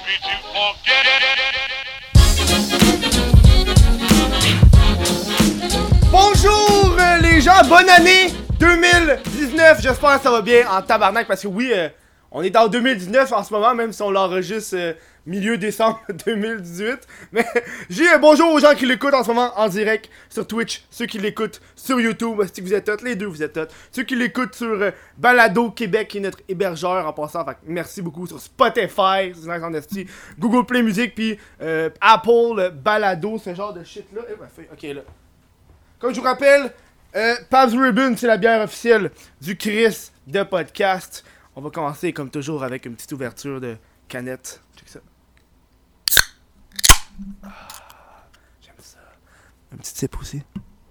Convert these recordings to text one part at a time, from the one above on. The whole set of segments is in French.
Bonjour les gens, bonne année 2019, j'espère que ça va bien en tabarnak parce que oui, on est en 2019 en ce moment, même si on l'enregistre milieu décembre 2018. Mais j'ai un bonjour aux gens qui l'écoutent en ce moment en direct sur Twitch, ceux qui l'écoutent sur YouTube, si vous êtes hot, les deux vous êtes hot, ceux qui l'écoutent sur Balado Québec qui est notre hébergeur en passant, fait merci beaucoup sur Spotify, c'est nice en esti, Google Play Music, puis Apple Balado, ce genre de shit là. Ok là. Comme je vous rappelle, Pabst Ribbon, c'est la bière officielle du Chris de podcast. On va commencer comme toujours avec une petite ouverture de canette. Check ça. Ah, j'aime ça. Un petit sip aussi.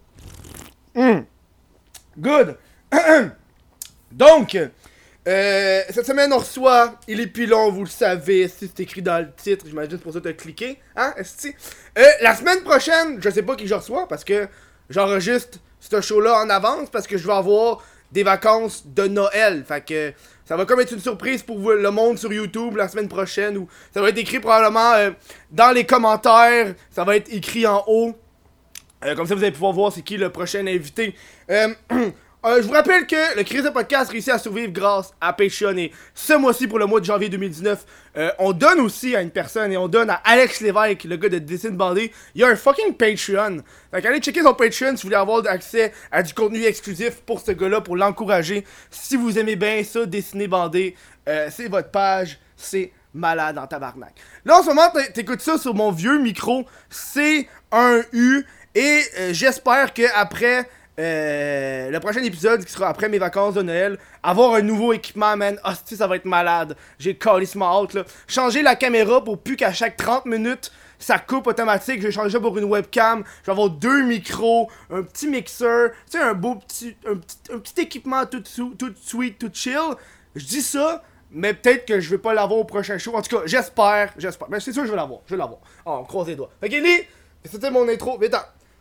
Good. Donc, cette semaine on reçoit Il est pilon, vous le savez, si c'est écrit dans le titre, j'imagine pour ça que t'as cliqué. Hein, est-ce la semaine prochaine, je sais pas qui je reçois parce que j'enregistre ce show-là en avance parce que je vais avoir des vacances de Noël. Fait que ça va comme être une surprise pour vous, le monde sur YouTube la semaine prochaine. Ou ça va être écrit probablement dans les commentaires. Ça va être écrit en haut. Comme ça vous allez pouvoir voir c'est qui le prochain invité. Je vous rappelle que le Chris de Podcast réussit à survivre grâce à Patreon. Et ce mois-ci, pour le mois de janvier 2019, on donne aussi à une personne. Et on donne à Alex Lévesque, le gars de Dessine Bandé. Il y a un fucking Patreon. Fait qu'allez checker son Patreon si vous voulez avoir accès à du contenu exclusif pour ce gars-là, pour l'encourager. Si vous aimez bien ça, Dessiner Bandé, c'est votre page. C'est malade en tabarnak. Là, en ce moment, t'écoutes ça sur mon vieux micro C1U. Et j'espère que après le prochain épisode qui sera après mes vacances de Noël, avoir un nouveau équipement, man, hostie, ça va être malade. J'ai calissement hâte, là. Changer la caméra pour plus qu'à chaque 30 minutes, ça coupe automatique. Je vais changer ça pour une webcam. Je vais avoir 2 micros, un petit mixeur, tu sais, un petit équipement tout sweet, tout chill. Je dis ça, mais peut-être que je vais pas l'avoir au prochain show. En tout cas, j'espère. Mais c'est sûr que je vais l'avoir. Oh, on croise les doigts. Fait qu'Eli, c'était mon intro. Vite,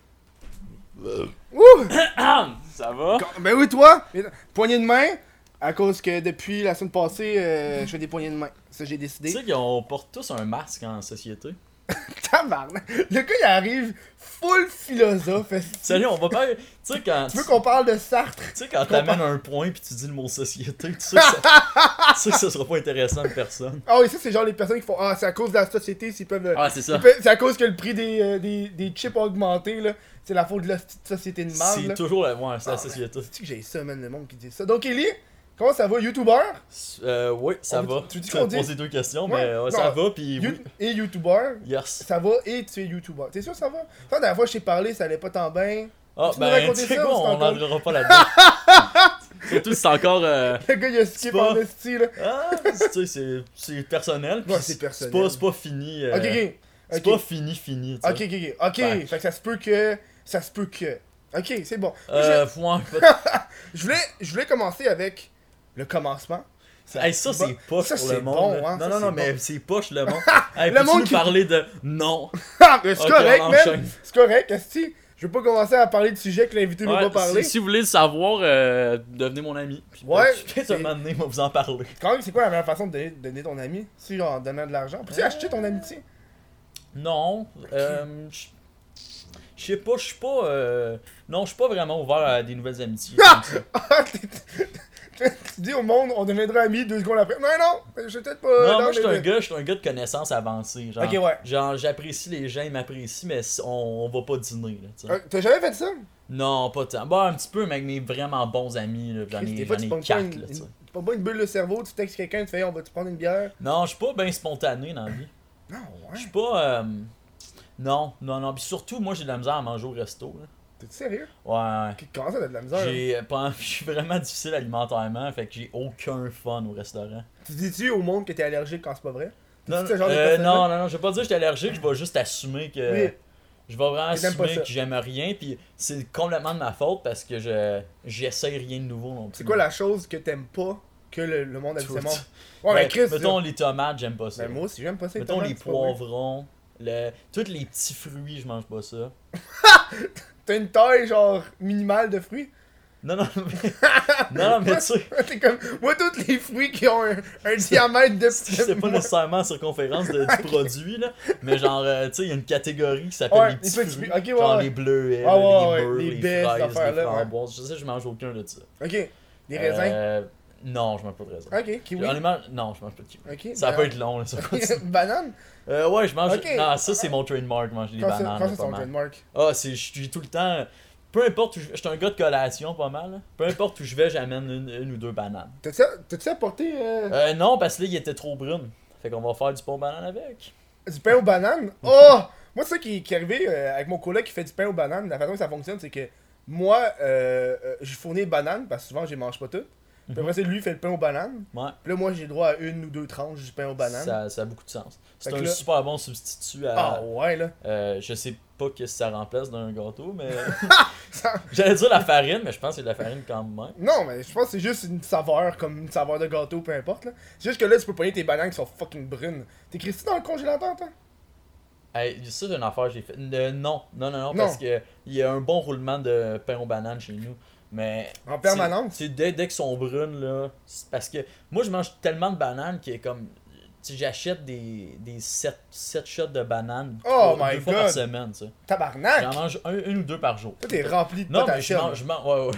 Ça va? Ben oui, toi, poignée de main, à cause que depuis la semaine passée, je fais des poignées de main. Ça, j'ai décidé. Tu sais qu'on porte tous un masque en société. Tabarnak. Le gars, il arrive full philosophe. Salut, on va pas. Tu sais, quand. Tu veux qu'on parle de Sartre? Tu sais, quand t'amènes un point pis tu dis le mot société, tu sais que ça sera pas intéressant de personne. Ah oui, ça, c'est genre les personnes qui font c'est à cause de la société s'ils peuvent. Ah, c'est ça. C'est à cause que le prix des chips a augmenté, là. C'est la faute de la société de merde. C'est toujours la société. C'est-tu que j'ai ça, man, le monde qui dit ça. Donc, Eli, comment ça va, YouTuber? Oui, ça va. Tu dis tu qu'on as dit? posé 2 questions, Ouais, mais ça va, pis oui. Et YouTuber? Yes. Ça va et tu es YouTuber. T'es sûr que ça va? La dernière fois que je t'ai parlé, ça allait pas tant bien. Ah, Tu nous ben, racontais tu sais ça, quoi, ou c'est on encore- n'entrera pas là-dedans. Surtout si c'est encore. Le gars, il a skip pas- en esti, là. Ah, tu sais, c'est personnel. pis Ouais, c'est personnel. C'est pas fini. Ok. C'est pas fini, tu sais. Ok. Ouais. Fait que ça se peut que. Ok, c'est bon. Ouais, Je voulais commencer avec le commencement. Hey, ça c'est poche Ça, pour c'est le monde. bon, là. hein, ça, Non, c'est mais bon. c'est poche le monde. Hey, Le peux-tu monde nous qui- parler de non? Ah, mais c'est Ok, correct, on man. enchaîne. C'est correct, esti. Je veux pas commencer à parler de sujets que l'invité veut pas parler. Si vous voulez le savoir, devenez mon ami. Puis Ouais, peut-être un moment donné, on va vous en parler. Quand même, c'est quoi la meilleure façon de donner ton ami? Si en donnant de l'argent. Peux-tu acheter ton amitié? Non, je sais pas, je suis pas. Non, je suis pas vraiment ouvert à des nouvelles amitiés. Ah! comme ça. Tu dis au monde, on deviendra amis 2 secondes après. Non, je suis peut-être pas. Non, moi je suis un gars de connaissances avancées. Genre, Ok, ouais. Genre, j'apprécie les gens, ils m'apprécient, mais on va pas dîner. Là, tu sais. T'as jamais fait ça? Non, pas tant. Bon, un petit peu, mais avec mes vraiment bons amis, là, j'en Des ai fois, tu pognes 4, pas là, tu sais. tu pognes pas une bulle de cerveau, tu textes quelqu'un, tu fais on va-tu prendre une bière? Non, je suis pas bien spontané dans la vie. Non, Je ouais. suis pas. Non. Puis surtout, moi, j'ai de la misère à manger au resto. Là. T'es sérieux? Ouais. Comment ça, t'as de la misère? Je suis vraiment difficile alimentairement, fait que j'ai aucun fun au restaurant. Tu dis-tu au monde que t'es allergique quand c'est pas vrai? Non, ce genre de personne-là? non, je vais pas dire que j'étais allergique, je vais juste assumer que. Oui. Je vais vraiment Que t'aimes pas assumer ça. que j'aime rien, puis c'est complètement de ma faute parce que j'essaye rien de nouveau non plus. C'est quoi la chose que t'aimes pas que le monde Tout. habituellement? Ouais, mais Chris, mettons les tomates, j'aime pas ça. ben moi aussi, j'aime pas ça. Mettons les tomates, c'est pas vrai. poivrons, tous les petits fruits, je mange pas ça. T'as une taille genre minimale de fruits? Non, non, mais tu sais, T'es comme, moi, tous les fruits qui ont un diamètre de... c'est pas nécessairement la circonférence du produit, là, mais genre, tu sais, il y a une catégorie qui s'appelle Ouais, les petits les petits fruits, fruits. Ok, ouais, genre ouais. les bleuets, Ah, là, ouais, les mûres, les les baies, fraises, cette les affaire-là, ouais. framboises. Je sais, je mange aucun de ça. Ok. Des raisins. Non, je mange pas de raisins. Ok, kiwi. Honnêtement, non, je mange pas de kiwi. Ok. Ça peut être long, là, ça continue. Banane. Ouais, je mange. Ok. Non, ça, c'est mon trademark, manger des Quand ça, bananes. quand là, ça, pas c'est ton mal. trademark. Ah, je suis tout le temps. Peu importe où je suis un gars de collation, pas mal. Là. Peu importe où je vais, j'amène une ou deux bananes. T'as-tu apporté Non, parce que là, il était trop brune. Fait qu'on va faire du pain aux bananes avec. du pain aux bananes? Oh! Moi, c'est ça qui est arrivé avec mon collègue qui fait du pain aux bananes. La façon que ça fonctionne, c'est que moi, je fournis les bananes parce que souvent, je les mange pas toutes. Puis après, c'est lui qui fait le pain aux bananes. Ouais. Puis là, moi, j'ai droit à une ou deux tranches du pain aux bananes. Ça a beaucoup de sens. C'est Fait que un là- super bon substitut à. Ah ouais, là. Je sais pas que ça remplace d'un gâteau, mais. Ça- J'allais dire la farine, mais je pense que c'est de la farine quand même. Non, mais je pense que c'est juste une saveur, comme une saveur de gâteau, peu importe, là. C'est juste que là, tu peux pogner tes bananes qui sont fucking brunes. T'écris-tu dans le congélateur, toi? Hey, ça, c'est une affaire que j'ai fait. Non, Non. parce que il y a un bon roulement de pain aux bananes chez nous. Mais. En permanence? C'est dès qu'ils sont brunes, là. C'est parce que moi, je mange tellement de bananes que, comme. Tu sais, j'achète des 7 shots de bananes Oh my deux fois par God. semaine, tu sais. Tabarnak! J'en mange une ou deux par jour. Toi, t'es rempli de Non, mais je potassium. mange, ouais.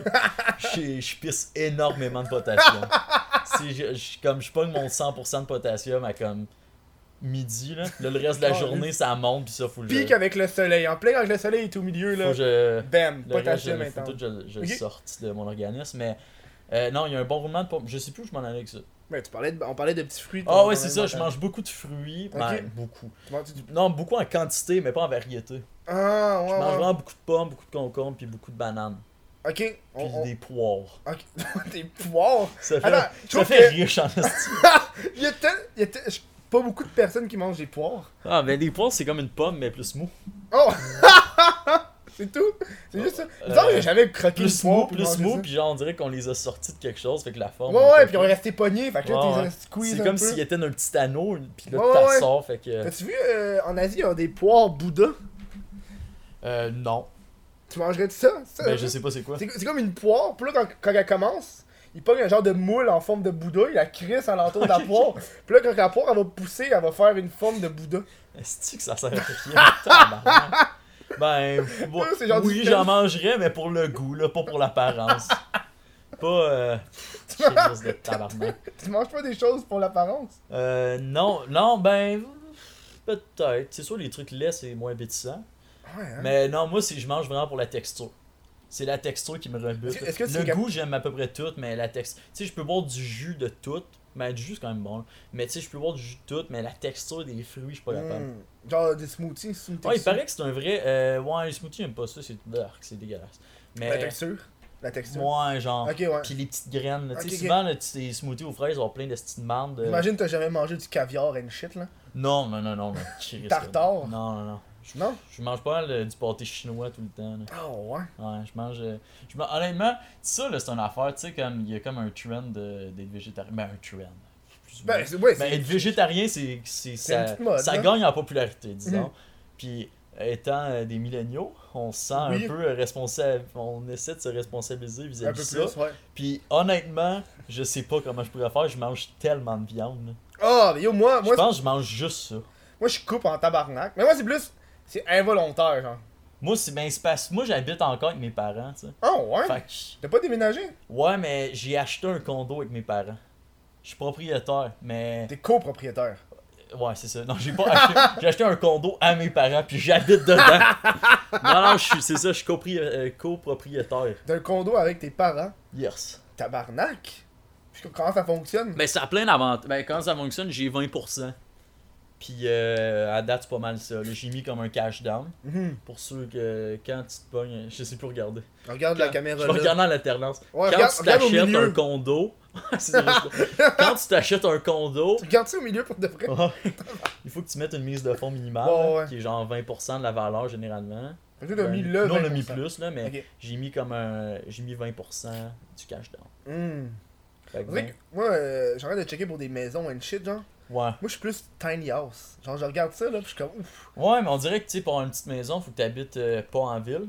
Je pisse énormément de potassium. Comme je pogne mon 100% de potassium à comme midi, là. Là, le reste de la Oh, journée, ça monte, puis ça, faut que Pique avec le soleil. En plein quand le soleil est au milieu, là. faut que je... Bam, Le reste, potassium faut intense. tout que je Ok. sorte de mon organisme, mais... non, il y a un bon roulement de pompe. Je sais plus où je m'en allais avec ça. Mais on parlait de petits fruits. Ah ouais, c'est ça, je mange beaucoup de fruits. Ok. Ben, beaucoup. Tu manges du... Non, beaucoup en quantité, mais pas en variété. Ah, ouais, Je mange ouais. vraiment beaucoup de pommes, beaucoup de concombres, puis beaucoup de bananes. Ok. Puis On... des poires. Ok. Des poires. Ça fait, Attends, je ça trouve fait que- riche en esti. il y a pas beaucoup de personnes qui mangent des poires. Ah, ben des poires, c'est comme une pomme, mais plus mou. Oh! C'est tout? C'est juste ça? Il me semble que j'ai jamais croqué une Plus poire mou, puis plus mangé mou, ça. puis genre on dirait qu'on les a sortis de quelque chose, fait que la forme. Ouais, est ouais, pas puis on est resté pognés, fait que là, Ouais, t'es ouais. squeeze C'est un comme peu. s'il était d'un petit anneau, puis là Ouais, t'as ouais. sort, fait que. T'as-tu vu, en Asie, il y a des poires Bouddha? Non. Tu mangerais de ça? Ben je sais pas c'est quoi. C'est comme une poire, puis là, quand elle commence, il pogne un genre de moule en forme de Bouddha, il la crisse alentour de la poire. Puis là, quand la poire, elle va pousser, elle va faire une forme de Bouddha. Est-ce que ça sert à rien? Tabarnak. Ben, bon, C'est genre oui, du j'en mangerais, mais pour le goût, là, pas pour l'apparence. Pas, crise de tabarnak. Tu manges pas des choses pour l'apparence? Non, ben, peut-être. C'est sûr, les trucs laids, c'est moins appétissant. Ouais, hein? Mais non, moi, je mange vraiment pour la texture. C'est la texture qui me rebute. Est-ce que tu Le es cap- goût, j'aime à peu près tout, mais la texture. Tu sais, je peux boire du jus de tout, mais du jus, c'est quand même bon. Mais tu sais, je peux boire du jus de tout, mais la texture des fruits, je suis pas capable. Genre des smoothies, Ouais, il paraît que c'est un vrai. Ouais, les smoothies, j'aime pas ça, c'est dégueulasse. La Mais. texture. La texture. Ouais, genre. Ok, ouais. Puis les petites graines, là. Tu sais, Ok, souvent, là, tes smoothies aux fraises ont plein de petites mardes. J'imagine que t'as jamais mangé du caviar and shit, là. Non, Christ, Tartare. Non. Non? Je mange pas mal du pâté chinois tout le temps. Là. Ah ouais. Ouais, honnêtement, ça, là, c'est une affaire, tu sais, comme il y a comme un trend d'être végétarien. Ben, un trend. Plus ou moins. Ouais, Ben, être végétarien, une ça petite mode, ça là. gagne en popularité, disons. Mhm. Puis, étant des milléniaux, on se sent Oui. un peu responsable. On essaie de se responsabiliser Un vis-à-vis peu de ça. plus, ouais. Puis, honnêtement, je sais pas comment je pourrais faire. Je mange tellement de viande. Là. Ah, mais yo, moi, Je pense que je mange juste ça. moi, je coupe en tabarnak. Mais moi, c'est plus. C'est involontaire, genre. Moi, c'est parce que moi, j'habite encore avec mes parents, tu sais. Ah ouais? Fait que. T'as pas déménagé? Ouais, mais j'ai acheté un condo avec mes parents. Je suis propriétaire, mais. T'es copropriétaire. Ouais, c'est ça. Non, j'ai pas acheté. J'ai acheté un condo à mes parents, puis j'habite dedans. Non, c'est ça, je suis copropriétaire. D'un condo avec tes parents. Yes. Tabarnak? Puis comment ça fonctionne? Ben, ça a plein d'avantages. Ben, quand ça fonctionne, j'ai 20%. Puis, à date, c'est pas mal ça. Là, j'ai mis comme un cash down. Mhm. Pour ceux que, quand tu te pognes. Je sais plus regarder. Regarde la caméra Je vais là. regarder en alternance. Ouais, Quand regarde- tu regarde au t'achètes milieu. un condo. C'est vrai, ça. Quand tu t'achètes un condo. Tu regardes ça au milieu pour de vrai? Ouais. Il faut que tu mettes une mise de fonds minimale, Ouais, là, ouais. qui est genre 20% de la valeur généralement. Fait que toi, t'as mis là. Nous, on a 20%. mis plus, là, mais Ok. j'ai mis j'ai mis 20% du cash down. Hmm. Fait que On dirait que moi, j'arrête de checker pour des maisons and shit, genre. ouais. Moi, je suis plus tiny house. Genre, je regarde ça, là, puis je suis comme ouf. Ouais, mais on dirait que, tu sais, pour une petite maison, faut que tu habites pas en ville.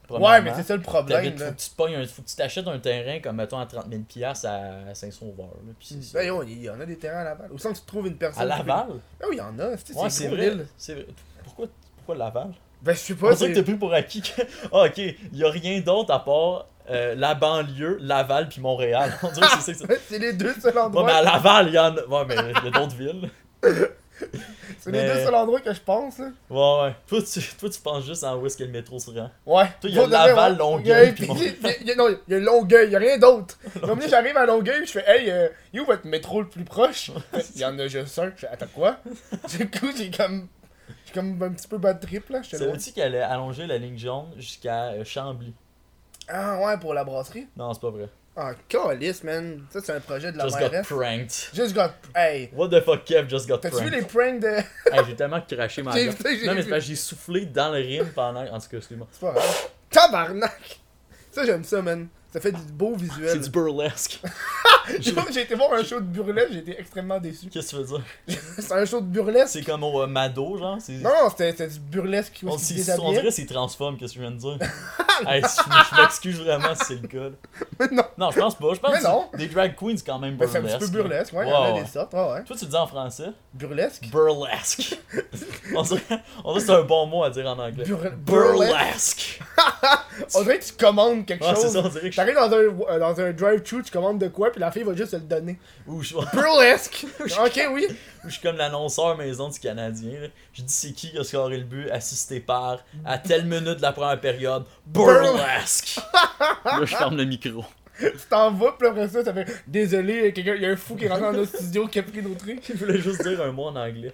Ouais, mais c'est ça le problème. Faut Là. que tu t'achètes un terrain comme mettons à 30 000$ à Saint-Sauveur. Là, puis c'est ça. Ben, il y en a des terrains à Laval. Au centre, tu trouves une personne. À Laval? Ah oui, il y en a. Ouais, c'est vrai. C'est vrai. Pourquoi Laval? Ben, je sais On pas. dirait que t'as pris pour acquis que. Ah, ok, il y a rien d'autre à part la banlieue, Laval puis Montréal. On dirait que c'est ça que c'est. C'est les deux seuls endroits. Ouais, mais à Laval, il y en a. Ouais, mais il y a d'autres villes. C'est les deux seuls endroits que je pense. Là. Ouais. Toi, tu penses juste en où est-ce que le métro se rend. Ouais. Toi, il y a Laval, Longueuil, puis Non, il y a Longueuil, il y a rien d'autre. Comme là, j'arrive à Longueuil, je fais, hey, il est où votre métro le plus proche? Il y en a juste un. Je fais, attends, quoi? Du coup, j'ai comme un petit peu bad trip, là. Savais-tu qu'elle allait allonger la ligne jaune jusqu'à Chambly? Ah, ouais, pour la brasserie? Non, c'est pas vrai. Ah, calice, man. Ça, c'est un projet de la Just mairesse. got pranked. Just got... Hey. What the fuck, Kev just got T'as-tu vu pranked? les pranks de... Hey, j'ai tellement craché ma gueule. J'ai Non, mais c'est vu. parce que j'ai soufflé dans le rime pendant. En tout cas, excuse-moi. C'est pas grave. Tabarnak! Ça, j'aime ça, man. Ça fait du beau visuel. C'est du burlesque. J'ai été voir un show de burlesque, j'ai été extrêmement déçu. Qu'est-ce que tu veux dire? C'est un show de burlesque. C'est comme au Mado, genre. Non, c'était du burlesque On, aussi on dirait que c'est transforme, qu'est-ce que je viens de dire? Hey, je m'excuse vraiment si c'est le cas. Mais non. Non, je pense pas. Je pense Mais non. que des drag queens, c'est quand même Ben, burlesque. c'est un petit peu burlesque, ouais, il y en a Ouais. des sortes, ouais. Toi, tu le dis en français? Burlesque? Burlesque. on dirait que c'est un bon mot à dire en anglais. Burlesque. Burlesque. On dirait que tu commandes quelque Ouais, c'est chose. ça, on dirait que T'arrives dans un drive-thru, tu commandes de quoi, puis la fille va juste te le donner. Ou je... Burlesque! Ok, oui. je suis comme l'annonceur maison du Canadien. Là. Je dis c'est qui a scoré le but, assisté par, à telle minute de la première période, Burlesque! Là, je ferme le micro. Tu t'en vas, puis après ça fait désolé, il y a un fou qui est rentré dans notre studio qui a pris nos trucs. Je voulais juste dire un mot en anglais.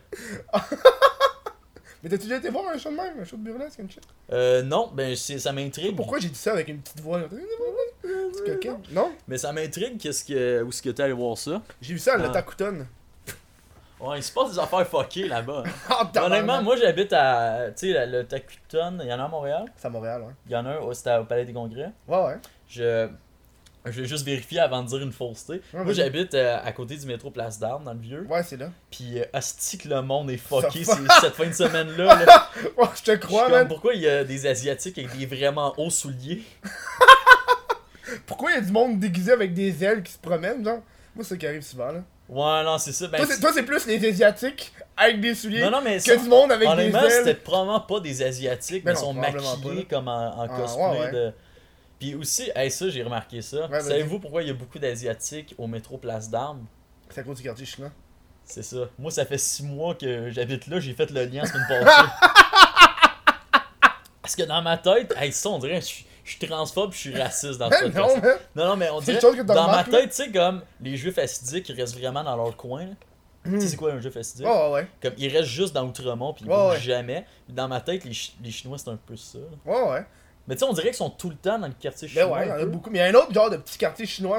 Mais t'as-tu déjà été voir un show de même, un show de burlesque, une shit? Non, ben ça m'intrigue. Pourquoi j'ai dit ça avec une petite voix? C'est coquin. Non? Mais ça m'intrigue, où est-ce que t'es allé voir ça? J'ai vu ça à Ah. Lotakuton. Ouais, il se passe des affaires fuckées là-bas. Hein. Oh, Honnêtement, moi j'habite à. Tu sais, le Takuton, il y en a à Montréal. C'est à Montréal, ouais. Il y en a un, c'était au Palais des Congrès. Ouais. Je vais juste vérifier avant de dire une fausseté. Moi vas-y. j'habite à côté du métro Place d'Armes, dans le vieux. Ouais, c'est là. Pis asti que le monde est fucké Ça cette fin de semaine-là. Là. Oh, je te Je crois, suis comme, man. pourquoi il y a des Asiatiques avec des vraiment hauts souliers? Pourquoi il y a du monde déguisé avec des ailes qui se promènent, genre? Moi, c'est ça qui arrive souvent, là. Ouais, non, c'est ça. Ben, Toi, c'est plus les Asiatiques avec des souliers non, mais que du monde avec des honnêtement, ailes. c'était probablement pas des Asiatiques, mais Ben ils non, sont probablement maquillés pas, comme en Ah, cosplay ouais. de... Puis aussi, ça j'ai remarqué ça. Ouais, Savez-vous pourquoi il y a beaucoup d'Asiatiques au métro Place d'Armes? C'est à cause du quartier chinois. C'est ça. Moi, ça fait 6 mois que j'habite là, j'ai fait le lien la semaine passée. Parce que dans ma tête, ça on dirait, je suis transphobe, je suis raciste dans ce Non, mais... Non, mais on C'est dirait, une chose que t'as dans ma remarqué, là. tête, tu sais, comme les juifs assidiques, ils restent vraiment dans leur coin. Là. Tu sais, c'est quoi un juif assidique? Ouais. Comme ils restent juste dans Outremont, puis ils Ouais, bougent ouais. jamais. Puis dans ma tête, les Chinois, c'est un peu ça. Ouais. Mais tu sais, on dirait qu'ils sont tout le temps dans le quartier Ben chinois. ouais, il y en un a peu. beaucoup. Mais il y a un autre genre de petit quartier chinois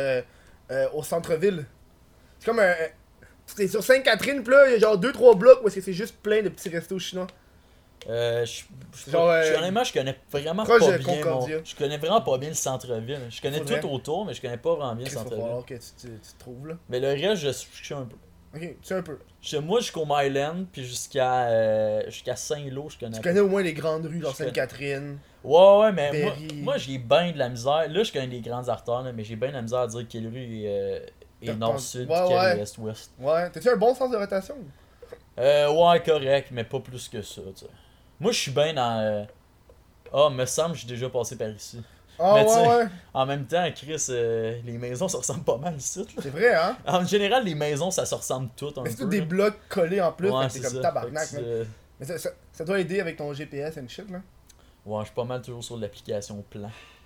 au centre-ville. C'est comme un... C'est sur Sainte-Catherine, pis là, il y a genre 2-3 blocs où c'est juste plein de petits restos chinois. Honnêtement, je connais vraiment proche pas de bien. Concordia. Je connais vraiment pas bien le centre-ville. Je connais Faudrait. tout autour, mais je connais pas vraiment bien le Il va centre-ville. falloir que tu te trouves, là. Mais le reste, je suis un peu. Ok, tu sais un peu. Moi, jusqu'au Myland, puis jusqu'à Saint-Lô, je connais Tu pas. connais au moins les grandes rues, genre Je connais. Sainte-Catherine. Ouais, mais Berry. moi j'ai bien de la misère. Là, je connais les grandes artères, là, mais j'ai bien de la misère à dire quelle rue est nord-sud, Ouais, quelle ouais. est est-ouest. Ouais, t'as-tu un bon sens de rotation? Ouais, correct, mais pas plus que ça, tu sais. Moi, je suis bien dans. Me semble que j'ai déjà passé par ici. Ah Mais tu sais, ouais. En même temps, Chris, les maisons, ça ressemble pas mal ici. Là. C'est vrai, hein? En général, les maisons, ça se ressemble toutes un Mais peu. c'est tous des là. blocs collés en plus, Ouais, fait que c'est c'est comme ça. tabarnak, Fait que man. Mais ça doit aider avec ton GPS and shit, là. Ouais, je suis pas mal toujours sur l'application Plan.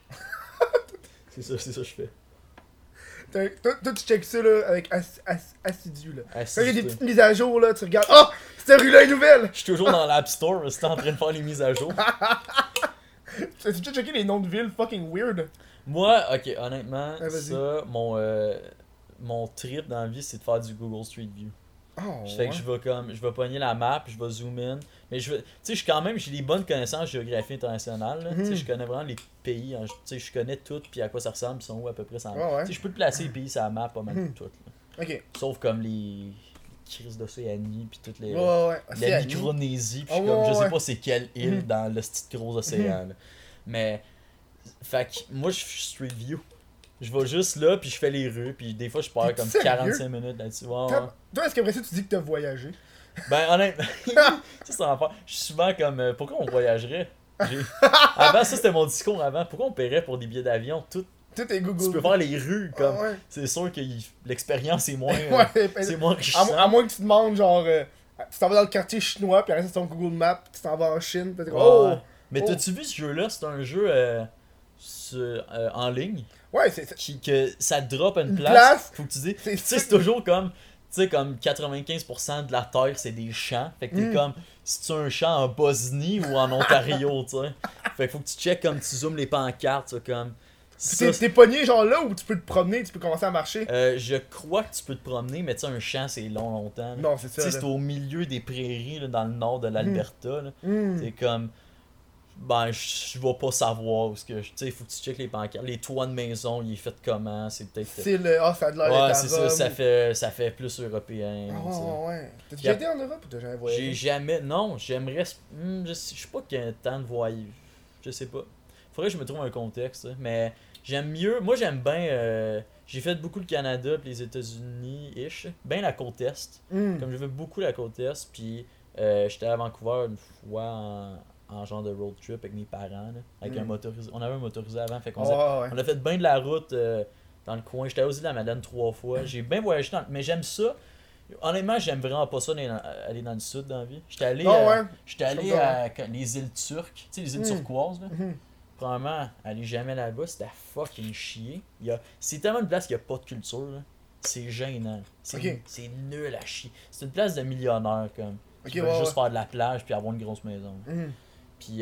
c'est ça que je fais. Toi, tu checkes ça, là, avec assidu, là. Quand il y a des Assiduité. petites mises à jour, là, tu regardes. Oh! Cette rue-là est nouvelle! Je suis toujours dans l'App Store, c'est en train de faire les mises à jour. T'as-tu déjà checké les noms de villes fucking weird? Moi, ok, honnêtement, vas-y. ça, mon trip dans la vie, c'est de faire du Google Street View. Oh, Fait que je vais pogner la map, je vais zoom in. Mais tu sais, j'ai des bonnes connaissances en géographie internationale. Là. Tu sais, je connais vraiment les pays. Tu sais, je connais tout, puis à quoi ça ressemble, ils sont où à peu près ça. Ouais. Tu sais, je peux te placer les pays sur la map pas mal tout. Là. Ok. Sauf comme les crises d'Océanie, puis toutes les. Ouais. La Micronésie, puis Oh, comme, je sais ouais. pas c'est quelle île dans le petit gros océan. là. Mais, fait que moi, je suis Street View. Je vais juste là, puis je fais les rues, puis des fois, je perds T'es comme sérieux? 45 minutes là-dessus. Ouais, ouais. Toi, est-ce qu'après ça, tu dis que t'as voyagé? Ben, honnêtement, ça, c'est en affaire. Je suis souvent comme, pourquoi on voyagerait? Avant, ça, c'était mon discours avant. Pourquoi on paierait pour des billets d'avion? Tout est Google. Tu peux faire les rues, comme. Ouais. C'est sûr que l'expérience est moins. Ouais, c'est moins enrichissant. à moins que tu demandes, genre, tu t'en vas dans le quartier chinois, puis après, c'est ton Google Maps, tu t'en vas en Chine, puis t'es comme, Ouais. oh! Mais Oh. t'as-tu vu ce jeu-là? C'est un jeu en ligne Ouais, que ça te drop une Une place. place. Faut que tu dis. C'est- Tu sais, c'est toujours comme. Tu sais, comme 95% de la terre, c'est des champs. Fait que t'es comme. Si tu as un champ en Bosnie ou en Ontario, tu sais. Fait que faut que tu checkes comme tu zoomes les pancartes, ça, comme. Ça, t'es pogné, genre là, où tu peux te promener, tu peux commencer à marcher. je crois que tu peux te promener, mais tu sais, un champ, c'est longtemps. Là. Non, c'est Tu ça. sais, là. c'est au milieu des prairies, là, dans le nord de l'Alberta. Là. Hmm. C'est comme. Ben, je vais pas savoir où ce que. Tu sais, faut que tu checkes les pancartes. Les toits de maison, il est fait comment. C'est peut-être. C'est le. Ah, ça a de l'air Ouais, d'être c'est à Rome. ça fait plus européen. Ah, tu sais. ouais. T'as déjà été en Europe ou t'as jamais J'ai voyagé? jamais. Non, j'aimerais. Je sais pas qu'il y a tant de voyage. Je sais pas. Faudrait que je me trouve un contexte, hein, mais j'aime mieux. Moi, j'aime bien. J'ai fait beaucoup le Canada et les États-Unis-ish. Ben la côte Est. Hmm. Comme je veux beaucoup la côte Est. Puis j'étais à Vancouver une fois en genre de road trip avec mes parents. Là, avec un motorisé. On avait un motorisé avant. Fait qu'on Ouais. on a fait bien de la route dans le coin. J'étais aux îles de la Madeleine 3 fois. J'ai bien voyagé mais j'aime ça. Honnêtement, j'aime vraiment pas ça aller dans le sud dans la vie. J'étais allé, Ah, ouais. j'étais allé Ça me à les îles turques, tu sais, les îles turquoises. Là. Mhm. Probablement, aller jamais là-bas, c'était à fucking chier. C'est tellement une place qu'il n'y a pas de culture. Là. C'est gênant. Ok. C'est nul à chier. C'est une place de millionnaires, comme. Ok, Qui veulent ouais, juste ouais. faire de la plage puis avoir une grosse maison. Mhm. Puis,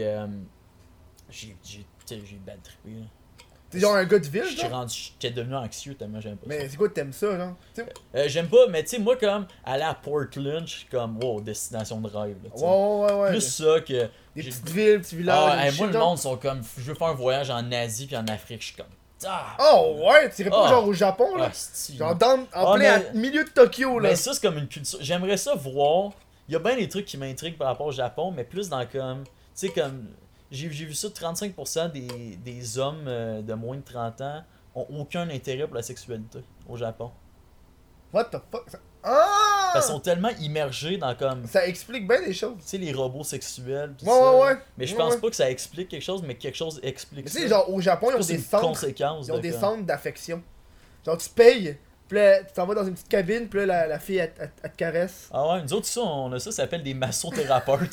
j'ai bad trippé. Là. T'es genre un gars de ville, J'étais genre? j'étais devenu anxieux tellement j'aime pas ça. Mais c'est quoi, t'aimes ça, genre? Tu sais, J'aime pas, mais tu sais, moi, comme aller à Portland, je suis comme, wow, destination de rêve. Là, tu sais. ouais. Plus ça que. Des j'ai- petites villes, petits villages. Ah, des hey, shit, moi, le genre. monde sont comme, je veux faire un voyage en Asie puis en Afrique, je suis comme, ah! Oh, ouais, t'irais pas Ah. genre au Japon, là? Hostie. Genre en Ah, plein mais- milieu de Tokyo, là. Mais ça, c'est comme une culture. J'aimerais ça voir. Il y a bien des trucs qui m'intriguent par rapport au Japon, mais plus dans comme. Tu sais, comme. J'ai vu ça, 35% des hommes de moins de 30 ans ont aucun intérêt pour la sexualité au Japon. What the fuck? Ah! Parce qu'ils sont tellement immergés dans comme. Ça explique bien des choses. Tu sais, les robots sexuels. Pis Ouais, ça. ouais. Mais je Ouais, pense ouais. pas que ça explique quelque chose, mais quelque chose explique Mais ça. tu sais, genre au Japon, ils ont C'est des une centres. conséquence Ils ont de des comme- centres d'affection. Genre, tu payes, puis là, tu t'en vas dans une petite cabine, puis là, la fille, elle te caresse. Ah ouais, nous autres, ça, on a ça s'appelle des massothérapeutes.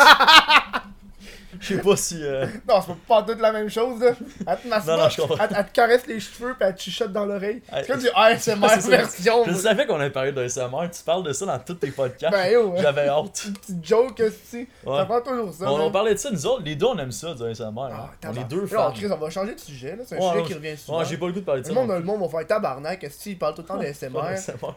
Je sais pas si. Non, c'est pas toute la même chose, là. Elle te masse Non, pas, non, je comprends. elle te caresse les cheveux, puis elle te chuchote dans l'oreille. Hey, C'est comme du ASMR c'est ça. version. Je moi. savais qu'on avait parlé d'ASMR, tu parles de ça dans tous tes podcasts. Ben, yo, hein. J'avais hâte. Petite joke, aussi. Ouais. Ça prend toujours ça. On man. parlait de ça, nous autres, les deux on aime ça du ASMR. Ah, hein. On est tabarnak. deux Là, fans. Chris, on va changer de sujet, là. C'est un Ouais, sujet ouais, qui revient souvent. Ouais, j'ai pas le goût de parler de ça. Le monde va faire tabarnak, est-ce parle tout le temps de Pas SMR? d'ASMR.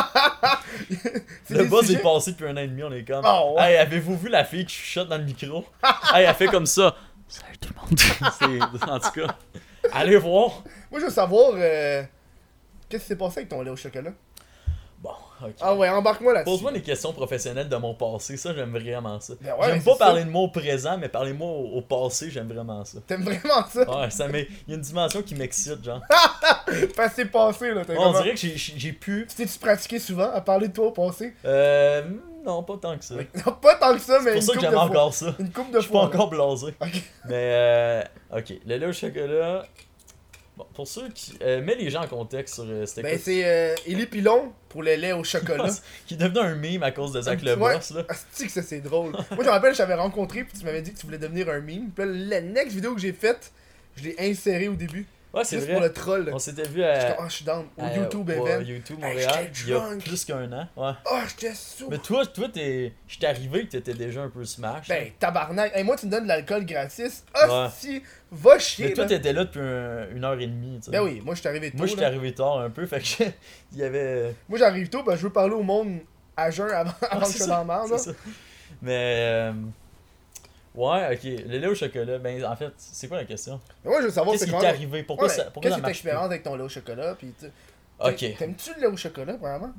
C'est Le des buzz sujets- est passé depuis un an et demi, on est comme. Ah, ouais. Hey, avez-vous vu la fille qui chuchote dans le micro? Hey, elle fait comme ça. Salut tout le monde. En tout cas, allez voir. Moi, je veux savoir, qu'est-ce qui s'est passé avec ton lait au chocolat? Bon, ok. Ah ouais, embarque-moi là-dessus. Pose-moi des questions professionnelles de mon passé, ça j'aime vraiment ça. Ben ouais, mais J'aime c'est pas parler ça. de moi au présent, mais parlez-moi au passé, j'aime vraiment ça. T'aimes vraiment ça? Ouais, il y a une dimension qui m'excite, genre. Parce que c'est passé, là. On dirait que j'ai pu. T'es-tu pratiqué souvent à parler de toi au passé? Non, pas tant que ça. Non, pas tant que ça, mais C'est pour une ça que couple j'aime de fois. encore ça. Une couple Je de suis pas fois. encore blasé. Ok. Mais, ok, le lait au chocolat. Bon, pour ceux qui. Mets les gens en contexte sur c'était Ben, quoi. c'est Élie Pilon pour le lait au chocolat. Qui est devenu un meme à cause de Zach Ouais. Leboss, là. Asti que ça c'est drôle. Moi je me rappelle, je t'avais rencontré puis tu m'avais dit que tu voulais devenir un meme. Puis là, la next vidéo que j'ai faite, je l'ai inséré au début. Ouais, c'est Juste vrai. pour le troll. On s'était vu J'étais à. comme, ah, je suis down. Au à- YouTube ouais, event. YouTube Hey, Montréal, j'étais il y a drunk. plus qu'un an. Ouais. Ah, j'étais sourd. Mais toi, j'étais arrivé que t'étais déjà un peu smash. Ben, tabarnak. Hey, moi, tu me donnes de l'alcool gratis. Ouais. Hostie, va chier. Mais toi, là. t'étais là depuis une heure et demie, tu sais. Ben oui, moi, je suis arrivé tôt. Moi, j'étais là. arrivé tard un peu, fait que il y avait. Moi, j'arrive tôt, ben, je veux parler au monde à jeun avant que je c'est sois ça, dans la merde. c'est là. ça. Mais. Ouais, ok. Le lait au chocolat, ben en fait, c'est quoi la question? Mais moi, je veux savoir Qu'est-ce c'est qui comment. t'est arrivé? Pourquoi Ouais, ça, pourquoi qu'est-ce ça que ta marche expérience avec ton lait au chocolat? Puis, tu sais, pas? Ok. T'aimes-tu le lait au chocolat, vraiment?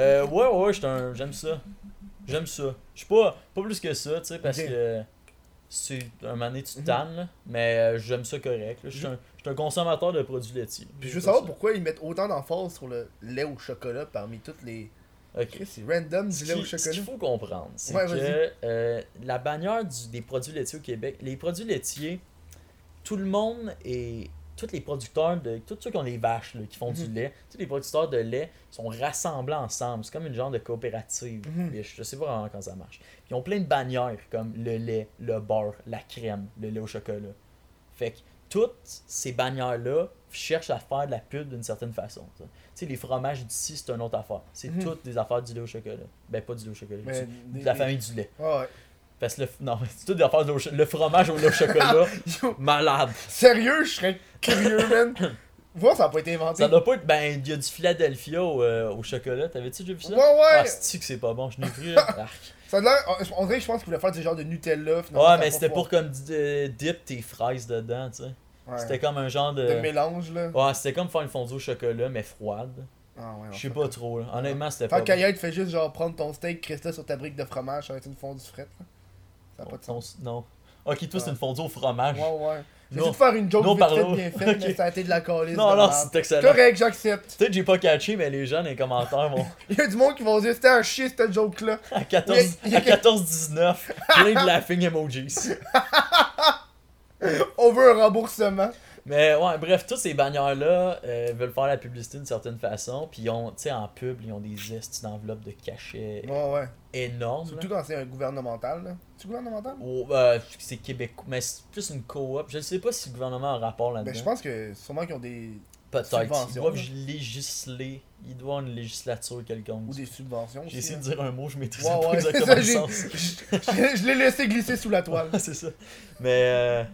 Ouais, j'aime ça. J'aime ça. Je suis pas plus que ça, tu sais, parce Ok. que un moment donné, tu te tannes, là, mais j'aime ça correct. Là. Je suis un consommateur de produits laitiers. Puis je veux savoir pourquoi ils mettent autant d'emphase sur le lait au chocolat parmi toutes les... Ok. C'est random du lait au Ce chocolat. qu'il faut comprendre, c'est Ouais, que la bannière des produits laitiers au Québec, les produits laitiers, tout le monde et tous les producteurs, tous ceux qui ont des vaches là, qui font du lait, tous les producteurs de lait sont rassemblés ensemble. C'est comme une genre de coopérative. Mais je sais pas vraiment quand ça marche. Puis ils ont plein de bannières comme le lait, le beurre, la crème, le lait au chocolat. Fait que toutes ces bannières-là cherchent à faire de la pub d'une certaine façon. Tu sais, les fromages d'ici, c'est une autre affaire. C'est toutes des affaires du lait au chocolat. Ben, pas du lait au chocolat. Mais De la famille du lait. Ouais. Parce que non, c'est toutes des affaires le fromage au lait au chocolat. Malade. Sérieux, je serais curieux, man. Voir, ça a pas été inventé. Ça doit pas être. Ben, il y a du Philadelphia au chocolat. T'avais-tu déjà vu ça? Ouais. Ah, c'est-tu que c'est pas bon? Je n'ai vu là. Arc. Ça a l'air. On dirait que je pense qu'ils voulaient faire du genre de Nutella. Ouais, mais c'était pour comme dip tes fraises dedans, tu sais. Ouais. C'était comme un genre de mélange, là. Ouais, c'était comme faire une fondue au chocolat, mais froide. Ah ouais. Je sais pas trop, là. Honnêtement, c'était pas. Fait qu'ailleurs, tu fais juste genre prendre ton steak, crisser sur ta brique de fromage avec une fondue frette, là. Ça a pas de sens. Non. Ok, toi, c'est une fondue au fromage. Ouais. J'ai essayé de faire une joke vite faite, bien faite, mais ça a été de la calice. Non, c'est excellent. Correct, j'accepte. Peut-être que j'ai pas catché, mais les gens dans les commentaires vont. Il y a du monde qui vont dire c'était un shit cette joke-là. À 14-19, plein de laughing emojis. On veut un remboursement. Mais ouais, bref, tous ces bannières-là veulent faire la publicité d'une certaine façon. Puis ils ont, tu sais, en pub, ils ont des estis d'enveloppes de cachet Ouais. énormes. Surtout quand c'est un gouvernemental, là. C'est gouvernemental? Oh, c'est québécois, mais c'est plus une coop. Je ne sais pas si le gouvernement a un rapport là-dedans. Ben, je pense que sûrement qu'ils ont des peut-être. Ils doivent législer. Ils doivent avoir une législature quelconque. Ou des subventions. J'ai essayé de dire un mot, je maîtrise pas pas exactement le sens. Je l'ai laissé glisser sous la toile. C'est ça. Mais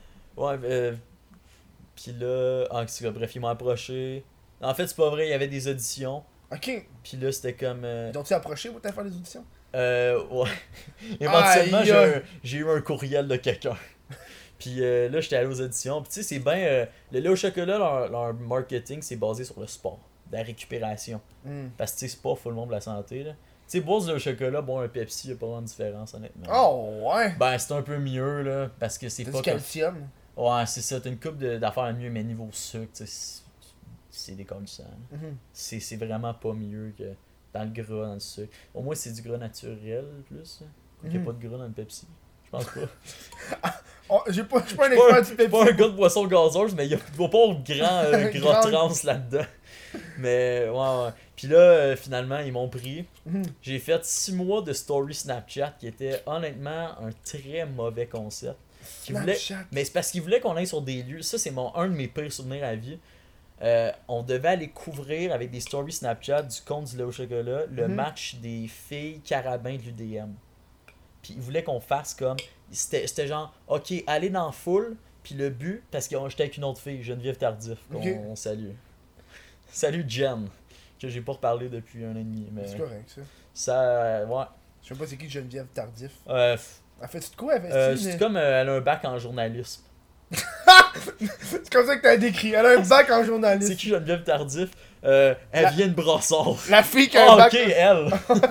puis là, bref, ils m'ont approché. En fait, c'est pas vrai, il y avait des auditions. Ok. Puis là, c'était comme. Ils t'ont-tu approché pour faire des auditions? Ouais. Éventuellement, j'ai eu un courriel de quelqu'un. Puis là, j'étais allé aux auditions. Puis tu sais, c'est bien. Le lait au chocolat, leur marketing, c'est basé sur le sport, de la récupération. Parce que tu sais, c'est pas full le monde de la santé, là. Tu sais, boire du lait au chocolat, boire un Pepsi, y'a pas vraiment de différence, honnêtement. Oh, ouais. Ben, c'est un peu mieux, là. Parce que c'est pas. Du calcium. Ouais, c'est ça. T'as une coupe d'affaires mieux, mais niveau sucre, tu sais, c'est décollissant. C'est vraiment pas mieux que dans le gras, dans le sucre. Au moins, c'est du gras naturel, plus. Il n'y a pas de gras dans le Pepsi. Je pense pas. Je suis pas un expert du Pepsi. Je suis pas un gars de boisson gazeuse, mais il ne va pas avoir grand gras trans là-dedans. Mais ouais. Puis là, finalement, ils m'ont pris. J'ai fait 6 mois de story Snapchat qui était honnêtement un très mauvais concept. Mais c'est parce qu'ils voulaient qu'on aille sur des lieux. Ça, c'est un de mes pires souvenirs à vie. On devait aller couvrir avec des stories Snapchat du compte du lait au chocolat le match des filles carabins de l'UDM. Puis ils voulaient qu'on fasse comme. C'était genre, ok, aller dans la foule. Puis le but, parce que j'étais avec une autre fille, Geneviève Tardif, qu'on salue. Salut Jen, que j'ai pas reparlé depuis 1 an et demi. Mais c'est correct, ça. Ça, ouais. Je sais pas c'est qui Geneviève Tardif. Elle fait-tu de quoi? C'est comme elle a un bac en journalisme. C'est comme ça que t'as décrit. Elle a un bac en journalisme. C'est qui Geneviève Tardif? Elle vient de Brossard. La fille qui a un bac. Ok, elle.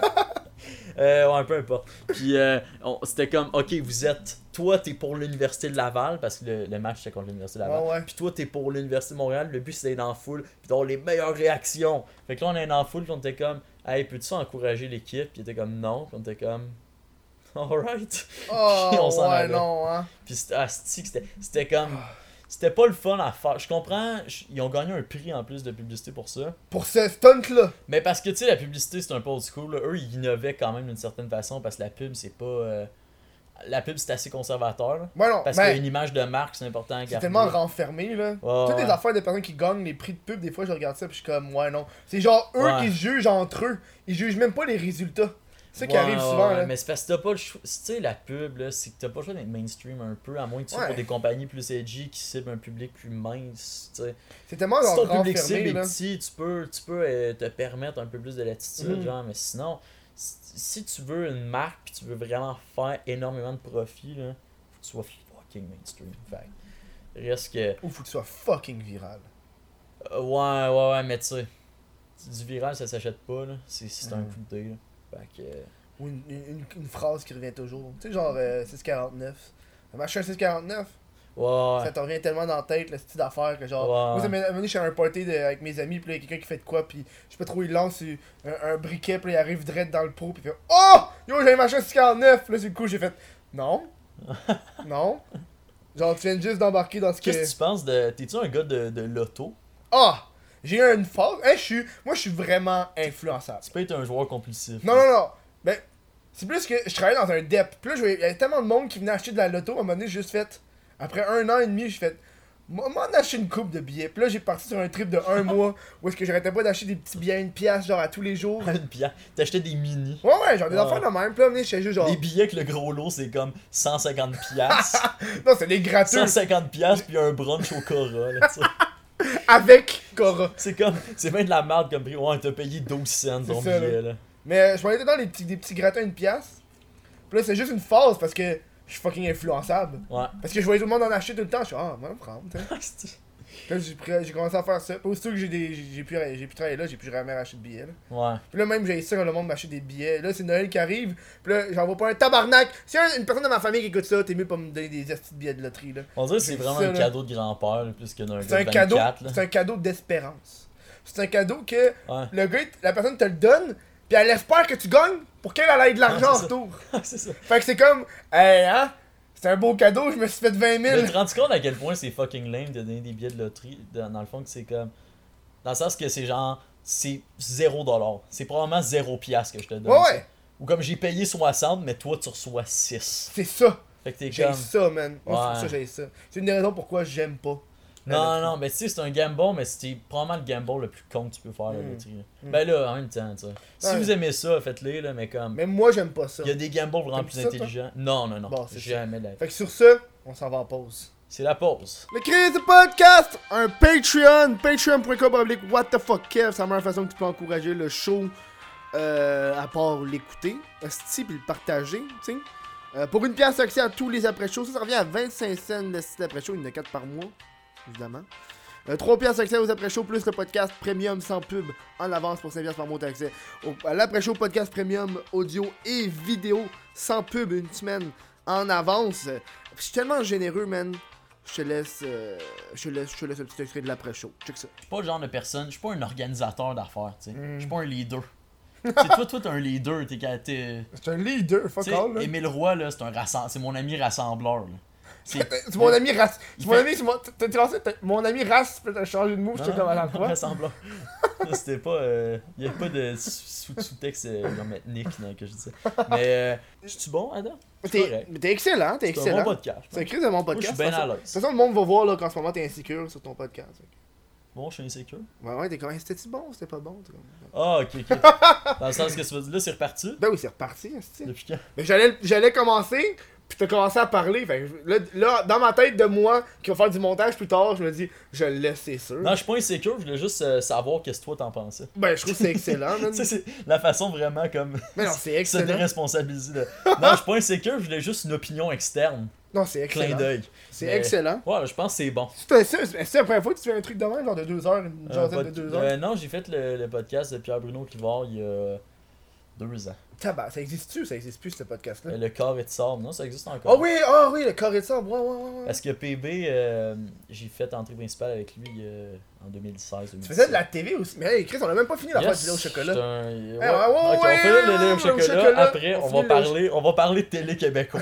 Ouais, peu importe. Puis c'était comme, ok, toi t'es pour l'université de Laval, parce que le match c'était contre l'université de Laval. Ouais. Puis toi t'es pour l'université de Montréal, le but c'est d'être dans la foule, puis d'avoir les meilleures réactions. Fait que là on est dans la foule, puis on était comme, hey, peux-tu encourager l'équipe? Puis il était comme, non. Puis on était comme, alright. Oh, puis on s'en allait. Non, hein. Puis c'était comme. C'était pas le fun à faire. Je comprends, ils ont gagné un prix en plus de publicité pour ça. Pour ce stunt-là. Mais parce que tu sais, la publicité c'est un peu old school. Là. Eux, ils innovaient quand même d'une certaine façon parce que la pub, c'est pas. La pub, c'est assez conservateur. Là. Ouais, non. Parce qu'il y a une image de marque, c'est important à garder. C'est tellement renfermé, là. Toutes les affaires des personnes qui gagnent les prix de pub, des fois, je regarde ça puis je suis comme, ouais, non. C'est genre eux qui se jugent entre eux. Ils jugent même pas les résultats. C'est ça qui arrive souvent, là. Mais c'est parce que t'as pas le choix. Tu sais, la pub, là, c'est que t'as pas le choix d'être mainstream un peu, à moins que tu sois pour des compagnies plus edgy qui ciblent un public plus mince, tu sais. C'est tellement si ton renfermé, public cible est là. petit, tu peux te permettre un peu plus de latitude, genre, mais sinon, si tu veux une marque pis tu veux vraiment faire énormément de profit, là, faut que tu sois fucking mainstream. Fait reste que. Ou faut que tu sois fucking viral. Ouais, mais tu sais, du viral ça s'achète pas, là. C'est un coup de dé, là. Fait que. Ou une phrase qui revient toujours. Tu sais, genre 649. J'ai acheté un 649. Ouais. Ça te revient tellement dans la tête, le style d'affaires que genre. Ouais. Moi, ça m'a amené chez un party avec mes amis, puis là, il y a quelqu'un qui fait de quoi, puis je sais pas trop, il lance un briquet, puis là, il arrive direct dans le pot, puis il fait Oh! Yo, j'avais acheté un 649! Puis là, du coup, j'ai fait Non. Non. Genre, tu viens juste d'embarquer dans ce que. Qu'est-ce que tu penses de. T'es-tu un gars de loto? Ah! J'ai eu une phase. Hein, moi, je suis vraiment influençable. Tu peux être un joueur compulsif. Non. Ben, c'est plus que je travaillais dans un DEP. Puis là, il y avait tellement de monde qui venait acheter de la loto. À un moment donné, j'ai juste fait. Après 1 an et demi, j'ai fait. Moi, m'en acheter une coupe de billets. Puis là, j'ai parti sur un trip de 1 mois où est-ce que j'arrêtais pas d'acheter des petits billets à 1$, genre à tous les jours. Une pièce. T'achetais des mini. Ouais, genre des affaires de même. Puis là, j'étais juste genre. Des billets que le gros lot, c'est comme 150 piastres. Non, c'est des gratteux. 150 piastres puis un brunch au Cora, là, tu sais. Avec Cora. C'est comme. C'est bien de la merde comme prix. Ouais, t'as payé 12 cents ton C'est ça, billet, là. Mais je m'en étais dans des petits grattins à 1$. Puis là, c'est juste une phase parce que je suis fucking influençable. Ouais. Parce que je voyais tout le monde en acheter tout le temps. Je suis moi, je prendre, t'sais. Puis là, j'ai commencé à faire ça. Puis aussitôt que j'ai pu travailler là, j'ai plus jamais racheter de billets. Là. Ouais. Puis là, même, j'ai essayé quand le monde m'acheter des billets. Là, c'est Noël qui arrive. Puis là, j'en vois pas un tabarnak. Si une personne de ma famille qui écoute ça, t'es mieux pas me donner des petits billets de loterie. Là. On dirait que c'est vraiment ça, un là. cadeau de grand-père, plus qu'un C'est un gars de cadeau. 24, là. C'est un cadeau d'espérance. C'est un cadeau que Ouais. le gars, la personne te le donne. Puis elle espère que tu gagnes pour qu'elle ait de l'argent en c'est ça. retour. C'est ça. Fait que c'est comme, hey, hein? C'est un beau cadeau, je me suis fait 20 000. Mais tu te rends compte à quel point c'est fucking lame de donner des billets de loterie, dans le fond que c'est comme. Dans le sens que c'est genre. C'est 0$. C'est probablement 0$ que je te donne. Ouais, ça. ouais. Ou comme j'ai payé 60, mais toi tu reçois 6. C'est ça. Fait que t'es J'ai comme. ça, man. Moi, Ouais. c'est ça, j'ai ça. C'est une des raisons pourquoi j'aime pas. la Non, loterie. non, mais tu sais, c'est un gamble, mais c'est probablement le gamble le plus con que tu peux faire, la loterie. Là. Ben là, en même temps, tu sais. Si Ouais. vous aimez ça, faites-le, là, mais comme. Mais moi, j'aime pas ça. Il y a des gambles vraiment T'aimes plus ça, toi? intelligents. Non, non, non. Bon, c'est jamais de la vie. Fait que sur ça, on s'en va en pause. C'est la pause. Le Crise Podcast, un Patreon, patreon.com/, what the fuck Kev, c'est la meilleure façon que tu peux encourager le show, à part l'écouter, esti, puis le partager, tu sais. Pour une pièce accès à tous les après-shows, ça revient à 25 cents le site après-show, il y en a 4 par mois, évidemment. 3 pièces accès aux après-shows plus le podcast premium sans pub en avance pour 5 pièces par mois d'accès à l'après-show podcast premium audio et vidéo sans pub une semaine en avance. Je suis tellement généreux, man. Je te laisse un petit extrait de l'après-show. Check ça. Je suis pas le genre de personne, je suis pas un organisateur d'affaires, tu sais. Je suis pas un leader. Mm. C'est toi, t'es un leader, t'es. C'est un leader, fuck Tu sais, all, là. Émile Roy, là, c'est mon ami rassembleur, là. C'est mon ami race. C'est mon ami, t'as lancé, mon ami race, puis t'as changé de mot, j'étais comme à quoi. Rassembleur. C'était pas. Il y avait pas de sous-texte genre ethnique dans que je disais. Mais. Je suis bon, Adam? T'es excellent, t'es C'est un excellent. bon podcast. C'est écrit de mon Moi, podcast. je suis bien à De l'aise. toute façon, le monde va voir là, qu'en ce moment t'es insécure sur ton podcast. Bon, je suis insécure. Ouais, t'es comme, c'était-tu bon, c'était pas bon? Ah, ok. Dans le sens que tu vas dire, là, c'est reparti. Ben oui, c'est reparti, esti. Depuis quand? Mais j'allais commencer, puis t'as commencé à parler. Fait que là, dans ma tête de moi, qui va faire du montage plus tard, je me dis, je le laisse, c'est sûr. Non, je suis pas insécure, je voulais juste savoir qu'est-ce que toi t'en pensais. Ben, je trouve que c'est excellent, man. Tu sais, c'est la façon vraiment comme. Mais non, c'est se excellent. déresponsabiliser. Non, je suis pas insécure, je voulais juste une opinion externe. Non, c'est Clin excellent. d'œil. C'est Mais- excellent. Ouais, je pense que c'est bon. C'est la première fois que tu fais un truc de même, genre de 2 heures, une jazaine de 2 heures. Non, j'ai fait le podcast de Pierre-Bruno Clivard il y a 2 ans. Tabac, ça existe-tu? Ça existe plus, ce podcast-là. Le carré de sable, non, ça existe encore. Ah oui, le carré de sable, ouais. Parce que PB, j'ai fait entrée principale avec lui en 2016. Tu faisais de la TV aussi. Mais hey, Chris, on a même pas fini la phase du lait au chocolat. Ouais, ouais, ok, on fait le lait au au chocolat. chocolat. Après, On on finit va parler de télé québécois.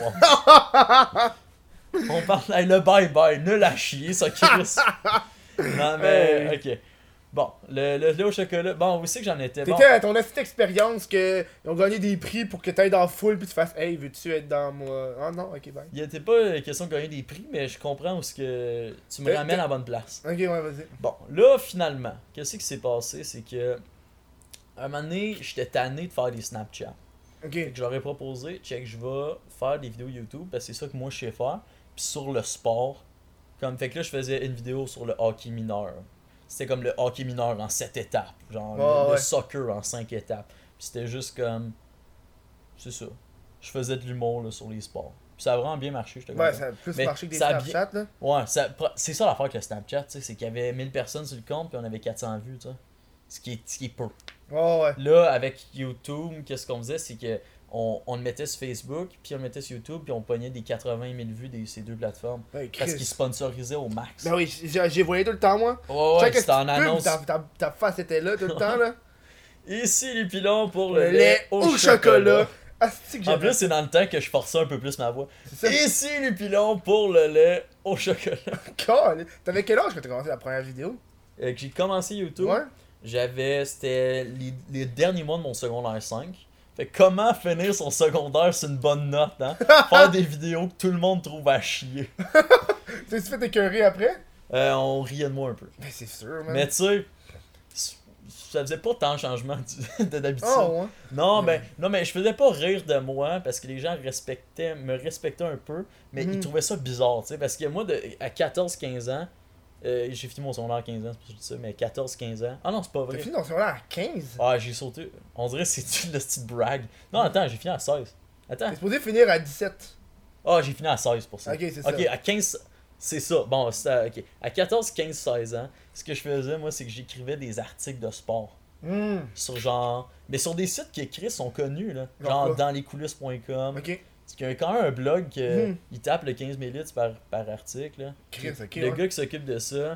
On parle hey, le bye-bye, nul à chier, ça, Chris. Non, mais, ok. Bon, le lait au chocolat. Bon, vous savez que j'en étais. Bon, T'étais à ton petite expérience qu'ils ont gagné des prix pour que t'ailles dans la foule puis tu fasses hey, veux-tu être dans moi? Ah non, ok, bye. il était pas question de gagner des prix, mais je comprends où ce que tu me ramènes à la bonne place. Ok, ouais, vas-y. Bon, là, finalement, qu'est-ce qui s'est passé, c'est que un moment donné, j'étais tanné de faire des Snapchat. Ok. Fait que je leur ai proposé, check, je vais faire des vidéos YouTube, parce que c'est ça que moi je sais faire. Puis sur le sport, comme fait que là, je faisais une vidéo sur le hockey mineur. C'était comme le hockey mineur en 7 étapes, genre le ouais. soccer en 5 étapes. Puis c'était juste comme, c'est ça. Je faisais de l'humour là, sur les sports. Puis ça a vraiment bien marché, je te Ouais, comprends. ça a plus Mais marché que des ça a Snapchat, là. Ouais, c'est ça l'affaire avec le Snapchat, tu sais, c'est qu'il y avait 1000 personnes sur le compte, puis on avait 400 vues, tu sais. Ce qui est peu. Ouais. Là, avec YouTube, qu'est-ce qu'on faisait, c'est que on le mettait sur Facebook, puis on le mettait sur YouTube, puis on pognait des 80 000 vues de ces deux plateformes. Ouais, Parce Chris. qu'ils sponsorisaient au max. Ben oui, j'ai voyé tout le temps, moi. Ouais, Chaque c'était en pub, annonce. ta face était là tout le temps, là. Ici les pilons pour Le lait au chocolat. Ah, c'est que En j'aimais plus, c'est dans le temps que je forçais un peu plus ma voix. C'est ça. Ici les pilons pour le lait au chocolat. Calme. T'avais quel âge quand t'as commencé la première vidéo? Que j'ai commencé YouTube, Ouais. c'était les derniers mois de mon secondaire 5. Fait que comment finir son secondaire sur une bonne note, hein? Faire des vidéos que tout le monde trouve à chier. T'es-tu fait écœurer après? On riait de moi un peu. Ben c'est sûr, man. Mais tu sais, ça faisait pas tant de changement de d'habitude. Oh, ouais. Non, non, mais je faisais pas rire de moi parce que les gens me respectaient un peu, mais ils trouvaient ça bizarre, tu sais, parce que moi, à 14-15 ans, j'ai fini mon secondaire à 15 ans, c'est pour ça que je dis ça, mais 14-15 ans. Ah non, c'est pas T'as vrai. fini dans ce moment-là à 15? Ah, j'ai sauté. On dirait que c'est une petite brag. Non, attends, j'ai fini à 16. Attends. T'es supposé finir à 17. Ah, j'ai fini à 16 pour ça. Ok, c'est ça. Ok, à 15. C'est ça. Bon, ok. À 14, 15, 16 ans, ce que je faisais, moi, c'est que j'écrivais des articles de sport. Sur genre. Mais sur des sites qui écrivent sont connus, là. Genre Genre quoi? danslescoulisses.com. Ok. Parce qu'il y a quand même un blog il tape le 15 minutes par article. Là. Chris, ok. Le ouais. gars qui s'occupe de ça,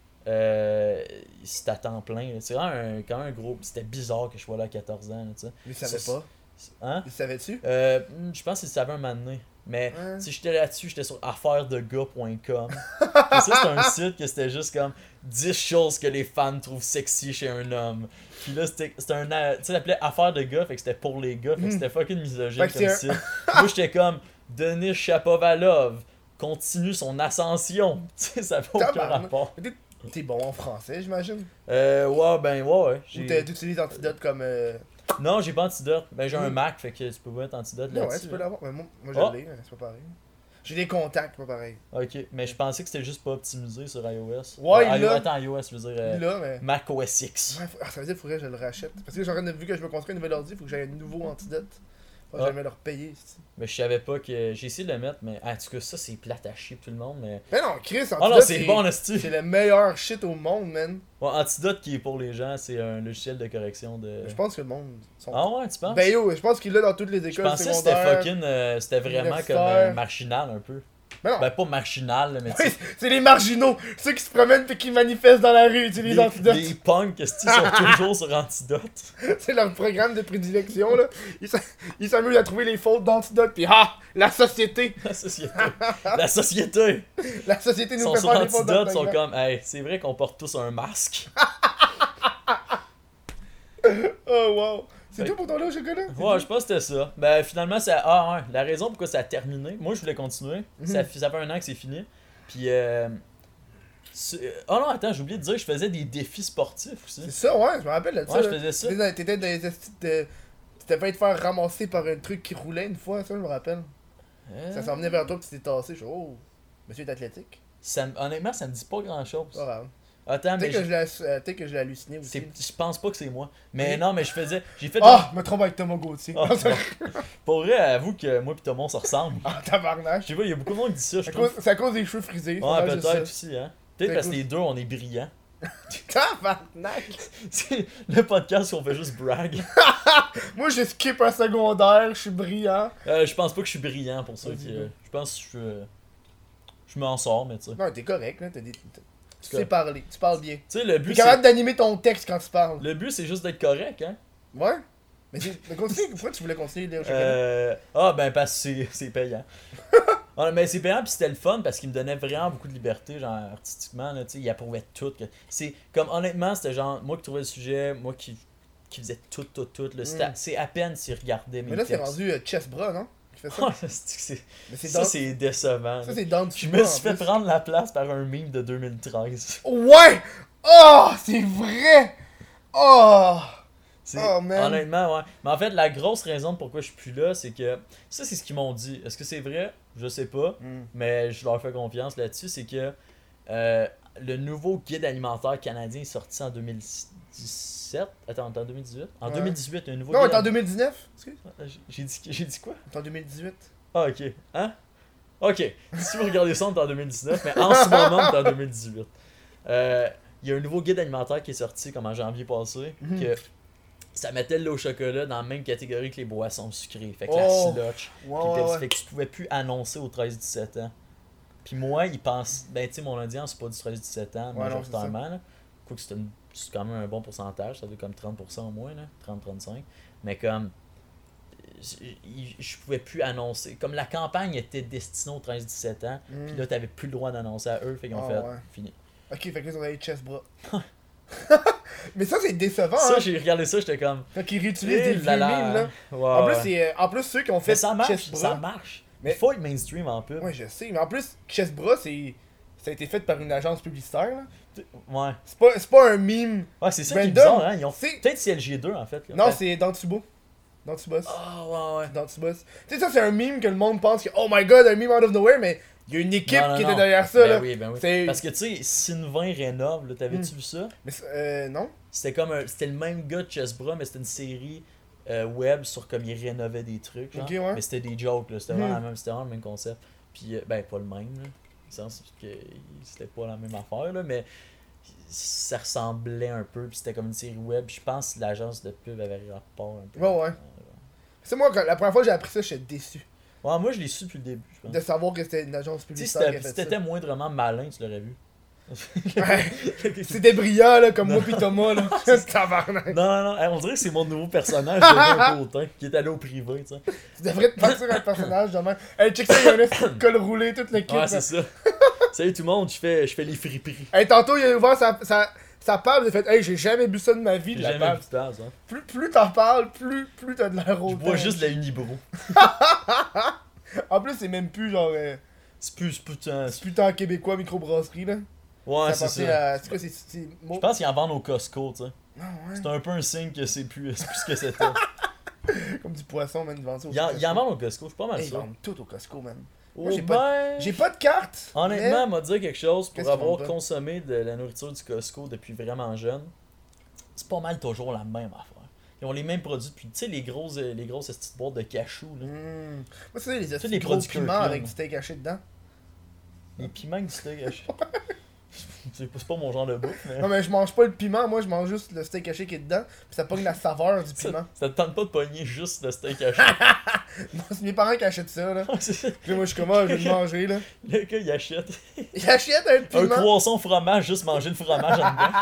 c'est à temps plein. Là. C'est vraiment quand même un gros. C'était bizarre que je sois là à 14 ans. Là, tu sais. Il savait Ça, pas. Hein? Il savait-tu? Je pense qu'il savait un moment donné. Mais Ouais. si j'étais là-dessus, j'étais sur affairesdegars.com. Et ça, c'est un site que c'était juste comme 10 choses que les femmes trouvent sexy chez un homme. Puis là, c'était un. Tu sais, ça s'appelait Affaires de gars, fait que c'était pour les gars, fait que c'était fucking misogyne Fait que comme site. Moi, j'étais comme Denis Chapovalov continue son ascension. Tu sais, ça n'a aucun Tabarnak. rapport. T'es bon en français, j'imagine? Ouais. Ou t'utilises Antidote comme. Non, j'ai pas Antidote. Ben, j'ai un Mac, fait que tu peux pas mettre Antidote Non, là-dessus. ouais, tu peux l'avoir. Mais moi je Oh. l'ai, mais c'est pas pareil. J'ai des contacts, pas pareil. Ok, mais je pensais que c'était juste pas optimisé sur iOS. Ouais, iOS, il l'a. attends, iOS, je veux dire Là, mais. Mac OS X. Ouais, ça veut dire qu'il faudrait que je le rachète. Parce que j'ai en train de vu que je me construis un nouvel ordi, il faut que j'aie un nouveau Antidote. Faut que Ah. jamais leur payer. c'ti. Mais je savais pas que. J'ai essayé de le mettre, mais en tout cas, ça c'est plate à chier pour tout le monde. Mais. Mais non, Chris, Antidote, Oh non, c'est bon, Nasty. c'est le meilleur shit au monde, man. Ouais, Antidote qui est pour les gens, c'est un logiciel de correction de. Je pense que le monde. Sont... Ah ouais, tu penses? Ben yo, je pense qu'il l'a dans toutes les Je écoles pensais que c'était secondaires. fucking. C'était vraiment comme universitaire. marginal un peu. Ben non. Ben pas marginal, mais tu Oui, sais. c'est les marginaux, ceux qui se promènent et qui manifestent dans la rue, utilisent Antidote. Les punks, est-ce qu'ils sont toujours sur Antidote? C'est leur programme de prédilection, là. Ils s'amusent à trouver les fautes d'Antidote, puis la société! La société. La société! La société Ils nous sont fait sur faire des fautes Antidote, sont d'orthographe. comme, hey, c'est vrai qu'on porte tous un masque. Oh wow! C'est Fait- tout pour ton lait au chocolat? C'est Ouais, tout? je pense que c'était ça. Ben finalement, ça. Ah, ouais. La raison pourquoi ça a terminé, moi je voulais continuer. Ça fait un an que c'est fini. Puis. Oh non, attends, j'ai oublié de dire, je faisais des défis sportifs aussi. C'est ça, ouais, je me rappelle de ça. Ouais, je là. faisais ça. T'étais dans les estis de... Tu t'es fait te faire ramasser par un truc qui roulait une fois, ça, je me rappelle. Ça s'en venait vers toi, puis tu t'es tassé. Je suis oh, monsieur est athlétique. Honnêtement, ça me dit pas grand chose. Pas grave. Attends, mais. Peut-être que je l'ai halluciné aussi. Je pense pas que c'est moi. Mais Oui. non, mais je faisais. J'ai fait. Ah! Je me trompe avec Thomas Gauthier. Ah, bon. Pour vrai, avoue que moi pis Thomas on se ressemble. Ah, tabarnak. Je sais pas, il y a beaucoup de monde qui dit ça, je C'est trouve. à cause des cheveux frisés. c'est Ouais, pas juste peut-être ça. aussi, hein. Peut-être C'est parce que cool. les deux, on est brillants. Tabarnak! C'est le podcast où on fait juste brag. Moi, je skip un secondaire, je suis brillant. Je pense pas que je suis brillant pour ça. Vas-y, Que, va. je pense que je m'en sors, mais tu sais. Non, t'es correct, là. Tu C'est sais parler, tu parles bien. Tu sais, le T'es but, capable d'animer ton texte quand tu parles. c'est juste d'être correct, hein. Ouais? Mais continue, pourquoi tu voulais continuer le lait au chocolat? Ben parce que c'est payant. Mais c'est payant, puis c'était le fun parce qu'il me donnait vraiment beaucoup de liberté, genre artistiquement, là, tu sais, il approuvait tout. C'est comme honnêtement, c'était genre moi qui trouvais le sujet, moi qui faisais tout, là. C'est à peine s'il regardait mes Mais là, c'est textes. rendu Chess Bras, non? Qui fait ça? Ouais, c'est- Mais c'est ça, dans... c'est décevant. Ça, c'est dans Je me suis fait prendre la place par un meme de 2013. Ouais! Oh! C'est vrai! Oh! Oh, man. Honnêtement, ouais. Mais en fait, la grosse raison de pourquoi je suis plus là, c'est que. Ça, c'est ce qu'ils m'ont dit. Est-ce que c'est vrai? Je sais pas. Mais je leur fais confiance là-dessus. C'est que le nouveau guide alimentaire canadien est sorti en 2017. Attends, en 2018? En Ouais. 2018, il y a un nouveau Non, on guide. est en 2019? Excuse. J'ai dit quoi? On est en 2018. Ah, ok. Hein? Ok. Si vous regardez ça, on est en 2019, mais en ce moment, on est en 2018. Il y a un nouveau guide alimentaire qui est sorti comme en janvier passé. Mhm. Que ça mettait le lait au chocolat dans la même catégorie que les boissons sucrées. Fait que Oh. la slush, Ouais, puis ouais, Pepsi. ouais. Fait que tu pouvais plus annoncer aux 13-17 ans. Puis moi, ils pensent. Ben, tu sais, mon audience, c'est pas du 13-17 ans, Ouais, non, majoritairement. Là. Quoique c'est quand même un bon pourcentage, ça doit être comme 30% au moins, là, 30-35. Mais comme. Je pouvais plus annoncer. Comme la campagne était destinée aux 13-17 ans, puis là, t'avais plus le droit d'annoncer à eux, fait qu'ils ont fait Ouais. fini. Ok, fait que là, ils ont allé chest bras. Mais ça, c'est décevant, Ça, hein. j'ai regardé ça, j'étais comme. Fait qu'ils réutilisent des Eh vieux là là. mimes, là. Ouais, En plus, ouais. en plus, ceux qui ont Mais fait ça marche, chest ça bras. marche. Mais- Il faut être mainstream en pub. Ouais, je sais. Mais en plus, chest bras, ça a été fait par une agence publicitaire, là. Ouais. C'est pas un mime. Ouais, c'est ça qui est Random. bizarre, hein. Ils ont C'est- peut-être CLG2 en fait. Là. Non, Ouais. c'est Dantubo. Dantubos. Ah, ouais, ouais. Dantubos. Tu sais, ça, c'est un mime que le monde pense que, oh my god, un mime out of nowhere, mais il y a une équipe Non, non, qui non. était derrière ça, Ben là. oui, ben oui. C'est- Parce que tu sais, Sylvain Rénove, là, t'avais-tu vu ça? Mais, non. C'était comme c'était le même gars de Chessbra, mais c'était une série web sur comme il rénovait des trucs. Genre. Ok, ouais. Mais c'était des jokes, là. C'était vraiment, c'était vraiment le même concept. Puis, ben, pas le même, là. Dans le sens que c'était pas la même affaire, là, mais ça ressemblait un peu. Puis c'était comme une série web. Puis je pense que l'agence de pub avait rapport un peu. Ouais, ouais. C'est moi, la première fois que j'ai appris ça, j'étais déçu. Ouais, moi je l'ai su depuis le début, je pense. De savoir que c'était une agence Tu sais, publicitaire qui a si fait t'étais ça. moindrement malin, tu l'aurais vu. Ouais. C'était brillant, là, comme moi pis Thomas, là. Tabarnak. Non, non, non, hey, on dirait que c'est mon nouveau personnage de Pautin qui est allé au privé, tu sais. Tu devrais te partir un personnage demain. Hey, check ça, il y a un esti de col roulé, toute l'équipe. Ouais, là. c'est ça. Salut tout le monde, je fais les friperies. Hey, tantôt, il a ouvert sa page, il a fait, hey, j'ai jamais bu ça de ma vie, de J'ai la jamais page. vu de tasse, hein. Plus t'en parles, plus t'as de l'air Je autant. bois juste de la Unibro. En plus, c'est même plus genre. C'est plus putain. C'est plus tant québécois microbrasserie, là. Ouais, Ça c'est appartient ça. à. C'est quoi, c'est. Je pense qu'ils en vendent au Costco, tu sais. Non, ouais. C'est un peu un signe que c'est plus ce que c'était. Comme du poisson, man, ils vendent ça au Ils en Costco. vendent au Costco, je suis pas mal Hey, ils sûr. vendent tout au Costco, man. Oh, Moi, j'ai ben, J'ai pas de carte. honnêtement, m'a dire quelque chose, Qu'est-ce pour qu'ils avoir vendent pas? consommé de la nourriture du Costco depuis vraiment jeune, c'est pas mal toujours la même affaire. Ils ont les mêmes produits depuis, tu sais, les grosses petites boîtes de cachou, là. Moi, c'est les les gros produits piments Kirkland. avec du steak haché dedans. Les piments du steak haché. C'est pas mon genre de bouffe, mais. Non, mais je mange pas le piment, moi, je mange juste le steak haché qui est dedans. Puis ça pogne la saveur du piment. Ça te tente pas de pogner juste le steak haché. Moi, c'est mes parents qui achètent ça, là. Ouais, c'est ça. Puis là, moi, je suis comme, ah, je vais le manger, là. Le gars, il achète Ils achètent un un piment. croissant fromage, juste manger le fromage en dedans.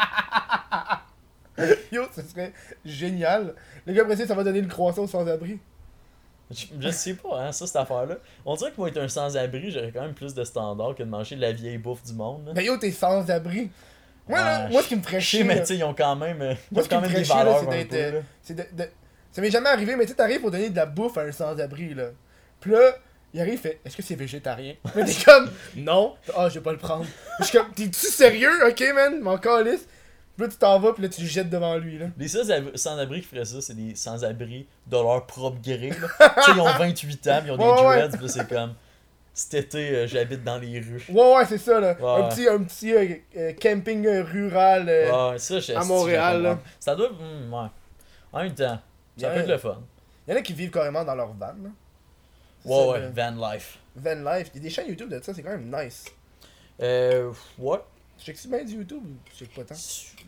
Yo, ça serait génial. Le gars, après ça, ça va donner le croissant aux sans-abri. Je sais pas, hein, ça, cette affaire-là. On dirait que moi, être un sans-abri, j'aurais quand même plus de standards que de manger de la vieille bouffe du monde. Là. Mais yo, t'es sans-abri. Moi, là, Ouais, moi, ce qui me ferait Je chier, sais, mais là, tu sais, ils ont quand même, moi, ce qui me ferait des chier, là, valeurs c'est un d'être. peu. Là. C'est ça m'est jamais arrivé, mais tu sais, t'arrives pour donner de la bouffe à un sans-abri, là. Puis là, il arrive, il fait, est-ce que c'est végétarien? Mais t'es comme, non. Ah, je vais pas le prendre. Je suis comme, t'es-tu sérieux? Ok, man, mon calice. Puis là, tu t'en vas, puis là, tu le jettes devant lui, là. Les sans-abri qui feraient ça, c'est des sans-abri de leur propre gré. là. Tu sais, ils ont 28 ans, ils ont des Ouais, ouais. dreads, puis là, c'est comme. Cet été, j'habite dans les rues. Ouais, c'est ça, là. Ouais. Un petit camping rural. Ouais, ça, à Montréal, je là. comprends. Ça doit. Ouais. En même temps, ça Ouais. peut être le fun. Il y en a qui vivent carrément dans leur van, là. C'est Ouais, ça, ouais, le van life. Van life. Il y a des chaînes YouTube de ça, c'est quand même nice. Ouais. Tu checkes-tu bien du YouTube ou tu checkes pas tant?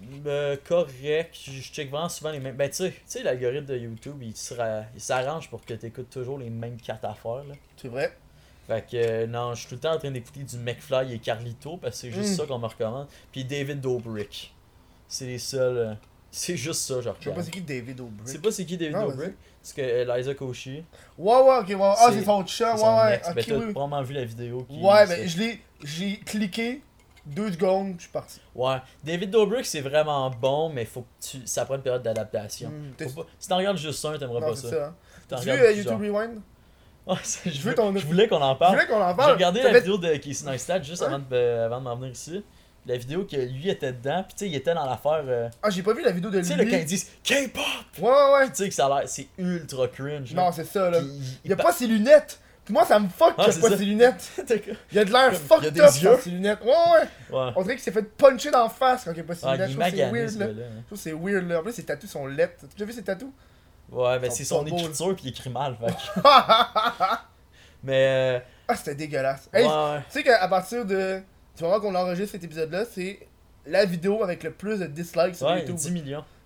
Correct. Je check vraiment souvent les mêmes. Ben, tu sais, l'algorithme de YouTube, il s'arrange pour que tu écoutes toujours les mêmes 4 affaires. Là. C'est vrai. Fait que, non, je suis tout le temps en train d'écouter du McFly et Carlito parce que c'est juste ça qu'on me recommande. Puis David Dobrik. C'est les seuls. C'est juste ça, genre. Je sais pas c'est qui David Dobrik. C'est pas c'est qui David Non, Dobrik. C'est que Eliza Koshy. Ouais, ok, ouais. Ah, C'est- c'est son chat, c'est son ouais, ex. ok, Ben, t'as oui. probablement vu la vidéo. Ouais, ben, j'ai cliqué 2 secondes, je suis parti. Ouais. David Dobrik, c'est vraiment bon, mais faut que ça prend une période d'adaptation. Faut pas- Si t'en regardes juste un, t'aimerais Non, pas c'est ça. ça, hein. T'en Tu vu regardes plusieurs. YouTube Rewind? Ouais, Je veux ton- je voulais qu'on en Je parle. voulais qu'on en J'ai parle. regardé Ça la fait- vidéo de Casey Neistat juste Ouais. avant de m'en venir ici. La vidéo que lui était dedans, pis tu sais, il était dans l'affaire. Ah, j'ai pas vu la vidéo de Tu sais, lui. là, quand ils disent K-pop! Ouais. Tu sais que ça a l'air. C'est ultra cringe. là. Non, c'est ça, là. Puis Il y a pas ses lunettes. Puis moi, ça me fuck qu'il Ah, y a c'est pas ça. ses lunettes. Il y a de l'air Il y a fucked des up yeux. sans ses lunettes. Ouais. Ouais. On dirait qu'il s'est fait puncher d'en face quand il y a pas ses Ah, lunettes. il Je est trouve que c'est magané, weird, ce là. gars-là. Je trouve que c'est weird, là. En plus, ses tatous sont lettres. T'as déjà vu ses tatous? Ouais, ben Ils c'est sont son pas beaux, là. écriture pis il écrit mal, fait que- Ah, Mais. c'était dégueulasse. Hey, Ouais. tu sais qu'à partir de. Du moment qu'on enregistre cet épisode-là, c'est la vidéo avec le plus de dislikes sur Ouais, YouTube. 10 millions.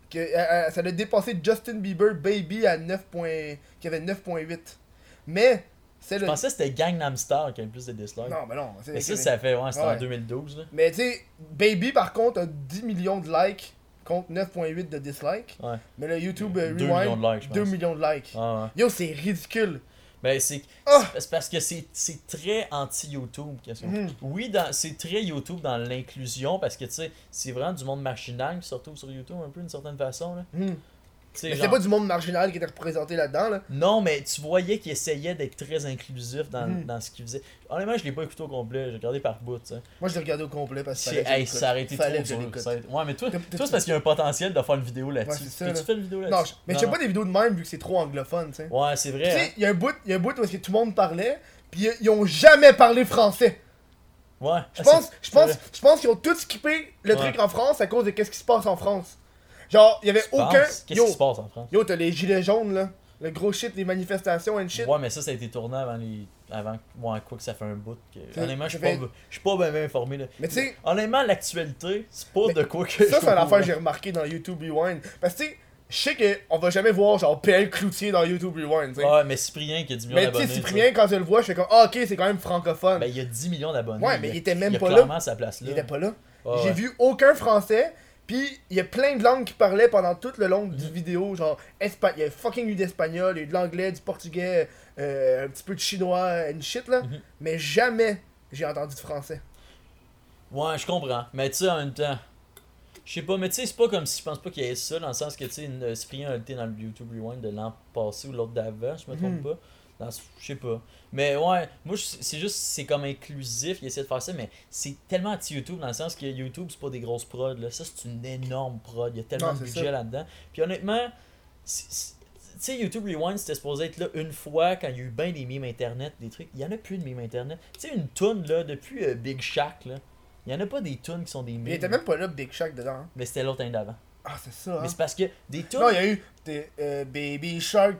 que ça a dépassé Justin Bieber Baby à 9 qui avait 9.8. Mais c'est Je le... pensais que c'était Gangnam Style qui avait plus de dislikes. Non, mais non. Mais ça fait, c'était Ouais. en 2012, là. Mais tu sais, Baby par contre a 10 millions de likes contre 9.8 de dislikes. Ouais. Mais le YouTube 2 millions Rewind, de likes, je pense. 2 millions de likes. Ah, ouais. Yo, c'est ridicule. Ben, c'est Ah! c'est parce que c'est très anti-YouTube. Mhm. Oui, c'est très YouTube dans l'inclusion parce que, tu sais, c'est vraiment du monde marginal qui se retrouve sur YouTube un peu d'une certaine façon, là. Hmm. Tu sais, Mais genre- c'est pas du monde marginal qui était représenté là-dedans, là. Non, mais tu voyais qu'il essayait d'être très inclusif Mhm. dans ce qu'il faisait. Honnêtement, je l'ai pas écouté au complet, j'ai regardé par bout, tu sais. Moi, je l'ai regardé au complet parce que Hey, ça aurait été Fallait trop que je dur. l'écoute. Ouais, mais toi, T'as- c'est parce qu'il y a un potentiel de faire une vidéo là-dessus. Ouais, c'est ça, T'as-tu là. fait une vidéo Non, là-dessus? mais je fais pas des vidéos de même vu que c'est trop anglophone, tu sais. Ouais, c'est Tu vrai. sais, Hein? il y a un bout où est-ce que tout le monde parlait, puis ils ont jamais parlé français. Ouais. Je Ah, pense, c'est vrai. je pense qu'ils ont tous skippé le Ouais. truc en France à cause de qu'est-ce qui se passe en France. Genre, il y avait Tu aucun. penses? Qu'est-ce qui se passe en France? Yo, t'as les gilets jaunes là, le gros shit, les manifestations and shit. Ouais, mais ça a été tourné avant les. Avant. Ouais, quoi que ça fait un bout. Honnêtement, je ça fait- suis pas bien informé là. Mais tu sais, Honnêtement, l'actualité, c'est pas Mais de quoi que ça je c'est une affaire que vois. j'ai remarqué dans YouTube Rewind. Parce que tu sais, je sais qu'on va jamais voir genre PL Cloutier dans YouTube Rewind, tu sais. Ouais, mais Cyprien qui a 10 millions Mais tu d'abonnés. sais, Cyprien, quand je le vois, je fais comme, ah ok, c'est quand même francophone. Ben, il y a 10 millions d'abonnés. Ouais, mais il était même a pas là. clairement sa place Il là. était pas là. Ouais, J'ai ouais. vu aucun français, puis il y a plein de langues qui parlaient pendant tout le long du Mhm. vidéo, genre il y a fucking eu d'espagnol, il y a eu de l'anglais, du portugais, un petit peu de chinois, une shit là, Mhm. mais jamais j'ai entendu de français. Ouais, je comprends. Mais tu sais, en même temps, je sais pas, mais tu sais, c'est pas comme si je pense pas qu'il y ait ça, dans le sens que tu sais, Cyprien a été dans le YouTube Rewind de l'an passé ou l'autre d'avant, je me trompe Mhm. pas. Je sais pas. Mais ouais, moi, c'est juste, c'est comme inclusif, il essaie de faire ça, mais c'est tellement anti-YouTube, dans le sens que YouTube, c'est pas des grosses prods, là. Ça, c'est une énorme prod, il y a tellement Non, de c'est budget ça. là-dedans. Puis honnêtement, tu sais, YouTube Rewind, c'était supposé être là une fois quand il y a eu bien des mimes internet, des trucs. Il y en a plus de mimes internet. Tu sais, une toune, là, depuis Big Shack, là. Il y en a pas des tunes qui sont des mimes. Mais il était même pas là Big Shack dedans. Hein. Mais c'était l'autre année d'avant. Ah, c'est ça, hein. Mais c'est parce que des tunes. Non, il y a eu des Baby Shark.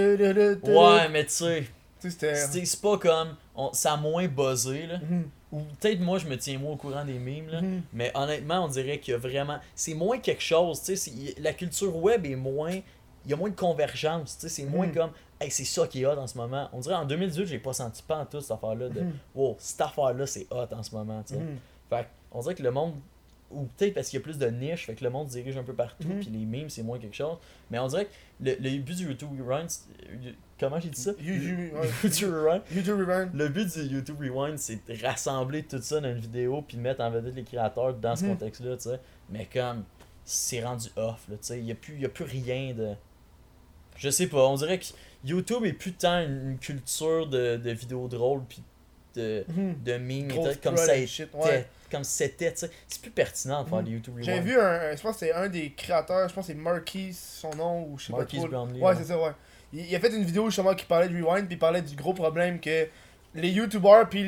Ouais, mais tu sais, Tu sais, c'était. c'est pas comme. Ça a moins buzzé, là. Mhm. Ou peut-être moi, je me tiens moins au courant des mimes, là. Mhm. Mais honnêtement, on dirait qu'il y a vraiment. C'est moins quelque chose, tu sais. La culture web est moins. Il y a moins de convergence, tu sais. C'est moins Mhm. comme. Hey, c'est ça qui est hot en ce moment. On dirait en 2018, j'ai pas senti pas en tout cette affaire-là de. Mhm. Wow, cette affaire-là, c'est hot en ce moment, tu sais. Mhm. Fait on dirait que le monde. Ou peut-être parce qu'il y a plus de niches, fait que le monde se dirige un peu partout, Mhm. puis les memes, c'est moins quelque chose. Mais on dirait que le but du YouTube Rewind. Comment j'ai dit ça? YouTube Rewind. YouTube Rewind. Le but du YouTube Rewind, c'est de rassembler tout ça dans une vidéo puis de mettre en vedette les créateurs dans ce Mhm. contexte-là, tu sais. Mais comme, c'est rendu off, là, tu sais. Il y a plus rien de... Je sais pas, on dirait que YouTube est plus tant une culture de vidéos drôles puis de memes, et Grosse tout, comme prod ça and était, shit, ouais. comme c'était, tu sais. C'est plus pertinent de faire Mhm. des YouTube Rewind. J'avais vu je pense que c'est un des créateurs, je pense que c'est Marquis, son nom, ou je sais Marquis pas trop. Brownlee, Ouais, ouais. c'est ça, ouais. Il a fait une vidéo justement qui parlait de Rewind, puis il parlait du gros problème que les YouTubers puis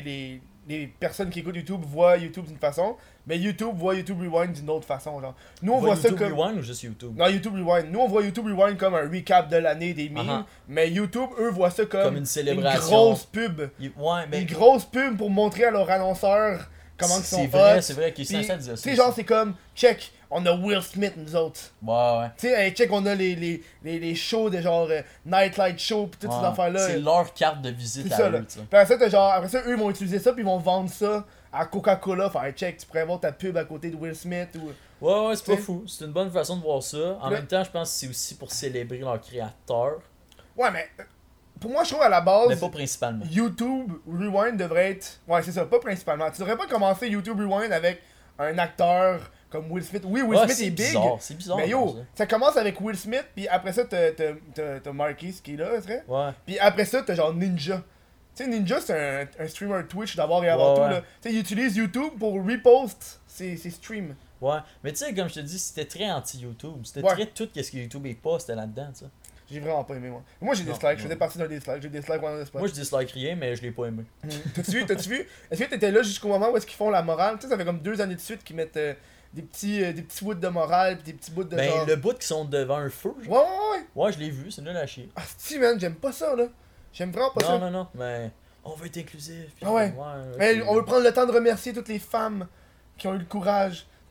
les personnes qui écoutent YouTube voient YouTube d'une façon, mais YouTube voit YouTube Rewind d'une autre façon, genre. Nous on voit ça YouTube comme... Rewind ou juste YouTube? Non, YouTube Rewind. Nous on voit YouTube Rewind comme un recap de l'année des memes, Uh-huh. mais YouTube, eux, voient ça comme Une célébration. grosse pub. Ouais, mais... Une grosse pub pour montrer à leurs annonceurs comment ils sont C'est vrai, hot. c'est vrai qu'ils Puis, sont à dire tu ça. sais, genre, c'est comme, check, on a Will Smith, nous autres. Ouais, ouais. Tu sais, hey, check, on a les shows de genre Nightlight Show, pis toutes ces Ouais. affaires-là. C'est leur carte de visite C'est à ça, eux, là. tu sais. Puis après ça, eux, ils vont utiliser ça, puis ils vont vendre ça à Coca-Cola. Faire, hey, check, tu pourrais avoir ta pub à côté de Will Smith ou. Ouais, ouais, c'est pas T'sais. fou. C'est une bonne façon de voir ça. En Là- même temps, je pense que c'est aussi pour célébrer leur créateur, Ouais, mais pour moi, je trouve à la base, mais pas principalement. YouTube Rewind devrait être. Ouais, c'est ça, pas principalement. Tu devrais pas commencer YouTube Rewind avec un acteur comme Will Smith. Oui, Will Ouais, Smith c'est est big. bizarre, c'est bizarre. Mais comme yo, ça commence avec Will Smith, puis après ça, t'as Marquis qui est là, c'est vrai? ça. Ouais. Puis après ça, t'as genre Ninja. Tu sais, Ninja, c'est un streamer Twitch d'abord et avant Ouais, tout. ouais. Là. Tu sais, il utilise YouTube pour repost ses streams. Ouais. Mais tu sais, comme je te dis, c'était très anti-YouTube. C'était Ouais. très tout ce que YouTube est pas, c'était là-dedans, tu sais. J'ai vraiment pas aimé, moi. Moi, j'ai Non, dislike. Je non. faisais partie d'un dislike. J'ai dislike one on the spot. Moi, je dislike rien, mais je l'ai pas aimé. T'as-tu vu? Est-ce que t'étais là jusqu'au moment où est-ce qu'ils font la morale? Tu sais, ça fait comme 2 années de suite qu'ils mettent des petits bouts de morale pis des petits bouts de Ben, genre... le bout qui sont devant un feu, Ouais, genre. ouais, ouais. Ouais, je l'ai vu, c'est nul à chier. Ah, si, man, j'aime pas ça, là. J'aime vraiment pas ça. Non, non, non, mais on veut être inclusif. puis Ah ouais. ok. Mais on veut prendre le temps de remercier toutes les femmes qui ont eu le courage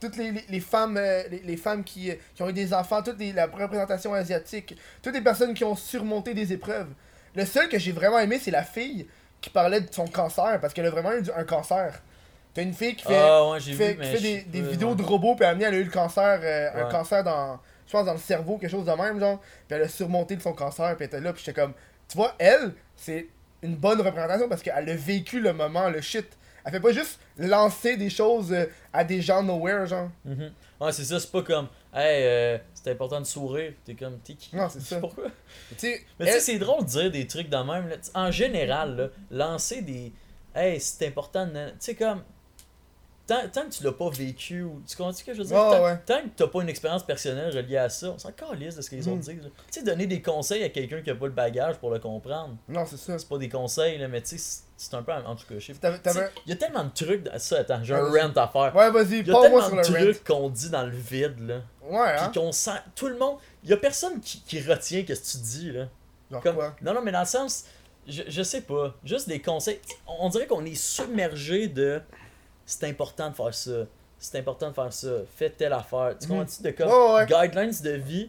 toutes les femmes, les femmes qui ont eu des enfants, la représentation asiatique, toutes les personnes qui ont surmonté des épreuves. Le seul que j'ai vraiment aimé, c'est la fille qui parlait de son cancer, parce qu'elle a vraiment eu un cancer. T'as une fille qui fait, des vidéos de robots, puis elle a eu le cancer, un cancer dans, je pense, dans le cerveau, quelque chose de même, genre. Puis elle a surmonté de son cancer, puis elle était là, puis j'étais comme, tu vois, elle, c'est une bonne représentation parce qu'elle a vécu le moment, le shit. Elle fait pas juste lancer des choses à des gens nowhere, genre. Ouais, c'est ça, c'est pas comme, hey, c'est important de sourire. T'es comme, t'es qui? Non, c'est ça. Pourquoi? Mais tu sais, elle... c'est drôle de dire des trucs de même. Là. En général, là, lancer des, hey, c'est important de. Tu sais, comme, tant que tu l'as pas vécu, ou tu comprends ce que je veux dire? Tant que t'as pas une expérience personnelle reliée à ça, on s'en calisse de ce que les autres disent. Tu sais, donner des conseils à quelqu'un qui a pas le bagage pour le comprendre. Non, c'est ça. C'est pas des conseils, là, mais tu sais, c'est un peu. En tout cas, je sais pas. Il y a tellement de trucs. Ça, attends, j'ai un rant à faire. Ouais, vas-y, il y a tellement de trucs qu'on dit dans le vide, là. Ouais, hein. Puis qu'on sent. Tout le monde. Il y a personne qui retient ce que tu dis, là. Genre quoi? Non, mais dans le sens. Je sais pas. Juste des conseils. On dirait qu'on est submergé de. C'est important de faire ça. C'est important de faire ça. Fais telle affaire. Tu comprends-tu de comme guidelines de vie.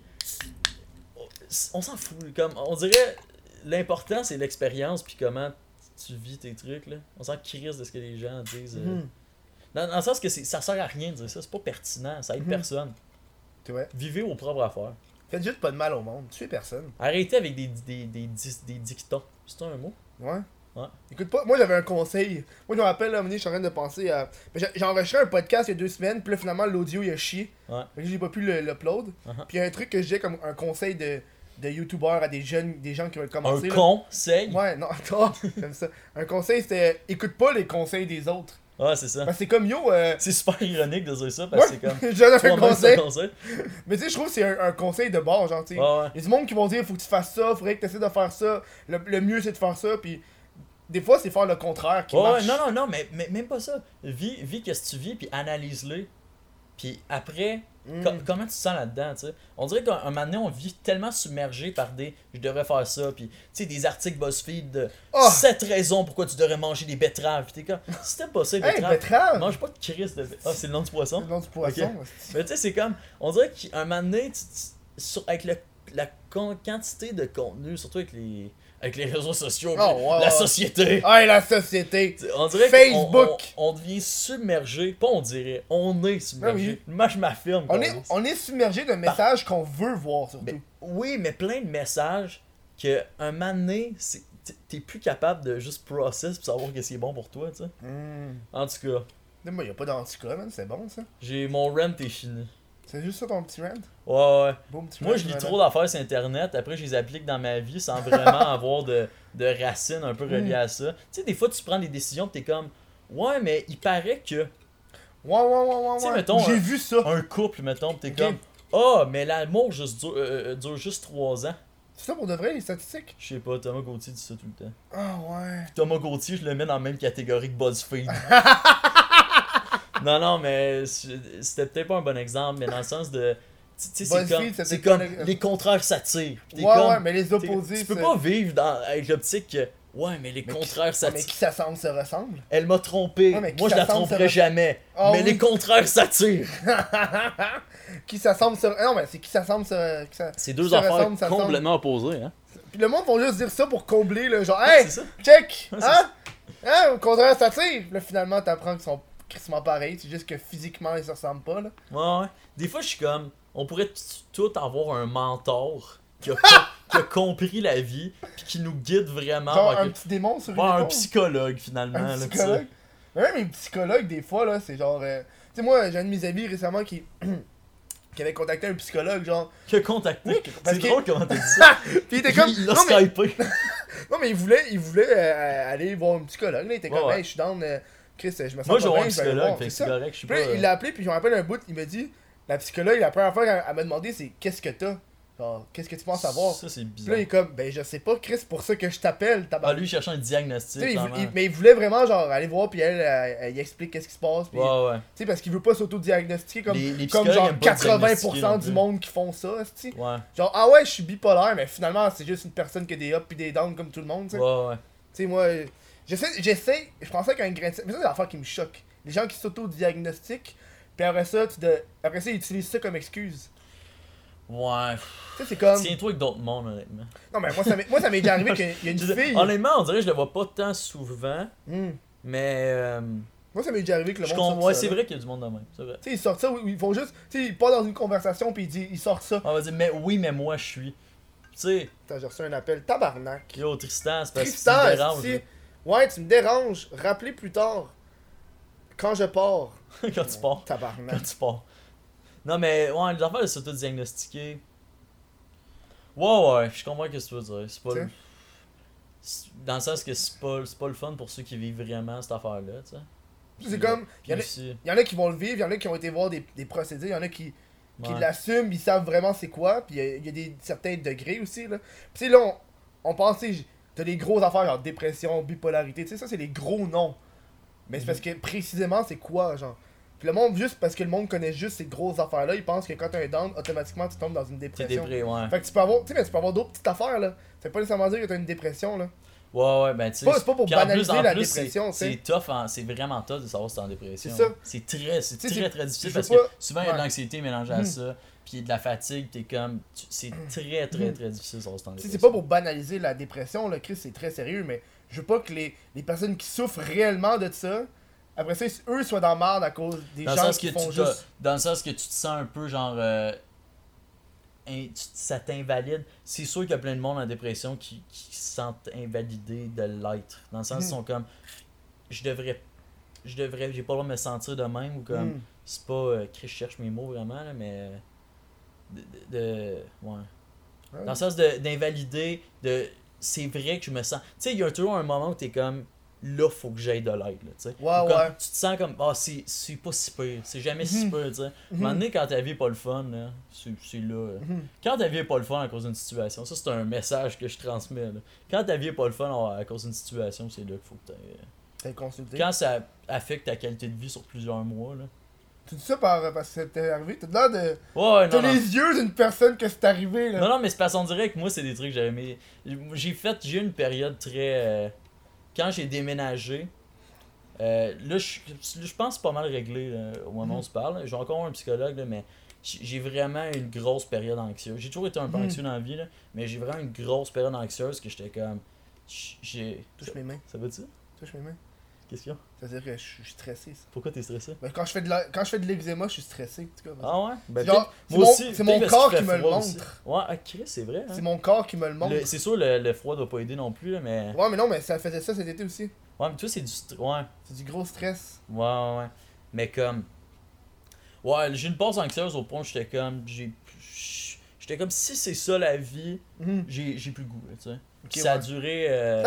On s'en fout. Comme, on dirait l'important c'est l'expérience puis comment tu vis tes trucs là. On s'en crisse de ce que les gens disent. Dans le sens que ça sert à rien de dire ça. C'est pas pertinent. Ça aide personne. Ouais. Vivez vos propres affaires. Faites juste pas de mal au monde. Tuez personne. Arrêtez avec des dictons. C'est un mot? Ouais. Ouais. Écoute pas, moi j'avais un conseil. Moi je me rappelle, là, je suis en train de penser à. J'ai enregistré un podcast il y a 2 semaines, puis là finalement l'audio il a chié. Ouais. Fait que j'ai pas pu l'upload. Puis il y a un truc que j'ai comme un conseil de youtubeur à des gens qui veulent commencer. Un conseil? Ouais, non, attends, comme ça. Un conseil c'était écoute pas les conseils des autres. Ouais, c'est ça. Parce que c'est comme yo. C'est super ironique de dire ça parce que c'est comme. J'ai un conseil. Mais tu sais, je trouve que c'est un conseil de base, genre, tu sais. Ouais. Il y a du monde qui vont dire faut que tu fasses ça, faudrait que tu essaies de faire ça. Le mieux c'est de faire ça, puis. Des fois, c'est faire le contraire qui marche. Non, mais même pas ça. Vis qu'est-ce que tu vis, puis analyse-le. Puis après, comment tu te sens là-dedans, tu sais. On dirait qu'un moment donné, on vit tellement submergé par des « je devrais faire ça », puis tu sais, des articles BuzzFeed de 7 raisons pourquoi tu devrais manger des betteraves. Puis t'es comme, si t'aimes pas ça, les betteraves, mange pas de crise de... Ah, c'est le nom du poisson? C'est le nom du poisson. Okay. Mais tu sais, c'est comme, on dirait qu'un moment donné, avec la quantité de contenu, surtout avec les réseaux sociaux, la société. Ouais, la société. On dirait Facebook. On devient submergé. Pas on dirait, on est submergé. Moi, je m'affirme. On est submergé de messages qu'on veut voir, surtout. Mais plein de messages que un moment donné, t'es plus capable de juste process pour savoir qu'est-ce qui est bon pour toi, tu sais. En tout cas. Mais y'a pas d'anticorps, man, c'est bon, ça. Mon rent est fini. C'est juste ça ton petit rant? Ouais. Bon, moi, je lis trop d'affaires sur Internet, après je les applique dans ma vie sans vraiment avoir de racines un peu reliées à ça. Tu sais, des fois, tu prends des décisions et t'es comme, ouais, mais il paraît que... Ouais. Tu sais, mettons, j'ai vu ça. Un couple, mettons, pis t'es comme, mais l'amour dure juste 3 ans. C'est ça pour de vrai, les statistiques? Je sais pas, Thomas Gauthier dit ça tout le temps. Ah ouais. Pis Thomas Gauthier, je le mets dans la même catégorie que BuzzFeed. Non, mais c'était peut-être pas un bon exemple, mais dans le sens de... C'est comme les contraires s'attirent. Ouais, mais les opposés... Tu peux pas vivre avec l'optique que... Ouais, mais les contraires s'attirent. Mais qui s'assemblent se ressemblent. Elle m'a trompé. Moi, je la tromperai jamais. Mais les contraires s'attirent. Qui s'assemblent se... Non, mais c'est qui s'assemblent se... C'est deux affaires complètement opposées, hein. Puis le monde vont juste dire ça pour combler, le genre, hey, check, hein, au contraire s'attirent. Là, finalement, t'apprends qu'ils sont crissement pareils. C'est juste que physiquement, ils se ressemblent pas, là. Ouais. Des fois, je suis comme... On pourrait tout avoir un mentor qui a compris la vie puis qui nous guide vraiment. Genre un petit démon sur une épaule. Un psychologue, finalement. Un psychologue. Même les psychologues, des fois, là, c'est genre... tu sais, moi, j'ai un de mes amis récemment qui avait contacté un psychologue, genre... Qui a contacté? Oui, c'est drôle comment t'as dit ça. Puis il était comme... Il l'a skypé. Non, mais il voulait aller voir un psychologue, là. Il était comme, hey, je suis down... Chris, je me sens moi, pas bien. Moi, j'ai un psychologue, fait que c'est correct, je suis pas... il l'a appelé, puis je me rappelle un bout, il m'a dit... La psychologue, la première fois qu'elle m'a demandé, c'est qu'est-ce que t'as? Genre, qu'est-ce que tu penses savoir? Ça, c'est bizarre. Puis là, il est comme, ben, je sais pas, Chris, c'est pour ça que je t'appelle. Lui, il cherchait un diagnostic. Mais il voulait vraiment, genre, aller voir, puis elle explique qu'est-ce qui se passe. Puis, ouais. Tu sais, parce qu'il veut pas s'auto-diagnostiquer comme, les comme genre 80% du monde qui font ça, tu sais. Ouais. Genre, ah ouais, je suis bipolaire, mais finalement, c'est juste une personne qui a des ups puis des downs comme tout le monde, tu sais. Ouais. Tu sais, moi, j'essaie, je pensais qu'un grain de sel. Mais ça, c'est l'affaire qui me choque. Les gens qui s'auto-diagnostiquent. Puis après ça, ils utilisent ça comme excuse. Ouais. Tu sais, c'est comme. Tiens-toi avec d'autres mondes, honnêtement. Non, mais moi, ça m'est déjà arrivé qu'il y a une fille. Honnêtement, on dirait que je le vois pas tant souvent, mais. Moi, ça m'est déjà arrivé que le monde. Ouais, c'est vrai qu'il y a du monde de même, c'est vrai. Tu sais, ils sortent ça, ils font juste. Tu sais, ils partent dans une conversation, puis ils sortent ça. On va dire, mais oui, mais moi, je suis. Tu sais. Attends, j'ai reçu un appel. Tabarnak. Yo, Tristan, c'est parce que tu Tristan, me déranges. si. Ouais, tu me déranges. Rappelez plus tard. Quand je pars. Quand tu pars. Tabarnak. Quand tu pars. Non, mais, ouais, les affaires de s'auto-diagnostiquer. Ouais, je comprends ce que tu veux dire. C'est pas. Dans le sens que c'est pas le fun pour ceux qui vivent vraiment cette affaire-là, tu sais. C'est comme. Il y en a qui vont le vivre, il y en a qui ont été voir des procédés, il y en a qui l'assument, ils savent vraiment c'est quoi, puis il y a des certains degrés aussi, là. Puis là, on pense, tu sais, t'as des grosses affaires, genre dépression, bipolarité, tu sais, ça c'est des gros noms. Mais c'est parce que précisément c'est quoi, genre. Puis le monde, juste parce que le monde connaît juste ces grosses affaires-là, ils pensent que quand t'as un down, automatiquement tu tombes dans une dépression. Ouais. Fait que tu peux avoir d'autres petites affaires, là. Ça veut pas nécessairement dire que t'as une dépression, là. Ouais, ben tu sais. C'est pas pour banaliser la dépression, tu sais. C'est tough, c'est vraiment tough de savoir si t'es en dépression. C'est ça. C'est très difficile parce pas... que souvent il y a de l'anxiété mélangée à ça, puis de la fatigue, t'es comme. C'est très difficile de savoir si t'es en dépression. C'est pas pour banaliser la dépression, là, Chris, c'est très sérieux, mais je veux pas que les personnes qui souffrent réellement de ça, après ça, eux soient dans marde à cause des gens qui font juste. Dans le sens que tu te sens un peu genre. Ça t'invalide. C'est sûr qu'il y a plein de monde en dépression qui se sentent invalidés de l'être. Dans le sens qu'ils sont comme j'ai pas le droit de me sentir de même ou comme c'est pas que je cherche mes mots vraiment là, mais ouais. Dans le sens d'invalider, c'est vrai que je me sens. Tu sais, il y a toujours un moment où t'es comme là, faut que j'aille de l'aide, là, tu sais. Ouais. Tu te sens comme, c'est pas si pire, c'est jamais si pire, tu sais. À un moment donné, quand ta vie est pas le fun, là, c'est là. Quand ta vie est pas le fun à cause d'une situation, ça, c'est un message que je transmets, là. Quand ta vie est pas le fun à cause d'une situation, c'est là qu'il faut que t'ailles consulter. Quand ça affecte ta qualité de vie sur plusieurs mois, là. Tu dis ça parce que ça t'est arrivé? T'as l'air de. Ouais, t'as les yeux d'une personne que c'est arrivé, là. Non, mais c'est parce qu'on dirait que moi, c'est des trucs que j'avais aimé. J'ai eu une période très. Quand j'ai déménagé, là, je pense pas mal réglé là, au moment où on se parle. J'ai encore un psychologue, là, mais j'ai vraiment une grosse période anxieuse. J'ai toujours été un peu anxieux dans la vie, là, mais j'ai vraiment une grosse période anxieuse que j'étais comme. Touche mes mains. Ça va-tu? Touche mes mains. Qu'est-ce qu'il y a? Ça veut dire que je suis stressé. Ça. Pourquoi t'es stressé? Ben, quand je fais de l'eczéma, je suis stressé. En tout cas, ah ouais? Ben, genre, moi aussi, c'est mon corps qui me le montre. Aussi. Ouais, Chris, c'est vrai. Hein? C'est mon corps qui me le montre. C'est sûr, le froid doit pas aider non plus, là, mais. Ouais, mais non, mais ça faisait ça cet été aussi. Ouais, mais toi, c'est du ouais. C'est du gros stress. Ouais. Mais comme. Ouais, j'ai une pause anxieuse au point où j'étais comme. J'étais comme si c'est ça la vie, j'ai plus le goût, tu sais. Okay, ça a duré.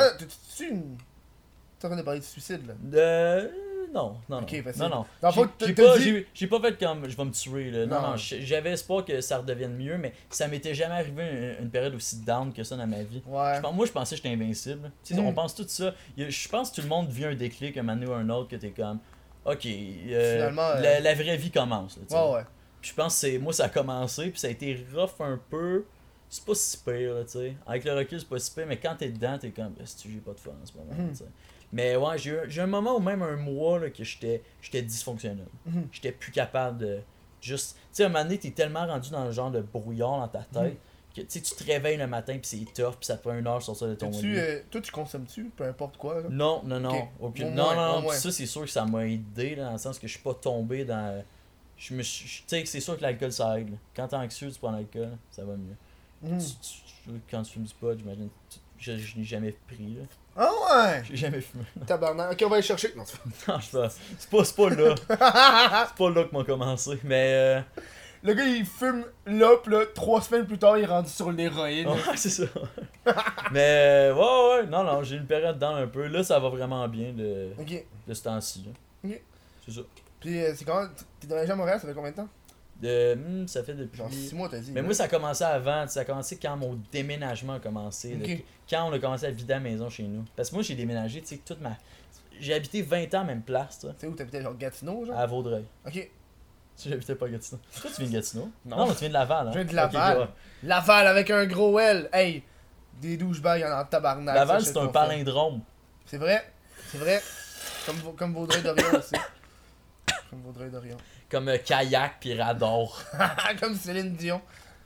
T'es en train de parler de suicide, là? Non. Okay, non. J'ai pas fait comme je vais me tuer, là. Non. J'avais espoir que ça redevienne mieux, mais ça m'était jamais arrivé une période aussi down que ça dans ma vie. Ouais. Moi, je pensais que j'étais invincible. Tu sais, on pense tout ça. Je pense que tout le monde vit un déclic un moment donné ou un autre que t'es comme. Ok, finalement, la vraie vie commence. Là, ouais. Puis je pense que moi, ça a commencé, puis ça a été rough un peu. C'est pas si pire, là, tu sais. Avec le recul, c'est pas si pire, mais quand t'es dedans, t'es comme, si j'ai pas de fun en ce moment, tu sais. Mais ouais, j'ai eu un moment ou même un mois là, que j'étais dysfonctionnel. J'étais plus capable de juste. Tu sais, à un moment donné, t'es tellement rendu dans le genre de brouillard dans ta tête que tu te réveilles le matin, puis c'est tough, puis ça te prend 1 heure sur sortir de ton lit. Toi, tu consommes-tu peu importe quoi là? Non. Okay. Aucune. Non. Ouais. Ça, c'est sûr que ça m'a aidé là, dans le sens que je suis pas tombé dans. Tu sais, c'est sûr que l'alcool ça aide. Là. Quand t'es anxieux, tu prends l'alcool, ça va mieux. Quand tu fumes du pot, j'imagine. Je n'ai jamais pris là. Ah ouais! J'ai jamais fumé. Tabarnak. Ok, on va aller chercher. Non, c'est pas là. C'est pas là que m'a commencé. Mais. Le gars, il fume là, pis là, 3 semaines plus tard, il est rendu sur l'héroïne. Ouais, c'est ça. Mais, ouais. Non, j'ai une période dedans un peu. Là, ça va vraiment bien de ce temps-ci. Là. Ok. C'est ça. Puis, c'est quand. T'es déménagé à Montréal, ça fait combien de temps? Ça fait depuis. Genre 6 mois, t'as dit. Mais moi, ça a commencé avant. Ça a commencé quand mon déménagement a commencé. Okay. Là, quand on a commencé à vider la maison chez nous. Parce que moi, j'ai déménagé, tu sais, toute ma. J'ai habité 20 ans à la même place, tu sais. C'est où t'habitais, genre Gatineau, genre? À Vaudreuil. Ok. Tu j'habitais pas à Gatineau. Toi, tu viens de Gatineau? Non, mais tu viens de Laval, hein? Je viens de Laval. Okay, Laval avec un gros L. Hey, des douchebags, y'en a en tabarnak. Laval, c'est un palindrome. C'est vrai. Comme Vaudreuil d'Orion aussi. Comme Vaudreuil Dorion. Comme Kayak pis Radar. Comme Céline Dion.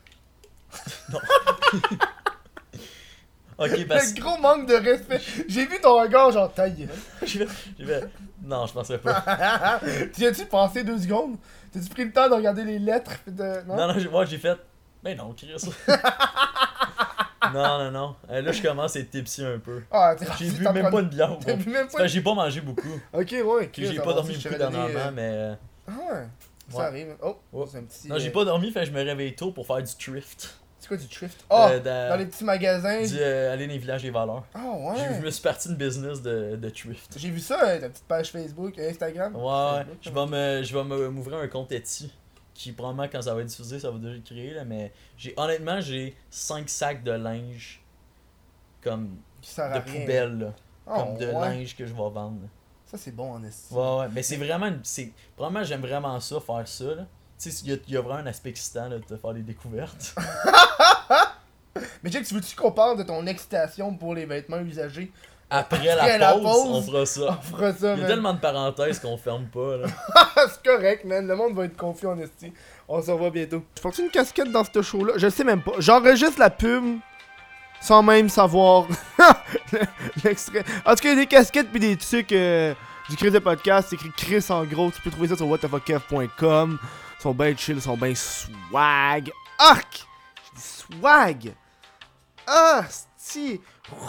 Ok, parce Le gros manque de respect. J'ai vu ton regard, genre, ta gueule. j'ai fait... Non, je penserais pas. Tu as-tu pensé 2 secondes? T'as-tu pris le temps de regarder les lettres? Pis de... Non, moi j'ai fait... Ben non, Chris. non. Là, je commence à être tipsy un peu. Ah, J'ai bu même pas une bière. T'as bu même C'est pas parce que j'ai pas mangé beaucoup. Ok, ouais. Puis j'ai pas dormi beaucoup dernièrement, mais... Ah ouais. Ça Ouais. arrive. Oh, Ouais. c'est un petit... Non, j'ai pas dormi, fait que je me réveille tôt pour faire du thrift. C'est quoi du thrift? Oh, Dans dans les petits magasins. aller dans les villages des valeurs. Ah ouais. Je me suis parti d'une business de thrift. J'ai vu ça, ta petite page Facebook, Instagram. Ouais, Facebook, je vais m'ouvrir un compte Etsy. Qui probablement quand ça va être diffusé, ça va déjà être créé là, mais honnêtement j'ai 5 sacs de linge comme qui sert de à rien. poubelle là, Oh, comme de ouais. linge que je vais vendre. Ça, c'est bon en estime. Ouais, mais c'est vraiment probablement j'aime vraiment ça faire ça là. Tu sais, il y a vraiment un aspect excitant là, de te faire des découvertes. Mais Jack, tu veux-tu qu'on parle de ton excitation pour les vêtements usagés? Après Après la la pause, pause, on fera ça. On fera ça, Il y a man. tellement de parenthèses qu'on ferme pas là. C'est correct, man. Le monde va être confus en esti. On se revoit bientôt. Je porte une casquette dans ce show-là. Je le sais même pas. J'enregistre la pub sans même savoir l'extrait. En tout cas, il y a des casquettes puis des trucs du Chris de podcast. C'est écrit Chris en gros. Tu peux trouver ça sur whatthefuckkev.com. Ils sont bien chill, ils sont bien swag. Arc! Je dis swag! Ah, si!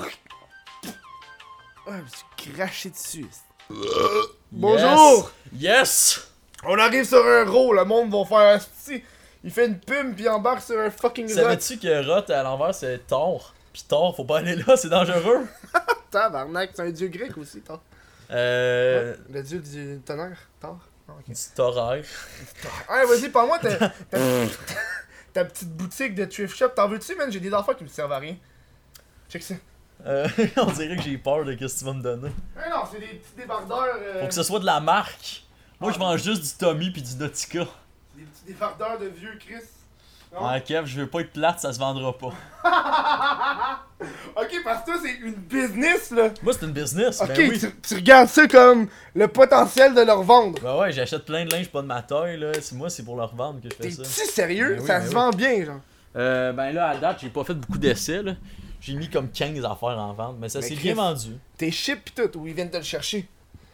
Ouais, je me suis craché dessus. Bonjour! Yes! On arrive sur un row, le monde va faire asti. Il fait une pum puis il embarque sur un fucking rot. Savais-tu que Rot à l'envers c'est Thor? Pis Thor, faut pas aller là, c'est dangereux. Tabarnak, c'est un dieu grec aussi, Thor. Le dieu du tonnerre, Thor. Ah, ok. Du Thoraire. Ouais, vas-y, parle-moi ta petite boutique de thrift shop. T'en veux-tu, man? J'ai des affaires qui me servent à rien. Check ça. On dirait que j'ai peur de ce que tu vas me donner. Ah non, c'est des petits débardeurs. Faut que ce soit de la marque. Moi, je vends juste du Tommy pis du Nautica. Des petits débardeurs de vieux Chris. Non? Ouais, Kev, je veux pas être plate, ça se vendra pas. Ok, parce que toi, c'est une business, là. Moi, c'est une business, Ok, ben oui. tu regardes ça comme le potentiel de leur vendre. Ben ouais, j'achète plein de linge pas de ma taille, là. Moi, c'est pour leur vendre que je fais T'es ça. sérieux? Ben oui, ça ben se oui. vend bien, genre. Ben là, à date, j'ai pas fait beaucoup d'essais, là. J'ai mis comme 15 affaires en vente, mais ça Mais s'est Chris, bien vendu. T'es ship pis tout, ou ils viennent te le chercher.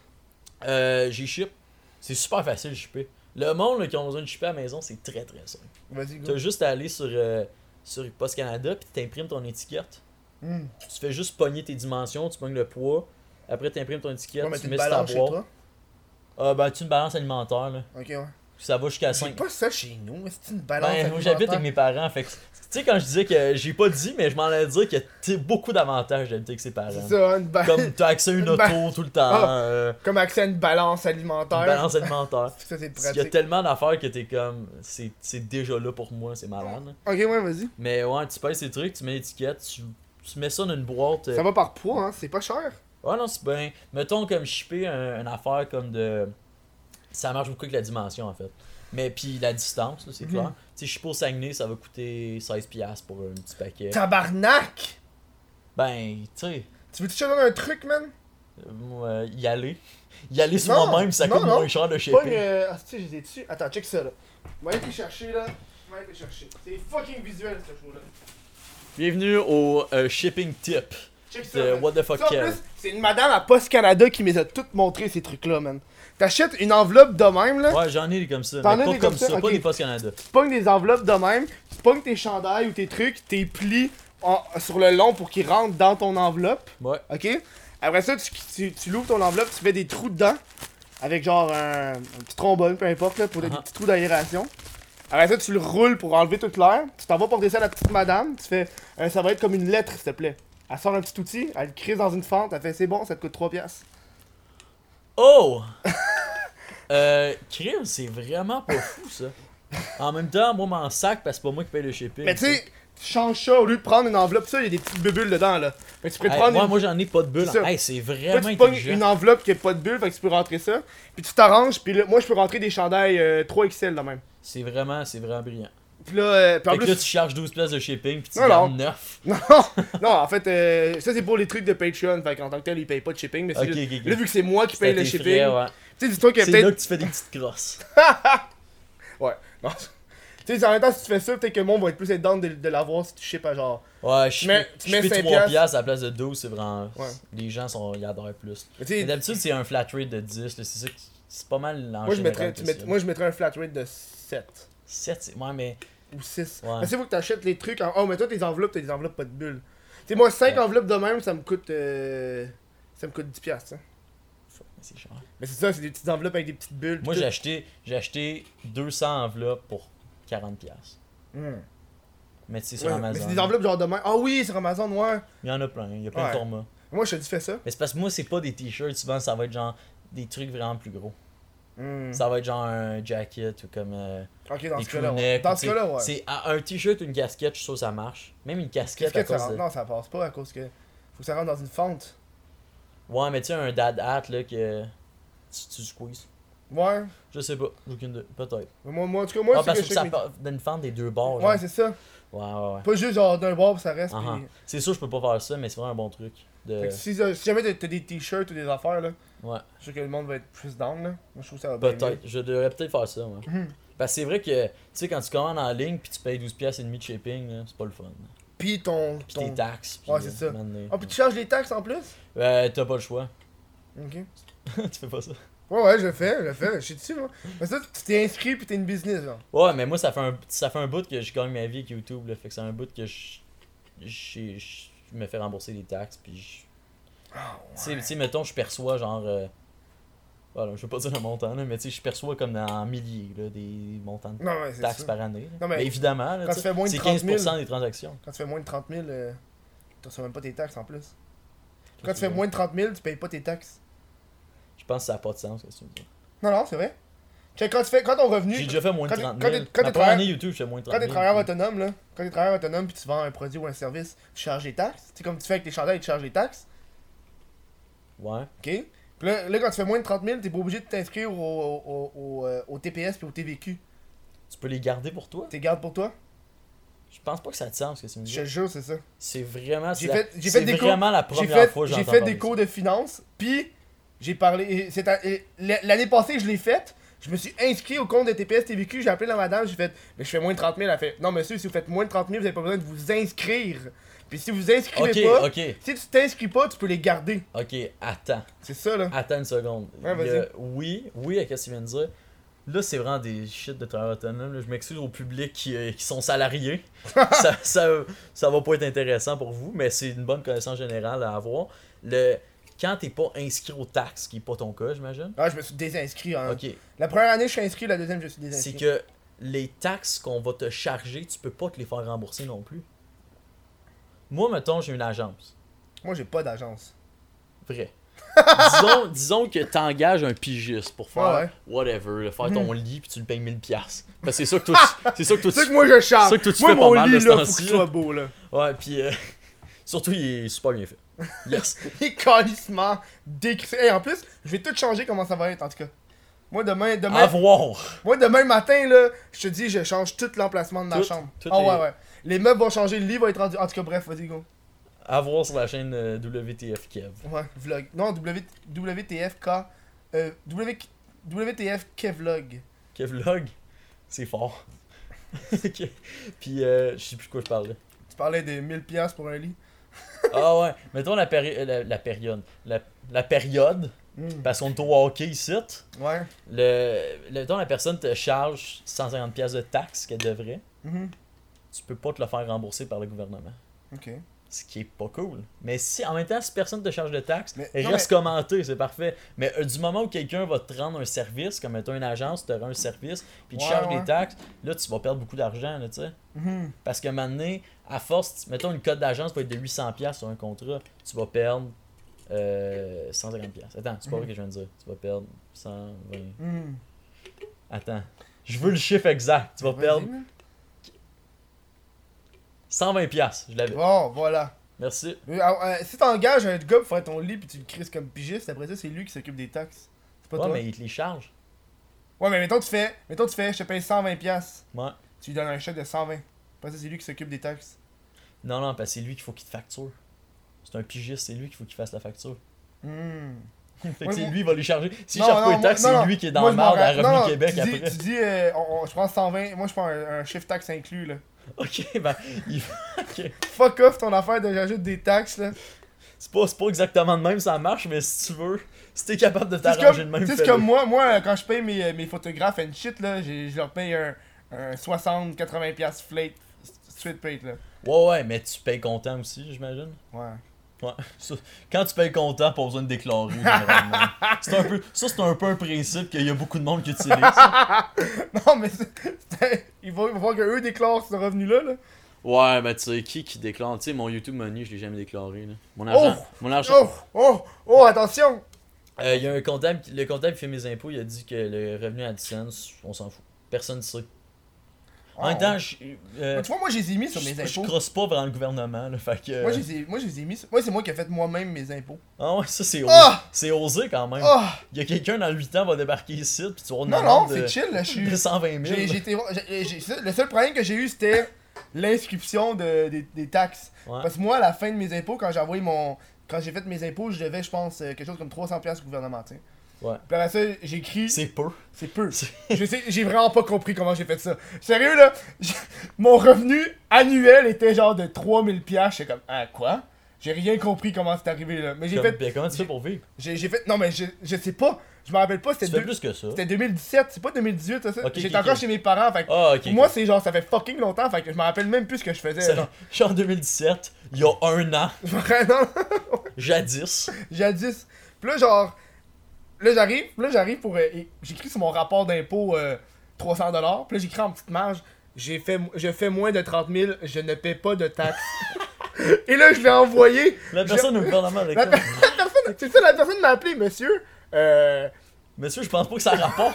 J'ai ship. C'est super facile de shipper. Le monde là, qui a besoin de shipper à la maison, c'est très très simple. Vas-y, T'as go. juste à aller sur Post Canada puis t'imprimes ton étiquette. Hmm. Tu fais juste pogner tes dimensions, tu pognes le poids. Après t'imprimes ton étiquette, Ouais, mais tu t'as mets une sur ta balance chez boîte. toi. Ah ben tu une balance alimentaire là. Ok, ouais. Ça va jusqu'à J'ai 5. pas ça chez nous, mais c'est une balance. Ben moi j'habite avec mes parents, fait que. Tu sais quand je disais que j'ai pas dit mais je m'en allais dire qu'il y a beaucoup d'avantages d'habiter avec ses parents. C'est ça, une balance. Comme t'as accès à une Une auto ba- tout le temps. Ah, Comme accès à une balance alimentaire. Une balance alimentaire. Ça, c'est Il y a pratique. tellement d'affaires que t'es comme. C'est déjà là pour moi, c'est malade. Ok, ouais, vas-y. Mais ouais, tu payes ces trucs, tu mets l'étiquette, tu mets ça dans une boîte. Ça va par poids, hein, c'est pas cher. Ouais, non, c'est bien. Mettons comme shipper une affaire comme de. Ça marche beaucoup avec la dimension en fait. Mais puis la distance, là, c'est Mhm. clair. Tu sais, shipper au Saguenay, ça va coûter 16$ pour un petit paquet. Tabarnak! Ben, tu sais, Tu veux-tu te donner un truc, man? moi, y aller. Y aller sur Non, moi-même, ça non, coûte non. moins cher de Pas shipping. Ah, tu sais, j'étais dessus. Attends, check ça, là. Je vais aller te chercher, là. Je vais aller te chercher. C'est fucking visuel, ce show-là. Bienvenue au shipping tip Check ça, de man. What the fuck Ça, en Kev. plus, c'est une madame à Post Canada qui me les a toutes montré ces trucs-là, man. T'achètes une enveloppe de même, là. Ouais, j'en ai des comme ça. T'en Mais as pas des comme comme ça? ça, pas Ok. des Post Canada. Tu pognes des enveloppes de même, tu pognes tes chandails ou tes trucs, tes plis sur le long pour qu'ils rentrent dans ton enveloppe, Ouais. ok? Après ça, tu l'ouvres ton enveloppe, tu fais des trous dedans, avec genre un petit trombone, peu importe, là, pour des Uh-huh. petits trous d'aération. Après ça, tu le roules pour enlever toute l'air, tu t'en vas porter ça à la petite madame, tu fais, ça va être comme une lettre, s'il te plaît. Elle sort un petit outil, elle le crise dans une fente, elle fait, c'est bon, ça te coûte 3$. Oh! Crime, c'est vraiment pas fou ça. En même temps, moi m'en sac parce que c'est pas moi qui paye le shipping. Mais tu sais, tu changes ça, au lieu de prendre une enveloppe, ça, il y a des petites bulles dedans, là. Fait que tu peux te Hey, prendre une... moi j'en ai pas de bulle. C'est ça. Hey, c'est Toi, vraiment tu pognes intelligent. une enveloppe qui a pas de bulle, fait que tu peux rentrer ça. Puis tu t'arranges, puis là, moi je peux rentrer des chandails 3XL là même. C'est vraiment brillant. Puis là, puis en Fait que plus... là, tu charges 12 pièces de shipping, puis tu Non, gardes non. 9. Non, non, en fait, ça c'est pour les trucs de Patreon, fait qu'en tant que tel, ils payent pas de shipping, mais c'est Ok, juste- ok, ok. là, vu que c'est moi qui C'est paye à le tes shipping, frais, ouais. tu sais, dis-toi que C'est là peut-être... que tu fais des petites crosses. Ouais, non. Tu sais, en même temps, si tu fais ça, peut-être que le monde va être plus down de l'avoir si tu ships à genre... Ouais, Tu mets je fais 5 3 piastres à la place de 12, c'est vraiment... Ouais. Les gens, ils adorent plus. Mais tu Mais sais, d'habitude, c'est un flat rate de 10, là, c'est ça c'est pas mal en moi, je général mettrais, que ça. moi, je mettrais un flat rate de 7 7, c'est... Ouais, mais... ou 6. Ouais. Mais c'est faut que t'achètes les trucs en... Oh, mais toi, tes enveloppes, t'as des enveloppes pas de bulles. Tu sais, moi, 5 Ouais. enveloppes de même, ça me coûte 10 piastres, hein. C'est cher. Mais c'est ça, c'est des petites enveloppes avec des petites bulles. Moi, pis j'ai acheté 200 enveloppes pour 40 piastres. tout. Hmm. Mais tu sais, sur Ouais, Amazon. mais c'est des enveloppes genre de même. Ah oui, sur Amazon, ouais. Il y en a plein, il y a plein Ouais. de formats. Moi, je te dis, fais ça. Mais c'est parce que moi, c'est pas des t-shirts, souvent, ça va être genre des trucs vraiment plus gros. Hmm. Ça va être genre un jacket ou comme Ok, dans des ce cas-là, ouais. crewnecks. Dans ou ce tu cas-là, ouais. sais, c'est un t-shirt ou une casquette, je suis sûr que ça marche. Même une casquette Qu'est-ce que à ça cause rentre? de... Non, ça passe pas à cause que. Faut que ça rentre dans une fente. Ouais, mais tu sais, un dad hat, là, que tu squeezes. Ouais. Je sais pas, j'ai aucune idée. Peut-être. Moi, en tout cas, moi, Ah, c'est parce que que je ça sais que part d'une fente des deux bords. mes- genre. Ouais, c'est ça. Ouais, ouais, ouais. Pas juste genre d'un bord pis ça reste. Ah, Pis... c'est sûr, je peux pas faire ça, mais c'est vraiment un bon truc. De... Fait que si jamais t'as des t-shirts ou des affaires, là, Ouais, je sais que le monde va être plus down, là. Moi, je trouve que ça va bien. peut-être. Je devrais peut-être faire ça, ouais. Mhm. Parce que c'est vrai que, tu sais, quand tu commandes en ligne puis tu payes 12 piastres et demi de shipping, là, c'est pas le fun. Pis ton. Puis tes taxes. Puis, Ouais, c'est ça. maintenant, Ah, pis tu charges les taxes en plus? t'as pas le choix. Ok. Tu fais pas ça. Ouais, je le fais, je suis dessus, moi. Mais ça, tu t'es inscrit pis t'es une business, genre. Ouais, mais moi, ça fait un bout que je gagne ma vie avec YouTube, là. Fait que c'est un bout que je me fais rembourser les taxes, puis Ah, tu sais, mettons, je perçois genre... voilà, je veux pas dire le montant, là, mais tu sais, je perçois comme en milliers, là, des montants de Non, ouais, c'est taxes ça. par année. là. Non, mais évidemment, là, quand tu tu fais moins de c'est 30 000, 15% des transactions. Quand tu fais moins de 30 000, tu reçois même pas tes taxes en plus. Quand tu fais moins de 30 000, tu payes pas tes taxes. Je pense que ça n'a pas de sens, ce que tu me dis. Non, non, c'est vrai. Quand ton revenu. J'ai déjà fait moins de quand 30 quand 000. t'es- quand Ma t'es première travailleur- année YouTube, je fais moins de 30 Quand 000. t'es travailleur autonome, là, quand t'es travailleur autonome puis tu vends un produit ou un service, tu charges des taxes. C'est comme tu fais avec tes chandails, tu charges des taxes. Ouais. Ok? Puis là, quand tu fais moins de 30 000, t'es pas obligé de t'inscrire au TPS puis au TVQ. Tu peux les garder pour toi? T'es garde pour toi? Je pense pas que ça a de sens, ce que tu me Je dis. te jure, c'est ça. C'est vraiment... J'ai c'est fait- la- j'ai fait c'est des cours- vraiment la J'ai première fait, fois que j'ai j'entends fait parler des de cours de finance, puis j'ai parlé. L'année passée, je l'ai faite. Je me suis inscrit au compte de TPS TVQ. J'ai appelé la madame, j'ai fait, mais je fais moins de 30 000. Elle fait, non, monsieur, si vous faites moins de 30 000, vous avez pas besoin de vous inscrire. Puis si vous inscrivez ça. pas, Ok, si tu t'inscris pas, tu peux les garder. ok, attends. C'est ça, là. Attends une seconde. Ouais, vas-y. Il y a- oui, à ce que tu viens de dire. Là, c'est vraiment des shit de travail autonome. là. Je m'excuse au public qui sont salariés. ça va pas être intéressant pour vous, mais c'est une bonne connaissance générale à avoir. Quand t'es pas inscrit aux taxes, qui est pas ton cas, j'imagine. Ah, je me suis désinscrit. Hein. Ok. La première année, je suis inscrit, la deuxième, je suis C'est désinscrit. que les taxes qu'on va te charger, tu peux pas te les faire rembourser non plus. Moi, mettons, j'ai une agence. Moi, j'ai pas d'agence. Vrai. disons que t'engages un pigiste pour faire Ouais, ouais. whatever, là, faire ton lit puis tu le payes 1000$. Parce que c'est ça que toi c'est ça que toi C'est ça tu que moi, je charge. c'est ça que toi, tu Moi, fais pas mon mal lit, de ce là, faut temps-ci, qu'il là. soit beau, là. Ouais, puis surtout il est super bien fait. Yes. Il est calissement décrissé. Hey, en plus, je vais tout changer comment ça va être, en tout cas. Moi, À voir. Moi, demain matin, là, je te dis, je change tout l'emplacement de ma Tout- chambre. tout Ah est- ouais, ouais. Les meubles vont changer, le lit va être rendu. En tout cas, bref, vas-y, go. À voir sur la chaîne WTF Kev. Ouais, vlog. Non, WTFK. WTF Kevlog. Kevlog, c'est fort. Ok. Puis je sais plus de quoi je parlais. Tu parlais de 1000$ pour un lit. Ah ouais, mettons la période. La période, parce qu'on est au hockey ici. Ouais. Mettons la personne te charge 150$ de taxes qu'elle devrait. Mhm. Tu peux pas te le faire rembourser par le gouvernement. Ok. Ce qui est pas cool. Mais si en même temps, si personne te charge de taxes, Mais- non, reste commenté, c'est parfait. Mais du moment où quelqu'un va te rendre un service, comme mettons une agence, te rend un service, puis te Ouais, charge ouais. des taxes, là tu vas perdre beaucoup d'argent, là, tu sais. Mhm. Parce que maintenant, à force, mettons une cote d'agence va être de 800$ sur un contrat, tu vas perdre 150$. Attends, c'est pas vrai que je viens de dire. Tu vas perdre 120. Mhm. Attends. Je veux le chiffre exact. Tu vas Vas-y, perdre man. 120$. Je l'avais. Bon, voilà. Merci. Si t'engages un gars pour faire ton lit puis tu le crises comme pigiste, après ça, c'est lui qui s'occupe des taxes. C'est pas Ouais, toi. mais il te les charge. Ouais, mais mettons tu fais, je te paye 120$. Ouais. Tu lui donnes un chèque de 120. Parce que c'est lui qui s'occupe des taxes. Non, non, parce que c'est lui qu'il faut qu'il te facture. C'est un pigiste, c'est lui qu'il faut qu'il fasse la facture. Fait que Ouais, c'est moi- lui qui va lui charger. S'il Non, charge pas non, les taxes, moi- non, c'est lui qui est dans moi, le je m'en marde à ra- non, Revenu non, Québec tu après. dis, je prends 120, moi je prends un chiffre taxe inclus là. Ok, ben, ok. Fuck off ton affaire de j'ajoute des taxes là. C'est pas exactement de même, ça marche, mais si tu veux, si t'es capable de Tu sais, c'est t'arranger comme, de même, tu sais, c'est fais-le. comme moi quand je paye mes photographes and shit là, je leur paye un 60-80$ flate, street plate là. Ouais, mais tu payes comptant aussi, j'imagine. Ouais. Ouais. Quand tu payes comptant, pas besoin de déclarer, généralement. C'est un peu un principe qu'il y a beaucoup de monde qui utilise. Non mais il va falloir qu'eux déclarent ce revenu là. Ouais, ben tu sais, qui déclare? Tu sais, mon YouTube Money, je l'ai jamais déclaré. Là. Mon Oh! argent. Oh, attention! Il y a un comptable, le comptable qui fait mes impôts, il a dit que le revenu AdSense, on s'en fout. Personne ne sait. En même temps, Tu vois, moi, je les ai mis sur mes je impôts. crosse pas vers le gouvernement, là, fait que... Moi, je les ai mis. Moi, c'est moi qui ai fait moi-même mes impôts. Ah ouais, ça c'est Ah! c'est osé quand même. Ah! Il y a quelqu'un dans 8 ans va débarquer ici, puis tu vas Non, demander non, c'est chill, là. Je suis. de 120 000. Le seul problème que j'ai eu, c'était l'inscription des taxes. Ouais. Parce que moi, à la fin de mes impôts, quand j'ai envoyé quand j'ai fait mes impôts, je devais, je pense, quelque chose comme 300$ au gouvernement, tu sais. Ouais. Puis après ça, j'ai écrit. C'est peu. C'est peu. C'est- J'ai vraiment pas compris comment j'ai fait ça. Sérieux, là, mon revenu annuel était genre de 3000$. J'étais comme, ah, quoi? J'ai rien compris comment c'est arrivé, là. Mais j'ai fait. Bien, comment tu fais pour vivre? J'ai fait. Non, mais je sais pas. Je me rappelle pas, Tu fais plus que ça. c'était 2017, c'est pas 2018, ça. Ok, J'étais ok, encore ok. chez mes parents, fait que Ah, ok. pour moi, c'est genre, ça fait fucking longtemps, fait que je me rappelle même plus ce que je faisais. Genre. Je suis en 2017, il y a un an, Vraiment, jadis. jadis. Puis là, j'arrive pour. J'écris sur mon rapport d'impôt 300$, puis là, j'écris en petite marge, je fais moins de 30 000, je ne paie pas de taxes. Et là, je l'ai envoyé. La personne au gouvernement avec La, ça. personne, c'est ça, la personne m'a appelé, monsieur. Monsieur, je pense pas que ça a rapport.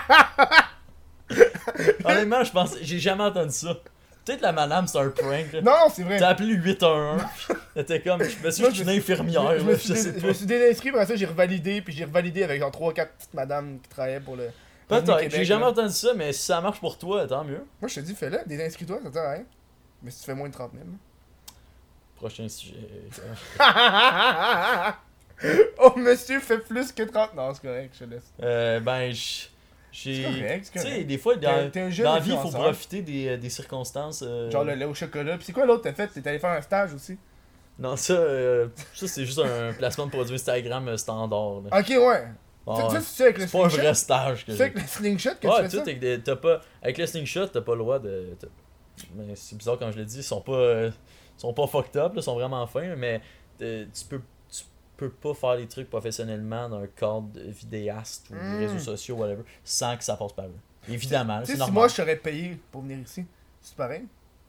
Honnêtement, j'ai jamais entendu ça. Peut-être la madame, c'est un prank. Là. Non, non, c'est vrai. T'as appelé le 811. T'étais comme, monsieur, je suis une infirmière. Je là, me suis, je sais je pas. me suis désinscrit, après ça, j'ai revalidé, puis j'ai revalidé avec genre 3-4 petites madames qui travaillaient pour le. Revenu Peut-être, Québec, j'ai jamais là. entendu ça, mais si ça marche pour toi, tant mieux. Moi, je te dis, fais-le, désinscris-toi, ça sert à rien. Mais si tu fais moins de 30 000. Prochain sujet. Oh, monsieur fait plus que 30. Non, c'est correct, je te laisse. Ben, C'est j'ai. correct, c'est Tu sais, correct. des fois, T'es un jeune dans la vie, il faut influenceur. profiter des circonstances. Genre le lait au chocolat. Puis c'est quoi l'autre que t'as fait? T'es allé faire un stage aussi? Non, ça c'est juste un placement de produit Instagram standard. Là. Ok, ouais. Ah, Ça, c'est avec le c'est pas un slingshot? vrai stage que C'est j'ai. avec le slingshot que Ouais, tu fais tout, ça? t'as pas. Avec le slingshot, t'as pas le droit de. Mais c'est bizarre quand je le dis, ils sont pas fucked up, là, ils sont vraiment fins, mais tu peux pas faire les trucs professionnellement dans un cadre de vidéaste ou des réseaux sociaux, whatever, sans que ça passe par eux. Évidemment, Tu c'est sais, si normal. moi je serais payé pour venir ici, c'est pareil?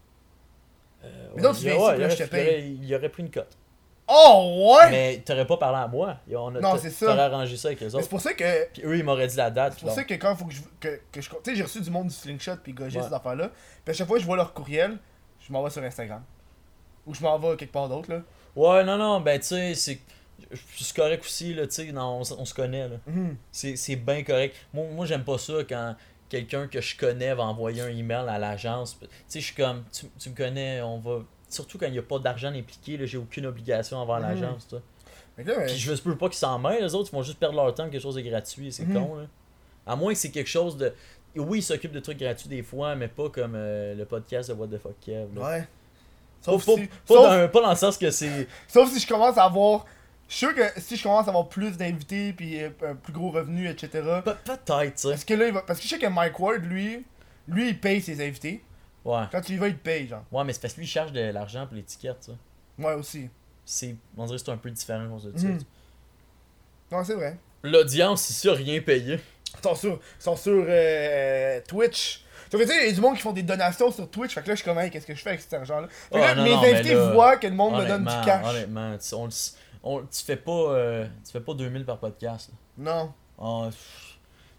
Mais Ouais, non, tu viens ici, puis là, je te paye. il y aurait pris une cote. Oh, ouais! Mais t'aurais pas parlé à moi. Non, c'est ça. T'aurais arrangé ça avec les Mais autres. c'est pour ça que. Puis eux, ils m'auraient dit la date. C'est pour ça que quand il faut que tu sais, j'ai reçu du monde du slingshot puis gauger Ouais. ces affaires-là. Puis à chaque fois que je vois leur courriel, je m'en vais sur Instagram. Ou je m'en vais quelque part d'autre, là. Ouais, non, ben tu sais, c'est correct aussi, là, tu sais, on se connaît, là. Mhm. C'est bien correct. Moi j'aime pas ça quand quelqu'un que je connais va envoyer un email à l'agence. Tu sais, je suis comme, tu me connais, on va... Surtout quand il n'y a pas d'argent impliqué, là, j'ai aucune obligation envers l'agence, toi. Fait que là, Puis je veux pas qu'ils s'en mêlent, les autres, ils vont juste perdre leur temps quelque chose de gratuit, c'est Mhm. con, là. À moins que c'est quelque chose de... Oui, ils s'occupent de trucs gratuits des fois, mais pas comme le podcast de What the Fuck Kev, là. ouais. Pas, Sauf, pas- si, pas sauf, pas dans le sens que c'est... sauf si je commence à avoir. Je suis sûr que si je commence à avoir plus d'invités puis un plus gros revenu, etc. Peut-être, tu sais. Parce que là, parce que je sais que Mike Ward, lui, il paye ses invités. Ouais. Quand tu y vas, il te paye, genre. Ouais, mais c'est parce que lui, il charge de l'argent pour l'étiquette, ça. Moi aussi. On dirait que c'est un peu différent à cause de ça. Mhm. Non, c'est vrai. L'audience, ici, a rien payé. Ils sont sur Twitch. Tu sais, il y a du monde qui font des donations sur Twitch. Fait que là, je suis comme, hey, qu'est-ce que je fais avec cet argent-là? Fait que là, non, mes non, mais invités là, voient que le monde me donne du Honnêtement, cash. honnêtement, tu fais pas 2000 par podcast. Là. Non. Ah,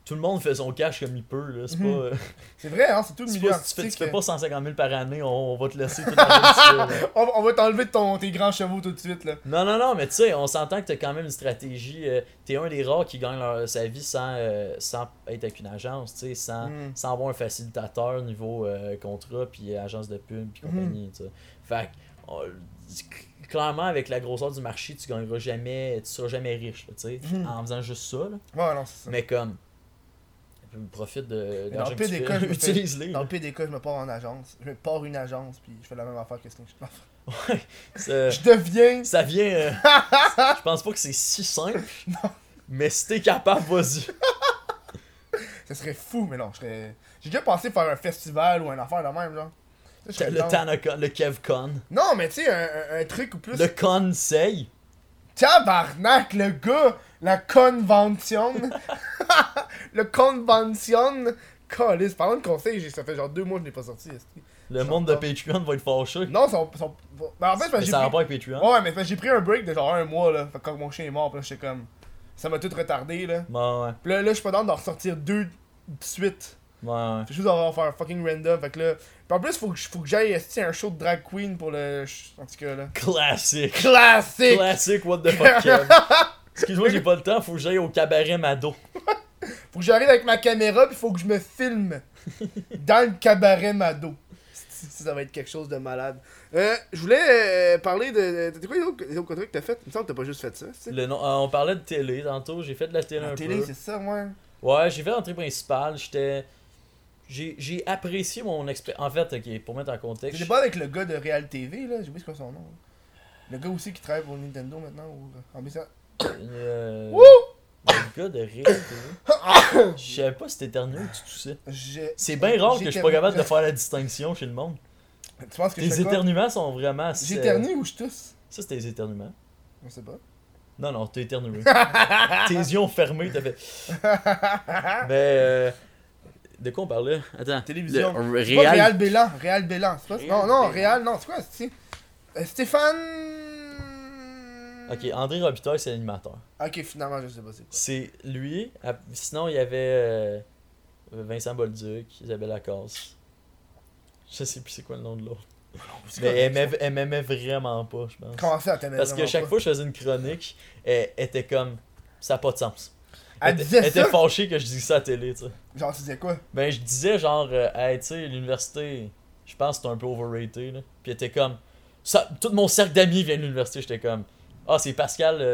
tout le monde fait son cash comme il peut, là. C'est pas. C'est vrai, hein, c'est tout le C'est milieu pas, artistique. tu fais pas 150 000 par année, on va te laisser tout l'argent que tu fais, là. On va t'enlever de tes grands chevaux tout de suite, là. Non, mais tu sais, on s'entend que t'as quand même une stratégie. T'es un des rares qui gagne sa vie sans être avec une agence, tu sais, sans avoir un facilitateur niveau contrat, puis agence de pub, puis compagnie, tu sais. Fait que, clairement, avec la grosseur du marché, tu seras jamais riche, là, tu sais, en faisant juste ça, là. Ouais, non, c'est ça. Mais comme, profite de Dans l'argent le que pire tu des fais, cas, utilise-les. dans le pire des cas, je me pars en agence. Je me pars une agence, puis je fais la même affaire que ce que je Ouais, ça, Je deviens. ça vient. Je pense pas que c'est si simple. Mais si t'es capable, vas-y. Ça serait fou, mais non, je serais. J'ai déjà pensé faire un festival ou une affaire de même, genre. Ça, je serais Le down. TanaCon, le KevCon. Non, mais tu sais, un truc ou plus. Le Conseil. Tabarnak, le gars! La convention! Le convention! Calice, parlant de conseil, ça fait genre 2 mois que je l'ai pas sorti. Le monde de Patreon va être fâché. Non, ben, en fait, Mais j'ai ça pris... a rapport avec Patreon. Ouais, mais j'ai pris un break de genre 1 mois, là. Fait que quand mon chien est mort, pis là, j'étais comme... Ça m'a tout retardé, là. Ouais. Pis là, je suis pas dans d'en ressortir 2 de suite. Ouais. Fait juste d'avoir faire fucking random. Fait que là... Pis en plus, faut que j'aille un show de drag queen pour le... En tout cas, là. Classique. Classique! Classique, what the fuck, Kev. Excuse-moi, j'ai pas le temps, faut que j'aille au cabaret Mado. Faut que j'arrive avec ma caméra pis faut que je me filme dans le cabaret Mado. Ça va être quelque chose de malade. Je voulais parler de... C'était quoi les autres contrats que t'as fait? Il me semble que t'as pas juste fait ça, tu sais. On parlait de télé tantôt, j'ai fait de la télé La un télé, peu. c'est ça, ouais. Ouais, j'ai fait l'entrée principale, j'ai apprécié mon expérience. En fait, ok, pour mettre en contexte. J'étais pas avec le gars de Real TV, là. J'ai oublié c'est quoi son nom. Le gars aussi qui travaille pour Nintendo maintenant. En ça. Wouh! Le gars de Rick, je savais pas si t'éternuais ou tu toussais. C'est bien rare que je suis pas capable de faire la distinction chez le monde. Tu penses que Tes je fais quoi? éternuements sont vraiment... J'éternue ou je tousse? Ça, c'était les éternuements. Je sais pas. Non, t'as éternué. Tes yeux ont fermé, t'as fait... Mais... De quoi on parlait? Attends. Télévision. Le C'est pas Réal... Réal Bélan. Réal Bélan. C'est pas ça? Non, non, Bélan. Réal, non, c'est quoi, c'est Stéphane... Ok, André Robitaille, c'est l'animateur. Ok, finalement, je sais pas c'est quoi. C'est lui. Sinon, il y avait Vincent Bolduc, Isabelle Lacasse. Je sais plus c'est quoi le nom de l'autre. Mais elle m'aimait vraiment pas, je pense. Comment ça, t'aimais Parce que chaque fois que je faisais une chronique, elle était comme... Ça n'a pas de sens. Elle disait Elle était ça? fâchée que je dise ça à la télé, tu sais. Genre, tu disais quoi? Ben, je disais genre, hey, tu sais, l'université, je pense que c'est un peu overrated, là. Puis elle était comme... Ça, tout mon cercle d'amis vient de l'université, j'étais comme... Ah, c'est Pascal...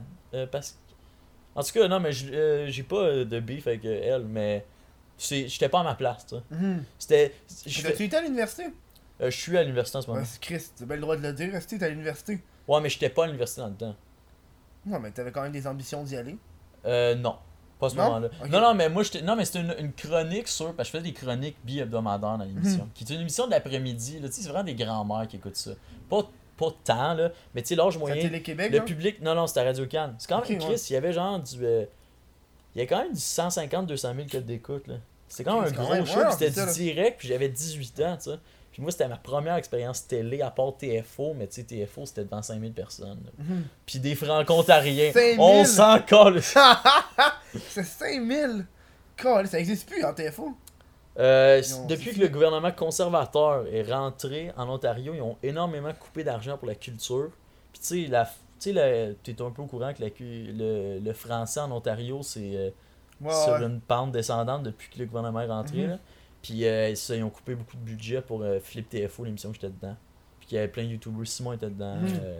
En tout cas, non, mais j'ai pas de beef avec elle, mais... J'étais pas à ma place, tu sais. C'était... Tu étais à l'université? Je suis à l'université en ce moment. Ouais, c'est Christ, t'as bien le droit de le dire, Resti, t'es à l'université. Ouais, mais j'étais pas à l'université dans le temps. Non, mais t'avais quand même des ambitions d'y aller. Non. Pas à ce Non? moment-là. Ok. Non, mais moi, non, mais c'était une chronique sur... Parce que je faisais des chroniques bi-hebdomadaires dans l'émission. Qui est une émission de l'après-midi, là. Tu sais, c'est vraiment des grands-mères qui écoutent ça. Pas tant, là. Mais tu sais, l'âge C'est à moyen... Télé-Québec, Le là? public... Non, c'était à Radio-Can. C'est quand même... Ok, Chris, ouais. il y avait genre du... il y a quand même du 150-200 000 codes d'écoute, là. C'était quand même Ok, un c'est quand gros même- show, ouais, puis c'était c'est ça, là. du direct, puis j'avais 18 ans, tu sais. Puis moi, c'était ma première expérience télé, à part TFO, mais tu sais, TFO, c'était devant 5000 personnes. Là. Puis des franco-ontariens. 5000? On s'en colle. C'est 5000! Calais, ça existe plus en TFO. Depuis que le gouvernement conservateur est rentré en Ontario, ils ont énormément coupé d'argent pour la culture. Puis tu sais, t'es un peu au courant que le français en Ontario, c'est sur une pente descendante depuis que le gouvernement est rentré. Là. Puis ils ont coupé beaucoup de budget pour Flip TFO, l'émission que j'étais dedans. Puis il y avait plein de YouTubers, Simon était dedans,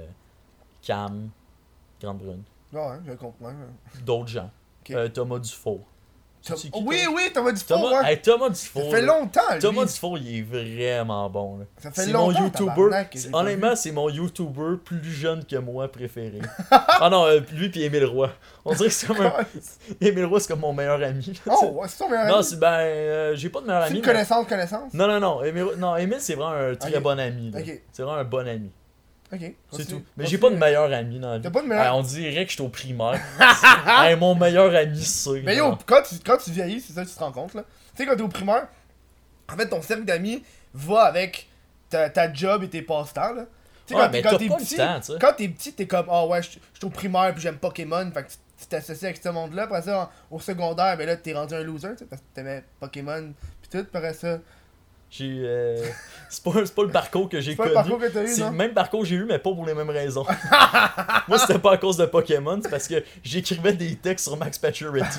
Cam, Grande Brune, Ouais, je comprends. d'autres gens. Ok. Thomas Dufour. C'est qui, Oui, toi? oui, Thomas Dufour, Thomas, ouais. hey, Thomas Dufour. Ça fait là. longtemps, lui. Thomas Dufour, il est vraiment bon. Là. Ça fait C'est mon longtemps, YouTuber. tabarnak, que j'ai pas Honnêtement, c'est mon YouTuber plus jeune que moi préféré. Ah non, lui puis Émile Roy. On dirait que c'est comme un. Émile Roy, c'est comme mon meilleur ami. là, Oh, ouais, c'est ton meilleur non, ami. c'est j'ai pas de meilleur C'est ami. une mais- connaissance? Non. Émile, c'est vraiment un très Ok. bon ami. Là. Ok. C'est vraiment un bon ami. Ok. C'est continue, tout. Mais j'ai pas de continue. meilleur ami dans la vie. T'as pas de meilleur- Ah, on dirait que je suis au primaire. Hey, mon meilleur ami, c'est. Mais yo, quand tu vieillis, c'est ça que tu te rends compte, là. Tu sais, quand t'es au primaire, en fait, ton cercle d'amis va avec ta job et tes passe-temps, là. Tu sais, Ouais, mais quand t'as t'es pas le petit, temps, tu sais. quand t'es petit, t'es comme, ah ouais, je suis au primaire puis j'aime Pokémon, fait que tu t'associes avec ce monde-là. Après ça, au secondaire, ben là, t'es rendu un loser, tu sais, parce que t'aimais Pokémon, pis tout. Après ça, C'est pas le parcours que j'ai c'est pas le connu. parcours que t'as eu, C'est non? le même parcours que j'ai eu, mais pas pour les mêmes raisons. Moi, c'était pas à cause de Pokémon, c'est parce que j'écrivais des textes sur Max Pacioretty.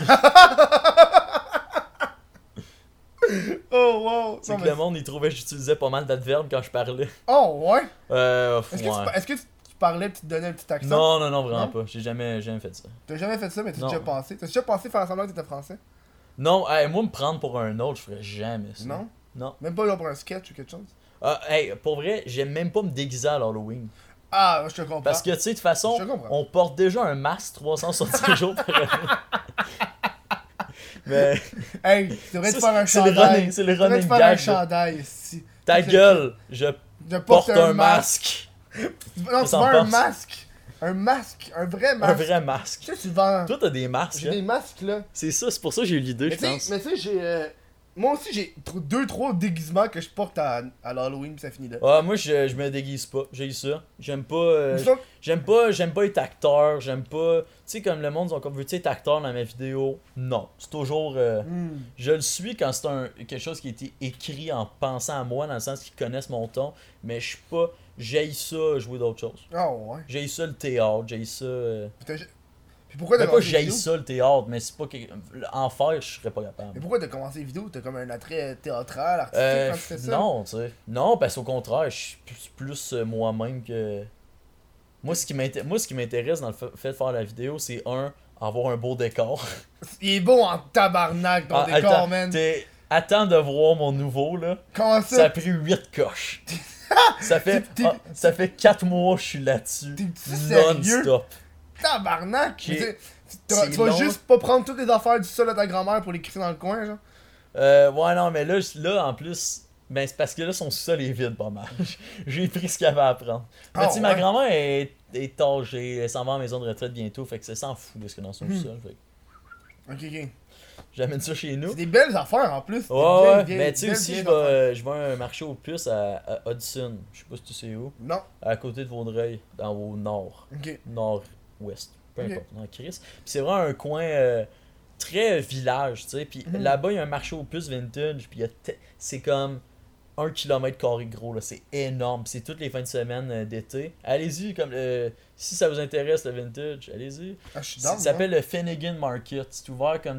Oh, wow! C'est Non, que mais- le monde, il trouvait que j'utilisais pas mal d'adverbes quand je parlais. Oh, ouais! Ouais. Est-ce que tu parlais pis tu te donnais un petit accent? Non, vraiment Non? pas. J'ai jamais fait ça. T'as jamais fait ça, mais t'as Non. déjà pensé. T'as déjà pensé faire semblant que t'étais français? Non, moi, me prendre pour un autre, je ferais jamais ça. Non? Non. Même pas là pour un sketch ou quelque chose? Pour vrai, j'aime même pas me déguiser à l'Halloween. Ah, je te comprends. Parce que, tu sais, de toute façon, Je comprends. on porte déjà un masque 365 jours par année. Mais Hey, tu devrais te Ça, faire un c'est le chandail. running- c'est le Tu devrais te running faire un gag, là. chandail ici. ta gueule, je Je porte un masque. Non, tu Ça vends en un pense. masque. Un masque. Un vrai Un masque. vrai masque. Tu sais, tu vends. Toi, t'as des masques, J'ai hein? des masques là. C'est ça, c'est pour ça que j'ai eu l'idée, Mais je tu pense. sais, j'ai. Moi aussi, j'ai 2-3 déguisements que je porte à l'Halloween, pis ça finit là. Moi, je me déguise pas. J'ai ça. J'aime pas. Mais ça, J'aime pas être acteur. J'aime pas. Tu sais, comme le monde, ils ont comme veux-tu être acteur dans mes vidéos? Non. C'est toujours. Je le suis quand c'est quelque chose qui a été écrit en pensant à moi, dans le sens qu'ils connaissent mon ton. Mais je suis pas. J'haïs ça jouer d'autres choses. Oh, ouais. J'haïs ça le théâtre. J'haïs ça. Puis pourquoi t'as Mais pas commencé les j'haïs vidéos? ça le théâtre, mais c'est pas que. En faire, je serais pas capable. Mais pourquoi t'as commencé les vidéos? T'as comme un attrait théâtral, artistique quand tu fais ça? Non, tu sais. Non, parce qu'au contraire, je suis plus moi-même que. Moi, ce qui m'intéresse dans le fait de faire la vidéo, c'est avoir un beau décor. Il est beau en tabarnak ton décor, attends, man. Attends de voir mon nouveau, là. Comment Ça a ça? pris 8 coches. ça fait 4 mois que je suis là-dessus. T'es-tu sérieux? Non-stop. Tabarnak! J'ai- Tu sais, c'est tu vas long. juste pas prendre toutes les affaires du sol de ta grand-mère pour les crisser dans le coin, genre? Ouais, non, mais là, en plus, ben, c'est parce que là, son sous-sol est vide pas mal. J'ai pris ce qu'il y avait à prendre. Mais Ah, tu sais, ma ouais. grand-mère est âgée, elle s'en va en maison de retraite bientôt, fait que ça s'en fout de ce qu'il y a dans son sous-sol. Fait que Ok. j'amène ça chez nous. C'est des belles affaires en plus. Des Ouais, vieilles, mais tu sais belles, aussi, vieilles je affaires. vais à un marché aux puces à Hudson. Je sais pas si tu sais où. Non. À côté de Vaudreuil, au nord. Ok. Nord-ouest. Peu Ok. importe, dans Chris. Puis c'est vraiment un coin très village, tu sais. Puis Mhm. là-bas, il y a un marché aux puces vintage. Puis c'est comme 1 km² gros, là. C'est énorme. Puis c'est toutes les fins de semaine d'été. Allez-y, comme si ça vous intéresse le vintage, allez-y. Ah, je suis Ça down, s'appelle le Finnegan Market. C'est ouvert comme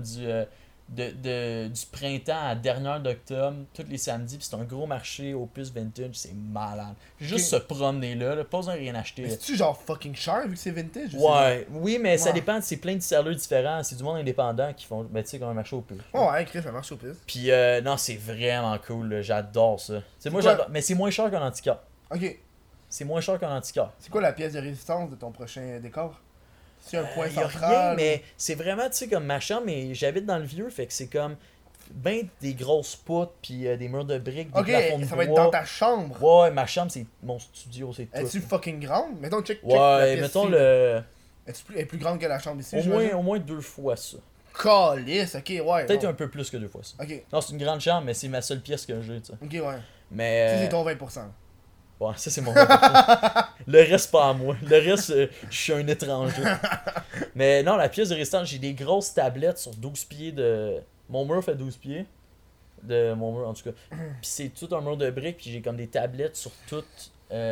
du printemps à dernière d'octobre, tous les samedis. Puis c'est un gros marché aux puces vintage. C'est malade. Juste Ok. se promener là, pas besoin de rien acheter. Mais là. c'est-tu genre fucking cher vu que c'est vintage? ou Ouais, oui, mais ça Ouais. dépend, c'est plein de sellers différents, c'est du monde indépendant qui font, ben tu sais, comme un marché aux puces. c'est- Ouais, Chris, ça marche au piste. Puis non, c'est vraiment cool, là, j'adore ça. C'est moi quoi? j'adore, mais c'est moins cher qu'un antiquaire. Ok. C'est moins cher qu'un antiquaire. C'est quoi la pièce de résistance de ton prochain décor? C'est un point Y a central? rien, mais c'est vraiment, tu sais, comme ma chambre, mais j'habite dans le vieux, fait que c'est comme ben des grosses poutres, puis des murs de briques, des Ok, plafonds de ça va être bois. dans ta chambre. Ouais, ma chambre, c'est mon studio, c'est tout. Es-tu fucking grande? Mettons, check la Ouais, pièce mettons ici, le... Elle est plus grande que la chambre ici, Au moins 2 fois ça. Calice, ok, ouais. Peut-être bon. un peu plus que 2 fois ça. Ok, Non, c'est une grande chambre, mais c'est ma seule pièce que j'ai, tu sais. ok, ouais. Mais... Ça, c'est ton 20%. Ouais, ça c'est mon Le reste, pas à moi. Le reste, je suis un étranger. Mais non, la pièce de résistance, j'ai des grosses tablettes sur 12 pieds de... Mon mur fait 12 pieds. De mon mur, en tout cas. Puis c'est tout un mur de briques, puis j'ai comme des tablettes sur toutes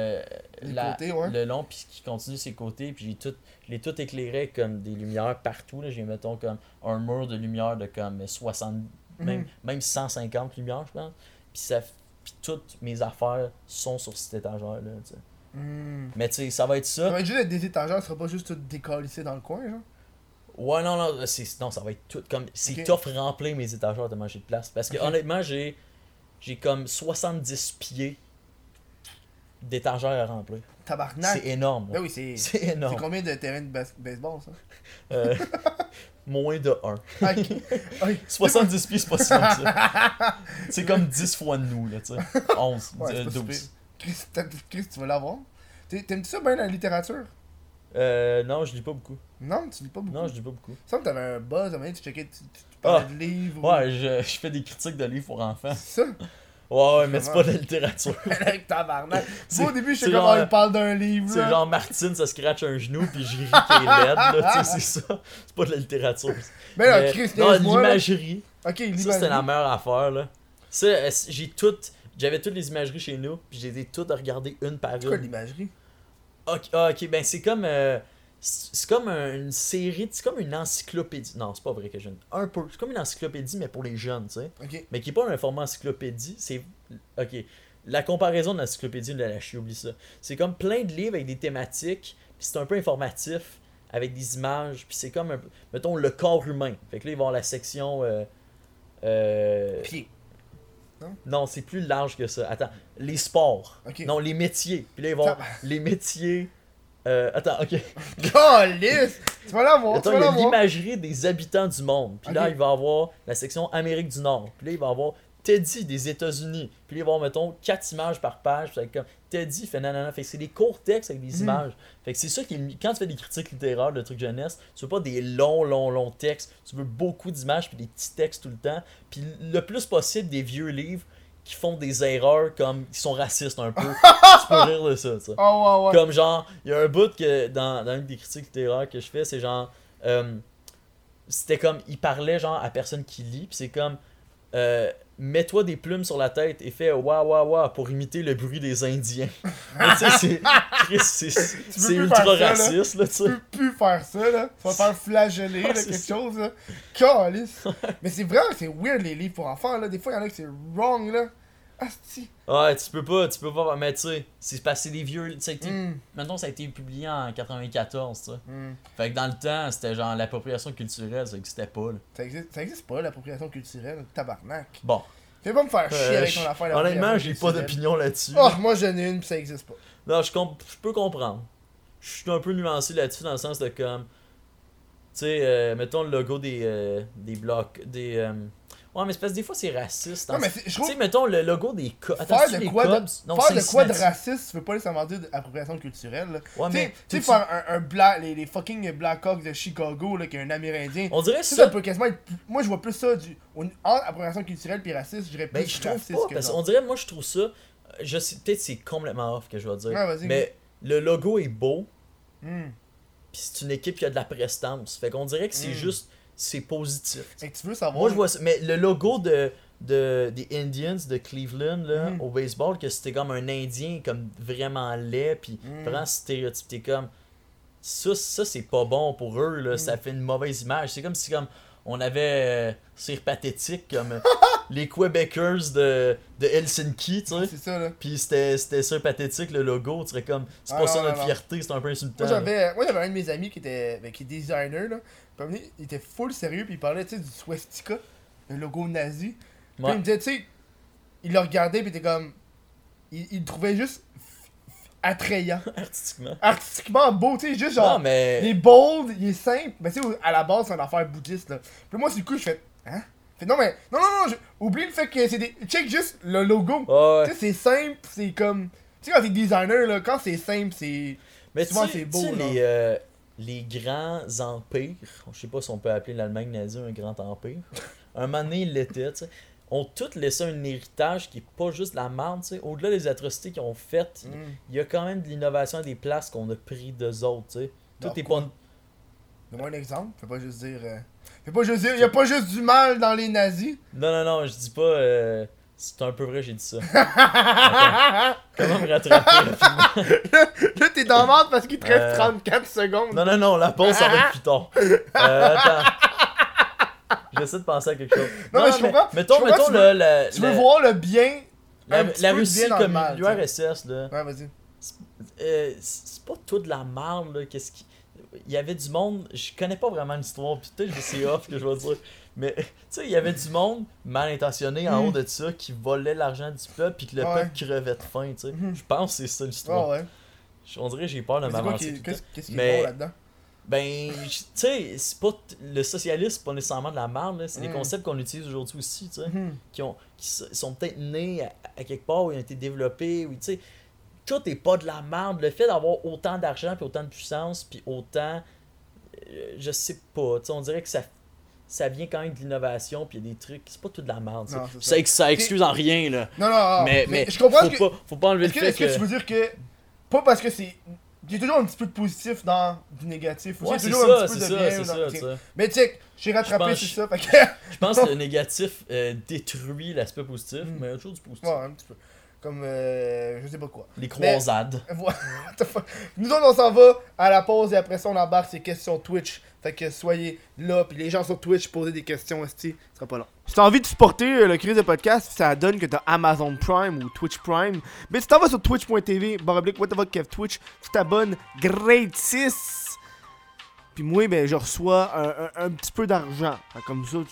côtés, ouais. le long, puis qui continue ses côtés. Puis je l'ai tout éclairé avec comme des lumières partout. Là. J'ai, mettons, comme un mur de lumière de comme 60, même 150 lumières, je pense. Puis toutes mes affaires sont sur cette étagère-là, tu sais. Mais tu sais, ça va être Ça ça. va être juste des étagères, ça sera pas juste tout décalissé dans le coin, genre. Ouais, non, non, ça va être tout. Comme, c'est Ok. tough remplir mes étagères tellement j'ai de place. Parce que Ok. honnêtement, j'ai comme 70 pieds d'étagères à remplir. Tabarnak. C'est énorme. là. Ben oui, c'est C'est énorme. combien de terrains de baseball, ça? Euh, moins de 1. Ok. Ok. 70 pieds, c'est pas si long que ça. C'est comme 10 fois de nous, là, tu sais. 11, Ouais, c'est pas si 12. pire. Chris, tu vas l'avoir. T'aimes-tu ça bien la littérature? Non, je lis pas beaucoup. Non, tu lis pas beaucoup. Non, je lis pas beaucoup. Ça me semble que t'avais un buzz, à un moment donné, tu checkais, tu parlais de livres. ou- Ouais, je fais des critiques de livres pour enfants. C'est ça? Ouais, mais c'est pas de la littérature. Avec tabarnak. Moi, au début, je sais c'est comment genre- il parle d'un livre. C'est là. genre Martine, ça scratch un genou, puis je ris qu'elle est laide, là, tu sais, c'est ça. C'est pas de la littérature. Mais là, Chris, non, niaise-moi, là. l'imagerie. Ok, Ça, l'imagerie. c'était la meilleure affaire, là. Ça, j'avais toutes les imageries chez nous, puis j'ai les toutes regardées une par C'est quoi une. l'imagerie? Ok, ben c'est comme. C'est comme une série, c'est comme une encyclopédie. Non, c'est pas vrai que je. Un peu. C'est comme une encyclopédie, mais pour les jeunes, tu sais. Ok. Mais qui est pas un format encyclopédie, c'est. Ok. La comparaison de l'encyclopédie, de la chie, oublie ça. C'est comme plein de livres avec des thématiques, puis c'est un peu informatif, avec des images, puis c'est comme un peu. Mettons le corps humain. Fait que là, il va y avoir la section. Pied. Non, c'est plus large que ça. Attends, les sports. Ok. Non, les métiers. Puis là, ils vont. Les métiers. Attends, ok. Calice! Tu vas l'avoir, tu Attends, vas il y a l'avoir. l'imagerie des habitants du monde. Puis là, Ok. il va avoir la section Amérique du Nord. Puis là, il va avoir Teddy des États-Unis. Puis là, il va avoir, mettons, 4 images par page. Puis ça va être comme Teddy fait nanana. Fait que c'est des courts textes avec des images. Fait que c'est ça qui est. Quand tu fais des critiques littéraires de trucs jeunesse, tu veux pas des longs textes. Tu veux beaucoup d'images puis des petits textes tout le temps. Puis le plus possible des vieux livres qui font des erreurs comme. Qui sont racistes un peu. Tu peux rire de ça, tu sais. Oh, ouais, ouais. Comme genre, il y a un bout que dans une des critiques littéraires que je fais, c'est genre. C'était comme. Il parlait genre à personne qui lit, puis c'est comme. Mets-toi des plumes sur la tête et fais wah wah wah pour imiter le bruit des Indiens. Mais tu sais, Chris, c'est plus ultra faire ça, là. raciste, là, tu Tu sais. peux plus faire ça, là. Tu vas faire flageller, là, c'est quelque ça. chose, là. Calice. Mais c'est vrai, c'est weird, les livres pour enfants, là. Des fois, il y en a que c'est wrong, là. Asti. Ouais, tu peux pas, mais tu sais, c'est parce que c'est des vieux. Ça a été, Mm. Maintenant, ça a été publié en 94, tu sais. Mm. Fait que dans le temps, c'était genre l'appropriation culturelle, ça existait pas, là. Ça existe pas, l'appropriation culturelle. Tabarnak. Bon. Fais pas me faire chier avec ton affaire Honnêtement, j'ai pas d'appropriation d'opinion là-dessus. culturelle. Oh, moi j'en ai une pis ça existe pas. Non, je peux comprendre. Je suis un peu nuancé là-dessus dans le sens de comme. Tu sais, mettons le logo des blocs. Ouais, mais c'est parce que des fois c'est raciste. Non, mais je Tu trouve sais, mettons le logo des Cubs. faire de quoi de, Non, faire de quoi de Cincinnati. raciste, tu veux pas nécessairement dire d'appropriation culturelle, là. Ouais, Tu sais- mais. tu sais, faire un black, les fucking Blackhawks de Chicago, là, qui est un Amérindien. On dirait Ça ça. peut quasiment être moi, je vois plus ça entre appropriation culturelle puis raciste, je dirais plus Ben, je trouve raciste pas. que Parce genre. qu'on dirait, moi, je trouve ça. Je sais, peut-être c'est complètement off que je vais dire. Ouais, vas-y. Mais le logo est beau. Hmm. Puis c'est une équipe qui a de la prestance. Fait qu'on dirait que c'est Mm. juste. C'est positif. Fait que tu veux savoir. Moi, je vois ça. Mais le logo des Indians de Cleveland là, Mhm. au baseball, que c'était comme un Indien comme vraiment laid, puis Mhm. vraiment stéréotype. T'es comme. Ça c'est pas bon pour eux, là. Ça fait une mauvaise image. C'est comme si comme on avait. C'est pathétique, comme les Quebecers de Helsinki, tu sais. C'est ça, là. Puis c'était ça pathétique, le logo. Tu serais comme. C'est Ah, pas non, ça non, notre non. fierté, c'est un peu insultant. Moi, là. j'avais un de mes amis qui est designer, là. Puis, à un moment donné, il était full sérieux, puis il parlait, tu sais, du swastika, le logo nazi. Puis Ouais. il me disait, tu sais, il le regardait, puis il était comme. Il le trouvait juste attrayant. Artistiquement. Artistiquement beau, tu sais, juste genre. Non, mais. Il est bold, il est simple. Mais tu sais, à la base, c'est une affaire bouddhiste, là. Puis moi, du coup, je fais. Hein? Je fais, non, mais. Non, oublie le fait que c'est des. Check juste le logo. Ouais. Tu sais, c'est simple, c'est comme. Tu sais, quand t'es designer, là, quand c'est simple, c'est. Mais Souvent, tu sais- c'est beau, tu sais, là. les grands empires, je sais pas si on peut appeler l'Allemagne nazie un grand empire, un moment donné, ils l'étaient, tu sais, ont tous laissé un héritage qui est pas juste de la merde, tu sais. Au-delà des atrocités qu'ils ont faites, Mm. il y a quand même de l'innovation à des places qu'on a pris d'eux autres, tu sais. Tout Alors est quoi? pas... Donne-moi un exemple. Fais pas juste dire. Fais pas juste dire. Y'a pas juste du mal dans les nazis. Non, je dis pas... C'est un peu vrai, j'ai dit ça. Attends, comment me rattraper rapidement? Là, t'es dans la merde parce qu'il te reste Euh, 34 secondes. Non, la pause, ça va être plus tard. Attends. J'essaie de penser à quelque chose. Non, mais je comprends. Mettons, Je comprends, mettons tu veux- le, Tu veux voir le bien. un petit la peu de Russie bien dans le comme mal, l'URSS, là. Ouais, vas-y. C'est pas tout de la merde, là. Il y avait du monde, je connais pas vraiment l'histoire, pis peut-être que c'est off que je vais dire. Mais, tu sais, il y avait du monde mal intentionné en Mm. haut de ça qui volait l'argent du peuple pis que le Ouais. peuple crevait de faim, tu sais. Mhm. Je pense que c'est ça l'histoire. Ouais, ouais. On dirait que j'ai peur de Mais c'est quoi m'avancer. qui tout le temps. qu'est-ce qui Mais- est bon là-dedans? Ben, tu sais, c'est pas le socialisme, c'est pas nécessairement de la merde, là. C'est des Mm. concepts qu'on utilise aujourd'hui aussi, tu sais. Mhm. Qui sont peut-être nés à quelque part où ils ont été développés, où, tu sais, tout est pas de la merde. Le fait d'avoir autant d'argent, puis autant de puissance, puis autant, je sais pas, tu sais, on dirait que ça vient quand même de l'innovation, puis il y a des trucs, c'est pas tout de la merde. Non, c'est Ça excuse en rien, là. Non, Mais je comprends faut pas enlever le fait est-ce que tu veux dire que. Pas parce que c'est. Il y a toujours un petit peu de positif dans du négatif. Ouais, Il y a c'est toujours ça, un petit peu c'est de ça, bien c'est dans- ça, ça. Mais tu sais, j'ai rattrapé, pense- c'est ça. Fait que. Je pense que le négatif détruit l'aspect positif, mais il y a toujours du positif. Ouais, un petit peu. Comme. Je sais pas quoi. Les croisades. What the fuck? Nous autres, on s'en va à la pause et après ça, on embarque ces questions Twitch. Fait que soyez là, puis les gens sur Twitch, posez des questions, esti, ce sera pas long. Si t'as envie de supporter le crise de podcast, ça donne que t'as Amazon Prime ou Twitch Prime, mais tu t'en vas sur twitch.tv, // what the fuck Kev Twitch, tu t'abonnes gratis. Puis moi, ben, je reçois un petit peu d'argent. Fait comme ça,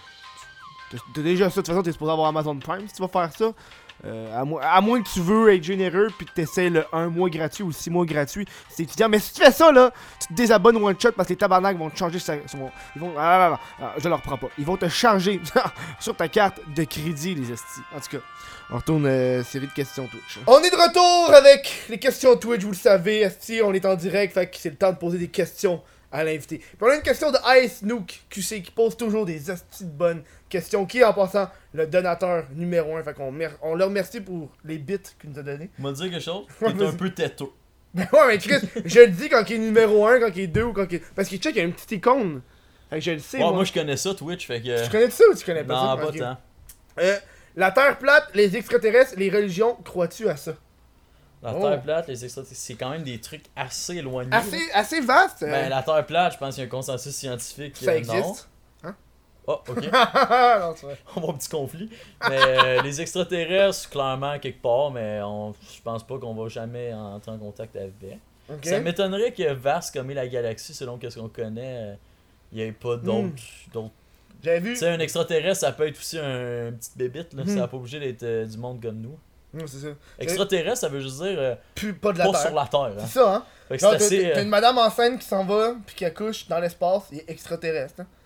t'as déjà ça. De toute façon, t'es supposé avoir Amazon Prime si tu vas faire ça. À moins que tu veux être généreux puis que tu essaies le 1 mois gratuit ou 6 mois gratuit, c'est étudiant. Mais si tu fais ça, là, tu te désabonnes one shot parce que les tabarnak vont te changer. Ils vont. Je leur reprends pas. Ils vont te charger sur ta carte de crédit, les estis. En tout cas, on retourne série de questions Twitch. On est de retour avec les questions Twitch, vous le savez, esti. On est en direct, fait que c'est le temps de poser des questions à l'invité. Puis on a une question de Ice Nook QC qui pose toujours des estis de bonnes questions, qui est en passant le donateur numéro 1. Fait qu'on on le remercie pour les bits qu'il nous a donné. On va dire quelque chose, Ouais, t'es un vas-y. peu têteux. Ben ouais, mais Chris, je le dis quand il est numéro 1, quand il est 2 ou quand il est. Parce qu'il check, il y a une petite icône. Fait que je le sais. Ouais, moi je connais ça, Twitch, fait que. Tu connais ça ou tu connais pas ça? Non, pas Ok. tant. La Terre plate, les extraterrestres, les religions, crois-tu à ça? La Oh. Terre plate, les extraterrestres, c'est quand même des trucs assez éloignés. là. Assez vaste. Ben, la Terre plate, je pense qu'il y a un consensus scientifique. ça Non. existe. Oh, ok. Non, c'est vrai. On va un petit conflit. Mais les extraterrestres, clairement, quelque part, mais je pense pas qu'on va jamais entrer en contact avec. Ok. Ça m'étonnerait que vaste comme est la galaxie, selon ce qu'on connaît, il n'y ait pas d'autres. J'avais vu. Tu sais, un extraterrestre, ça peut être aussi un petit bébite, là. Mhm. Ça n'a pas obligé d'être du monde comme nous. C'est ça. Extraterrestre, ça veut juste dire Pas de la pas Terre. sur la Terre. Hein. C'est ça, hein. Fait que Genre, c'est assez. t'as une madame enceinte qui s'en va, puis qui accouche dans l'espace, il est extraterrestre. Hein.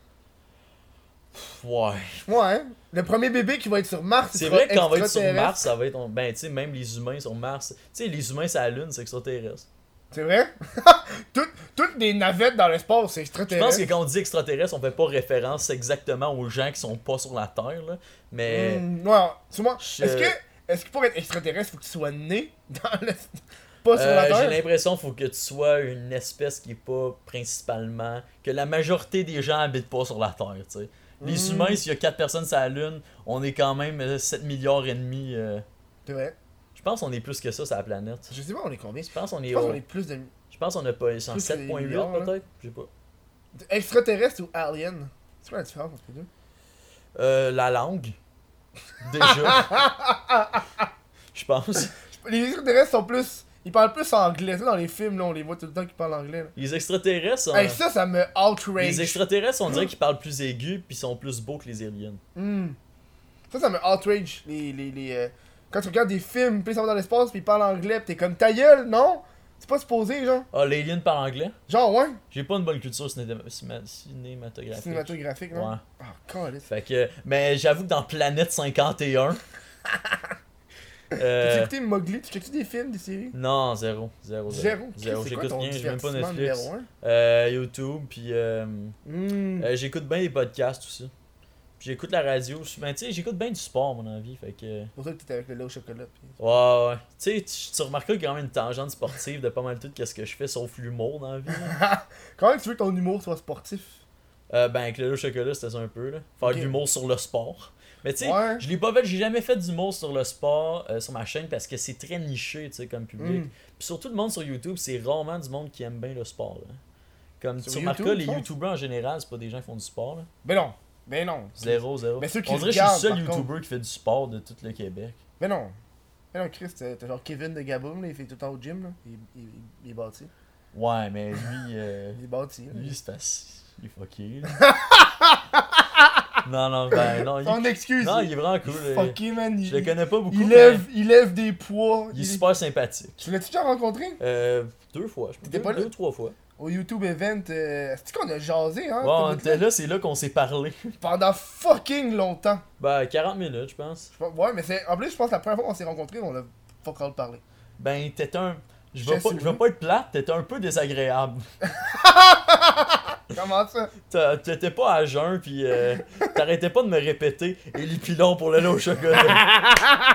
Ouais. Ouais, hein. Le premier bébé qui va être sur Mars, C'est sera vrai que quand on va être sur extraterrestre. Mars, ça va être. Ben, tu sais, même les humains sur Mars. Tu sais, les humains, c'est la Lune, c'est extraterrestre. C'est vrai? Toutes les navettes dans l'espace, c'est Je extraterrestre. pense que quand on dit extraterrestre, on fait pas référence exactement aux gens qui sont pas sur la Terre, là. Mais. Ouais, sûrement. Je- Est-ce que pour être extraterrestre, faut que tu sois né dans l'espace? Pas sur la J'ai Terre? l'impression qu'il faut que tu sois une espèce qui est pas principalement. Que la majorité des gens habitent pas sur la Terre, tu sais. Les humains, s'il y a 4 personnes sur la Lune, on est quand même 7 milliards et demi. C'est vrai. Je pense qu'on est plus que ça sur la planète. Je sais pas, on est combien? Je pense qu'on est. Je pense qu'on est plus de. Je pense qu'on a pas. Plus que 7.8 milliards, là. peut-être. Je sais pas. Extraterrestre ou alien? C'est quoi la différence entre les deux? La langue. Déjà. Je pense. Les extraterrestres sont plus. Ils parlent plus anglais. Tu sais, dans les films, là, on les voit tout le temps qui parlent anglais. Là. Les extraterrestres. Hey, ça me outrage. Les extraterrestres, on dirait qu'ils parlent plus aigus puis sont plus beaux que les aliens. Ça me outrage. Quand tu regardes des films, puis ils sont dans l'espace, puis ils parlent anglais, pis t'es comme ta gueule, non? C'est pas supposé, genre. Ah, l'alien parle anglais. Genre, ouais. J'ai pas une bonne culture cinématographique. Cinématographique, non? Ouais. Ah, câlisse. Fait que. Mais j'avoue que dans Planète 51. T'as écouté Mowgli? Tu checkes-tu des films, des séries? Non, zéro. Zéro? C'est quoi J'écoute ton rien, j'ai même pas divertissement Netflix. numéro 1? YouTube, puis Hmm. j'écoute bien des podcasts aussi. Puis j'écoute la radio. Ben, tu sais, j'écoute bien du sport, mon envie. Fait que. C'est pour ça que t'étais avec le lait au chocolat. Pis... Ouais. Tu sais, tu remarqueras qu'il y a quand même une tangente sportive de pas mal tout ce que je fais, sauf l'humour dans la vie. Là. Comment tu veux que ton humour soit sportif? Ben, avec le lait au chocolat, c'était ça un peu, là. Faire Ok. de l'humour sur le sport. Mais tu sais, Ouais. je l'ai pas fait, j'ai jamais fait d'humour sur le sport sur ma chaîne parce que c'est très niché, tu sais, comme public. Mm. Puis surtout, le monde sur YouTube, c'est rarement du monde qui aime bien le sport, là. Comme Sur tu remarqueras, YouTube, les ça? YouTubers en général, c'est pas des gens qui font du sport, là. Ben non. Zéro. Mais ceux qui On dirait que je suis le seul regardent, par YouTuber qui fait du sport de tout le Québec. Ben non, Chris, t'as genre Kevin de Gaboum, là, il fait tout le temps au gym, là. Il est bâti. Ouais, mais lui, Il est bâti, là. lui c'est parce il est fucké, là. non, il... Ton excuse. Non, il est vraiment cool. là. Fucké, man. Je le connais pas beaucoup, Il lève des poids. mais il est super sympathique. Tu l'as-tu déjà rencontré? 2 fois, je T'étais pense. pas là? 2 ou 3 fois. Au YouTube event, c'est-tu qu'on a jasé, hein? Ouais, on ce était là, c'est là qu'on s'est parlé. pendant fucking longtemps. Ben, 40 minutes, je pense. Ouais, mais c'est. En plus, je pense que la première fois qu'on s'est rencontrés, on a fuck all parlé. Ben, t'étais un... Je J'ai veux pas être plate, t'étais un peu désagréable. Comment ça? T'étais pas à jeun, pis t'arrêtais pas de me répéter « Et les pilons pour le lait au chocolat ».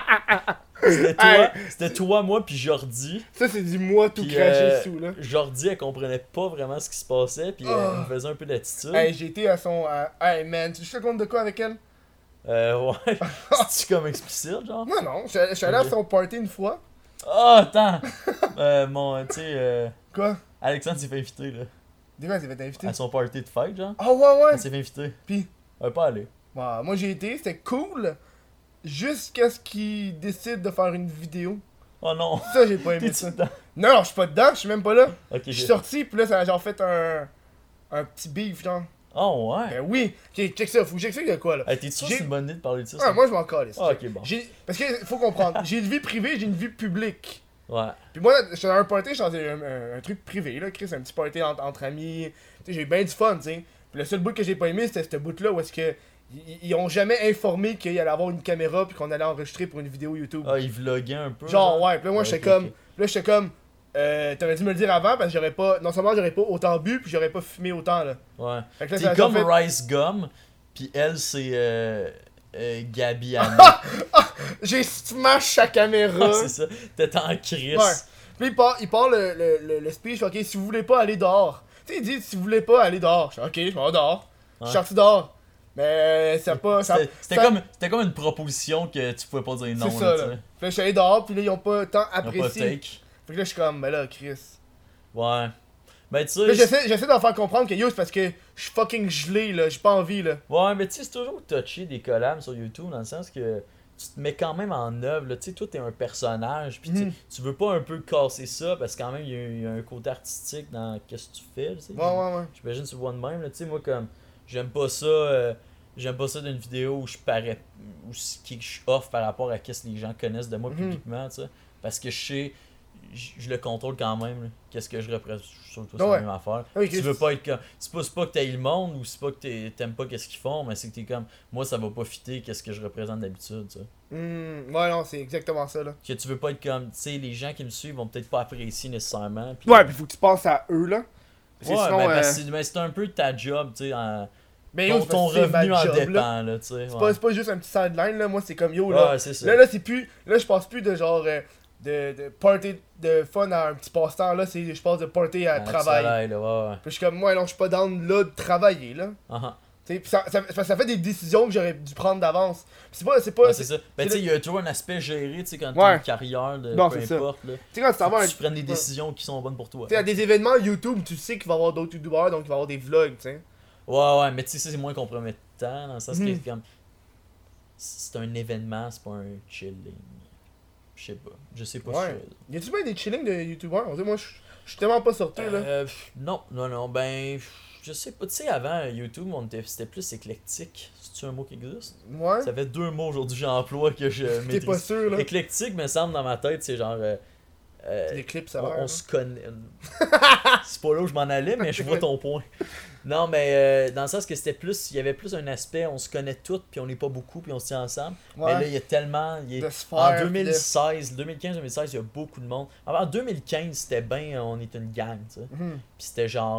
C'était toi, moi, puis Jordi. Ça, c'est du moi tout Puis, craché sous, là. Jordi, elle comprenait pas vraiment ce qui se passait, puis elle me faisait un peu d'attitude. Hey, j'ai été à son... Hey, man, tu te compte de quoi avec elle? Ouais. C'est-tu comme explicite, genre? Non, je suis allé à son party une fois. Oh, attends! Tu sais, Quoi? Alexandre s'est fait inviter, là. Dis quoi, elle s'est fait inviter? À son party de fête, genre. Ah ouais! Elle s'est fait inviter. Pis? Elle est pas allée. Bah, moi j'ai été, c'était cool. Jusqu'à ce qu'il décide de faire une vidéo. Oh non! Ça, j'ai pas aimé T'es-tu ça. dedans? Non, je suis pas dedans, je suis même pas là. Ok, Je suis sorti, pis là, ça a genre fait un petit beef, genre. Oh ouais! Ben oui! Ok, check ça, faut que j'explique de quoi, là. Hey, t'es sûr que c'est une bonne idée de parler de ça? Ah, moi je m'en calisse. Ah, ok, bon. Parce que faut comprendre, j'ai une vie privée, j'ai une vie publique. Ouais. Puis moi, j'étais dans un party, j'étais dans un truc privé, là, Chris, un petit party entre amis. Tu sais, j'ai eu bien du fun, tu sais. Puis le seul bout que j'ai pas aimé, c'était ce bout-là où est-ce que. Ils ont jamais informé qu'il allait avoir une caméra puis qu'on allait enregistrer pour une vidéo YouTube. Ah, il vloguait un peu. Genre, ouais, puis là, moi, Ok, j'étais comme. ok. Là, j'étais comme. T'aurais dû me le dire avant parce que j'aurais pas. Non seulement j'aurais pas autant bu, puis j'aurais pas fumé autant, là. Ouais. Fait que là, T'es ça a comme fait- Rice Gum, pis elle, c'est Gabi Hanna. J'ai smash sa caméra. C'est ça. T'es en crise. Ouais. Puis il part le speech, ok, si vous voulez pas aller dehors. Tu sais, il dit si vous voulez pas aller dehors. Je suis ok, je vais dehors. Je Ouais. suis sorti dehors. Mais ça a pas. C'était comme une proposition que tu pouvais pas dire non. C'est ça, là. tu sais. Puis là, je suis allé dehors, puis là, ils ont pas tant Ils ont pas apprécié. take. Fait que là, je suis comme, ben là, Chris. Ouais. Ben tu Là, sais. j'essaie de leur faire comprendre que yo, c'est parce que je suis fucking gelé, là. J'ai pas envie, là. Ouais, mais tu sais, c'est toujours touché des collabs sur YouTube dans le sens que tu te mets quand même en œuvre, là. Tu sais, toi, t'es un personnage, pis tu veux pas un peu casser ça parce que quand même, il y a un côté artistique dans qu'est-ce que tu fais, tu sais. Ouais. J'imagine que tu le vois de même, là. Tu sais, moi, comme, j'aime pas ça d'une vidéo où je parais, où je suis off par rapport à qu'est-ce que les gens connaissent de moi publiquement, tu sais. Parce que je sais, je le contrôle quand même, là. Qu'est-ce que je représente, je suis sûr que toi, c'est Ouais. la même affaire. Oui, Tu veux pas être comme, c'est pas que t'aimes le monde ou c'est pas que t'aimes pas qu'est-ce qu'ils font, mais c'est que t'es comme, moi, ça va pas fitter qu'est-ce que je représente d'habitude, tu sais. Ouais, non, c'est exactement ça, là. Que tu veux pas être comme, tu sais, les gens qui me suivent vont peut-être pas apprécier nécessairement. Pis, Ouais, puis faut que tu penses à eux, là. Parce que ouais, sinon, ben, parce que c'est un peu ta job, tu sais, ben, yo, c'est ton parce que c'est ma revenu en job, dépend, là. là, tu sais. C'est pas juste un petit sideline, là. Moi, c'est comme yo, là. Ouais, c'est ça. Là, c'est plus. Là, je passe plus de genre. De party de fun à un petit passe-temps, là. Je passe de party à travail. Là, ouais. Puis je suis comme, moi, non, je suis pas down là de travailler, là. T'sais, pis ça fait des décisions que j'aurais dû prendre d'avance. Pis c'est pas. Ouais, c'est ça. Ben, tu sais, il y a toujours un aspect géré, tu sais, quand t'as Ouais. une carrière, de Non, peu c'est ça. importe, là. Tu sais, quand tu t'en vas à Tu prennes des décisions qui sont bonnes pour toi. Tu sais, à des événements YouTube, tu sais qu'il va y avoir d'autres YouTubers, donc il va y avoir des vlogs, tu sais. Ouais, mais tu sais, ça, c'est moins compromettant, dans le sens que, Mhm. comme, c'est un événement, c'est pas un chilling. Je sais pas. Je sais pas Ouais. Y a-tu bien des chillings de YouTubers? On dirait, moi, je suis tellement pas sorti, là. Non, ben, je sais pas. Tu sais, avant, YouTube, c'était plus éclectique. C'est-tu un mot qui existe? Ouais. Ça fait 2 mots aujourd'hui que j'emploie que je T'es maîtrise. pas sûr, là. Éclectique, me semble, dans ma tête, c'est genre... Les clips, ça va. on se connaît. C'est pas là où je m'en allais, mais je vois ton point. Non, mais dans le sens que c'était plus... Il y avait plus un aspect, on se connaît tous, puis on n'est pas beaucoup, puis on se tient ensemble. Mais là, il y a tellement... De se En faire, 2015-2016, il y a beaucoup de monde. En 2015, c'était bien, on était une gang, tu sais. Mhm. Puis c'était genre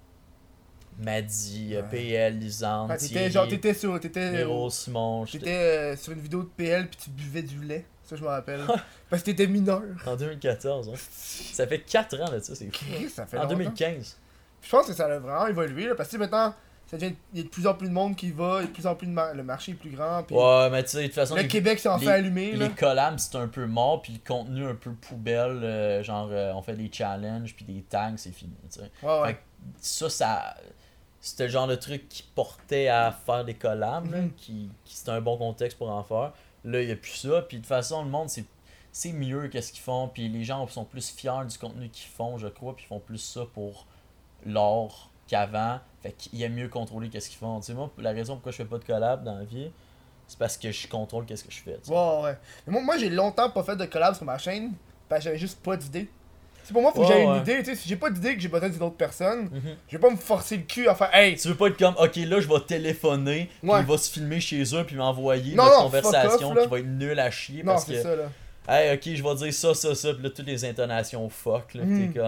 Maddy, PL, Lisande, Ah, Thierry, t'étais Nero, Simon. sur une vidéo de PL puis tu buvais du lait. Ça, je me rappelle. Parce que t'étais mineur. En 2014, hein. Ça fait 4 ans là, ça, c'est fou. Christ, ça fait En longtemps. 2015. Je pense que ça a vraiment évolué, là, parce que maintenant, il y a de plus en plus de monde qui va, il y a de plus en plus le marché est plus grand. Puis Ouais, mais tu sais, de toute façon, le Québec s'est enfin allumé. Là. les collabs, c'est un peu mort, puis le contenu un peu poubelle, genre on fait des challenges, puis des tags, c'est fini, tu sais. Ouais. Fait que ça c'était le genre de truc qui portait à faire des collabs, là, qui c'était un bon contexte pour en faire. Là, il n'y a plus ça, puis de toute façon, le monde, c'est mieux qu'est-ce qu'ils font, puis les gens sont plus fiers du contenu qu'ils font, je crois, puis ils font plus ça pour l'art qu'avant. Fait qu'il y a mieux contrôler qu'est-ce qu'ils font. Tu sais, moi, la raison pourquoi je fais pas de collab dans la vie, c'est parce que je contrôle qu'est-ce que je fais. Tu sais. Ouais. Mais moi j'ai longtemps pas fait de collab sur ma chaîne, parce que j'avais juste pas d'idée. C'est pour moi, faut que j'aie une idée. Tu sais, si j'ai pas d'idée que j'ai besoin d'une autre personne, je vais pas me forcer le cul à faire hey. Tu veux pas être comme, ok, là, je vais téléphoner, puis il va se filmer chez eux, puis m'envoyer une conversation qui va être nulle à chier. Non, parce c'est que, ça, là. hey, ok, je vais dire ça, puis là, toutes les intonations fuck, là, t'es comme,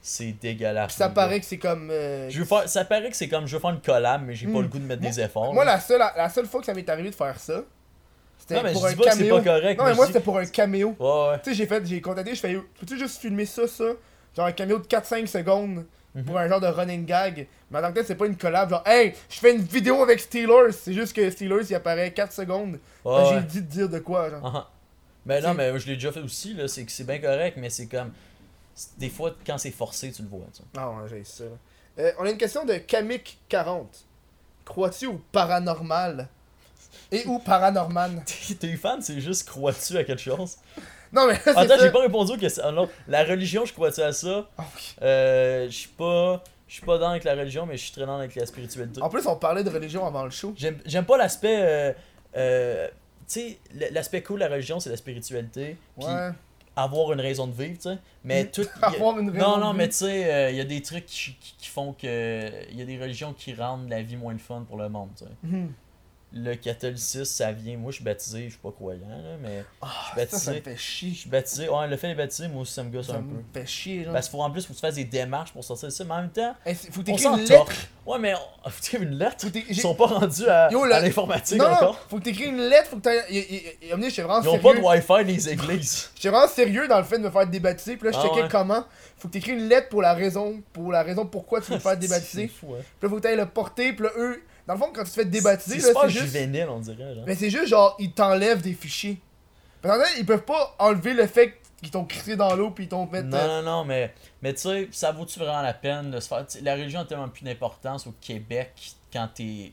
C'est dégueulasse. Pis ça le paraît gars. que c'est comme. Ça paraît que c'est comme je veux faire une collab, mais j'ai pas le goût de mettre des efforts. Moi, là. la seule fois que ça m'est arrivé de faire ça, c'était Non, mais pour je un dis pas que c'est caméo. pas correct. Non, mais moi, je c'était dis- pour un caméo. Ouais. Tu sais, j'ai contacté, je fais, peux-tu juste filmer ça? Genre un caméo de 4-5 secondes pour un genre de running gag. Mais en tant que tel, c'est pas une collab, genre, hey, je fais une vidéo avec Steelers. C'est juste que Steelers, il apparaît 4 secondes. Ouais. J'ai dit de dire de quoi, genre. Ah. Ben non, C'est- mais je l'ai déjà fait aussi, là. C'est que c'est bien correct, mais c'est comme. Des fois, quand c'est forcé, tu le vois, tu sais. Ah ouais, j'ai ça. On a une question de Kamik40. Crois-tu au paranormal? Et ou paranorman? T'es fan, c'est juste crois-tu à quelque chose? Non, mais là, c'est Attends, ça. j'ai pas répondu aux questions. Non, la religion, je crois-tu à ça? Ah, ok. Je suis pas dans avec la religion, mais je suis très dans avec la spiritualité. En plus, on parlait de religion avant le show. J'aime pas l'aspect. Tu sais, l'aspect cool de la religion, c'est la spiritualité. Puis Ouais. avoir une raison de vivre, tu sais. Mais tout. Avoir une raison Non, de mais vivre. tu sais, il y a des trucs qui font que. Il y a des religions qui rendent la vie moins le fun pour le monde, tu sais. Mhm. Le catholicisme, ça vient. Moi, je suis baptisé, je suis pas croyant, là, mais. Ah, Je suis ça me baptisé. fait chier. Je suis baptisé. Ouais, le fait d'être baptisé, moi aussi, ça me gosse Ça un me peu. fait chier, genre. Parce qu'il faut en plus, faut que tu fasses des démarches pour sortir de ça, mais en même temps, Faut on t'écrire s'en une torche. lettre. Ouais, mais faut t'écrire une lettre. Faut t'é- Ils j'ai- sont pas rendus à, Yo, à l'informatique Non, non, encore. faut que t'écrives une lettre, faut que t'ailles. J'étais vraiment Ils ont sérieux. pas de Wi-Fi les églises. J'étais vraiment sérieux dans le fait de me faire débaptiser. Puis là, je Ah checkais ouais. comment. Faut que t'écrives une lettre pour la raison pourquoi tu veux te faire C'est débaptiser. fou, hein. Puis là, faut que t'ailles le porter. Puis là, eux, dans le fond, quand tu te fais débaptiser, C'est là, super c'est juste. juvénile, on dirait. Genre. Mais c'est juste genre, ils t'enlèvent des fichiers. Parce qu'en fait, ils peuvent pas enlever le fait qu'ils t'ont crissé dans l'eau puis ils t'ont fait. Non, mais tu sais, ça vaut-tu vraiment la peine de se faire. La religion a tellement plus d'importance au Québec quand t'es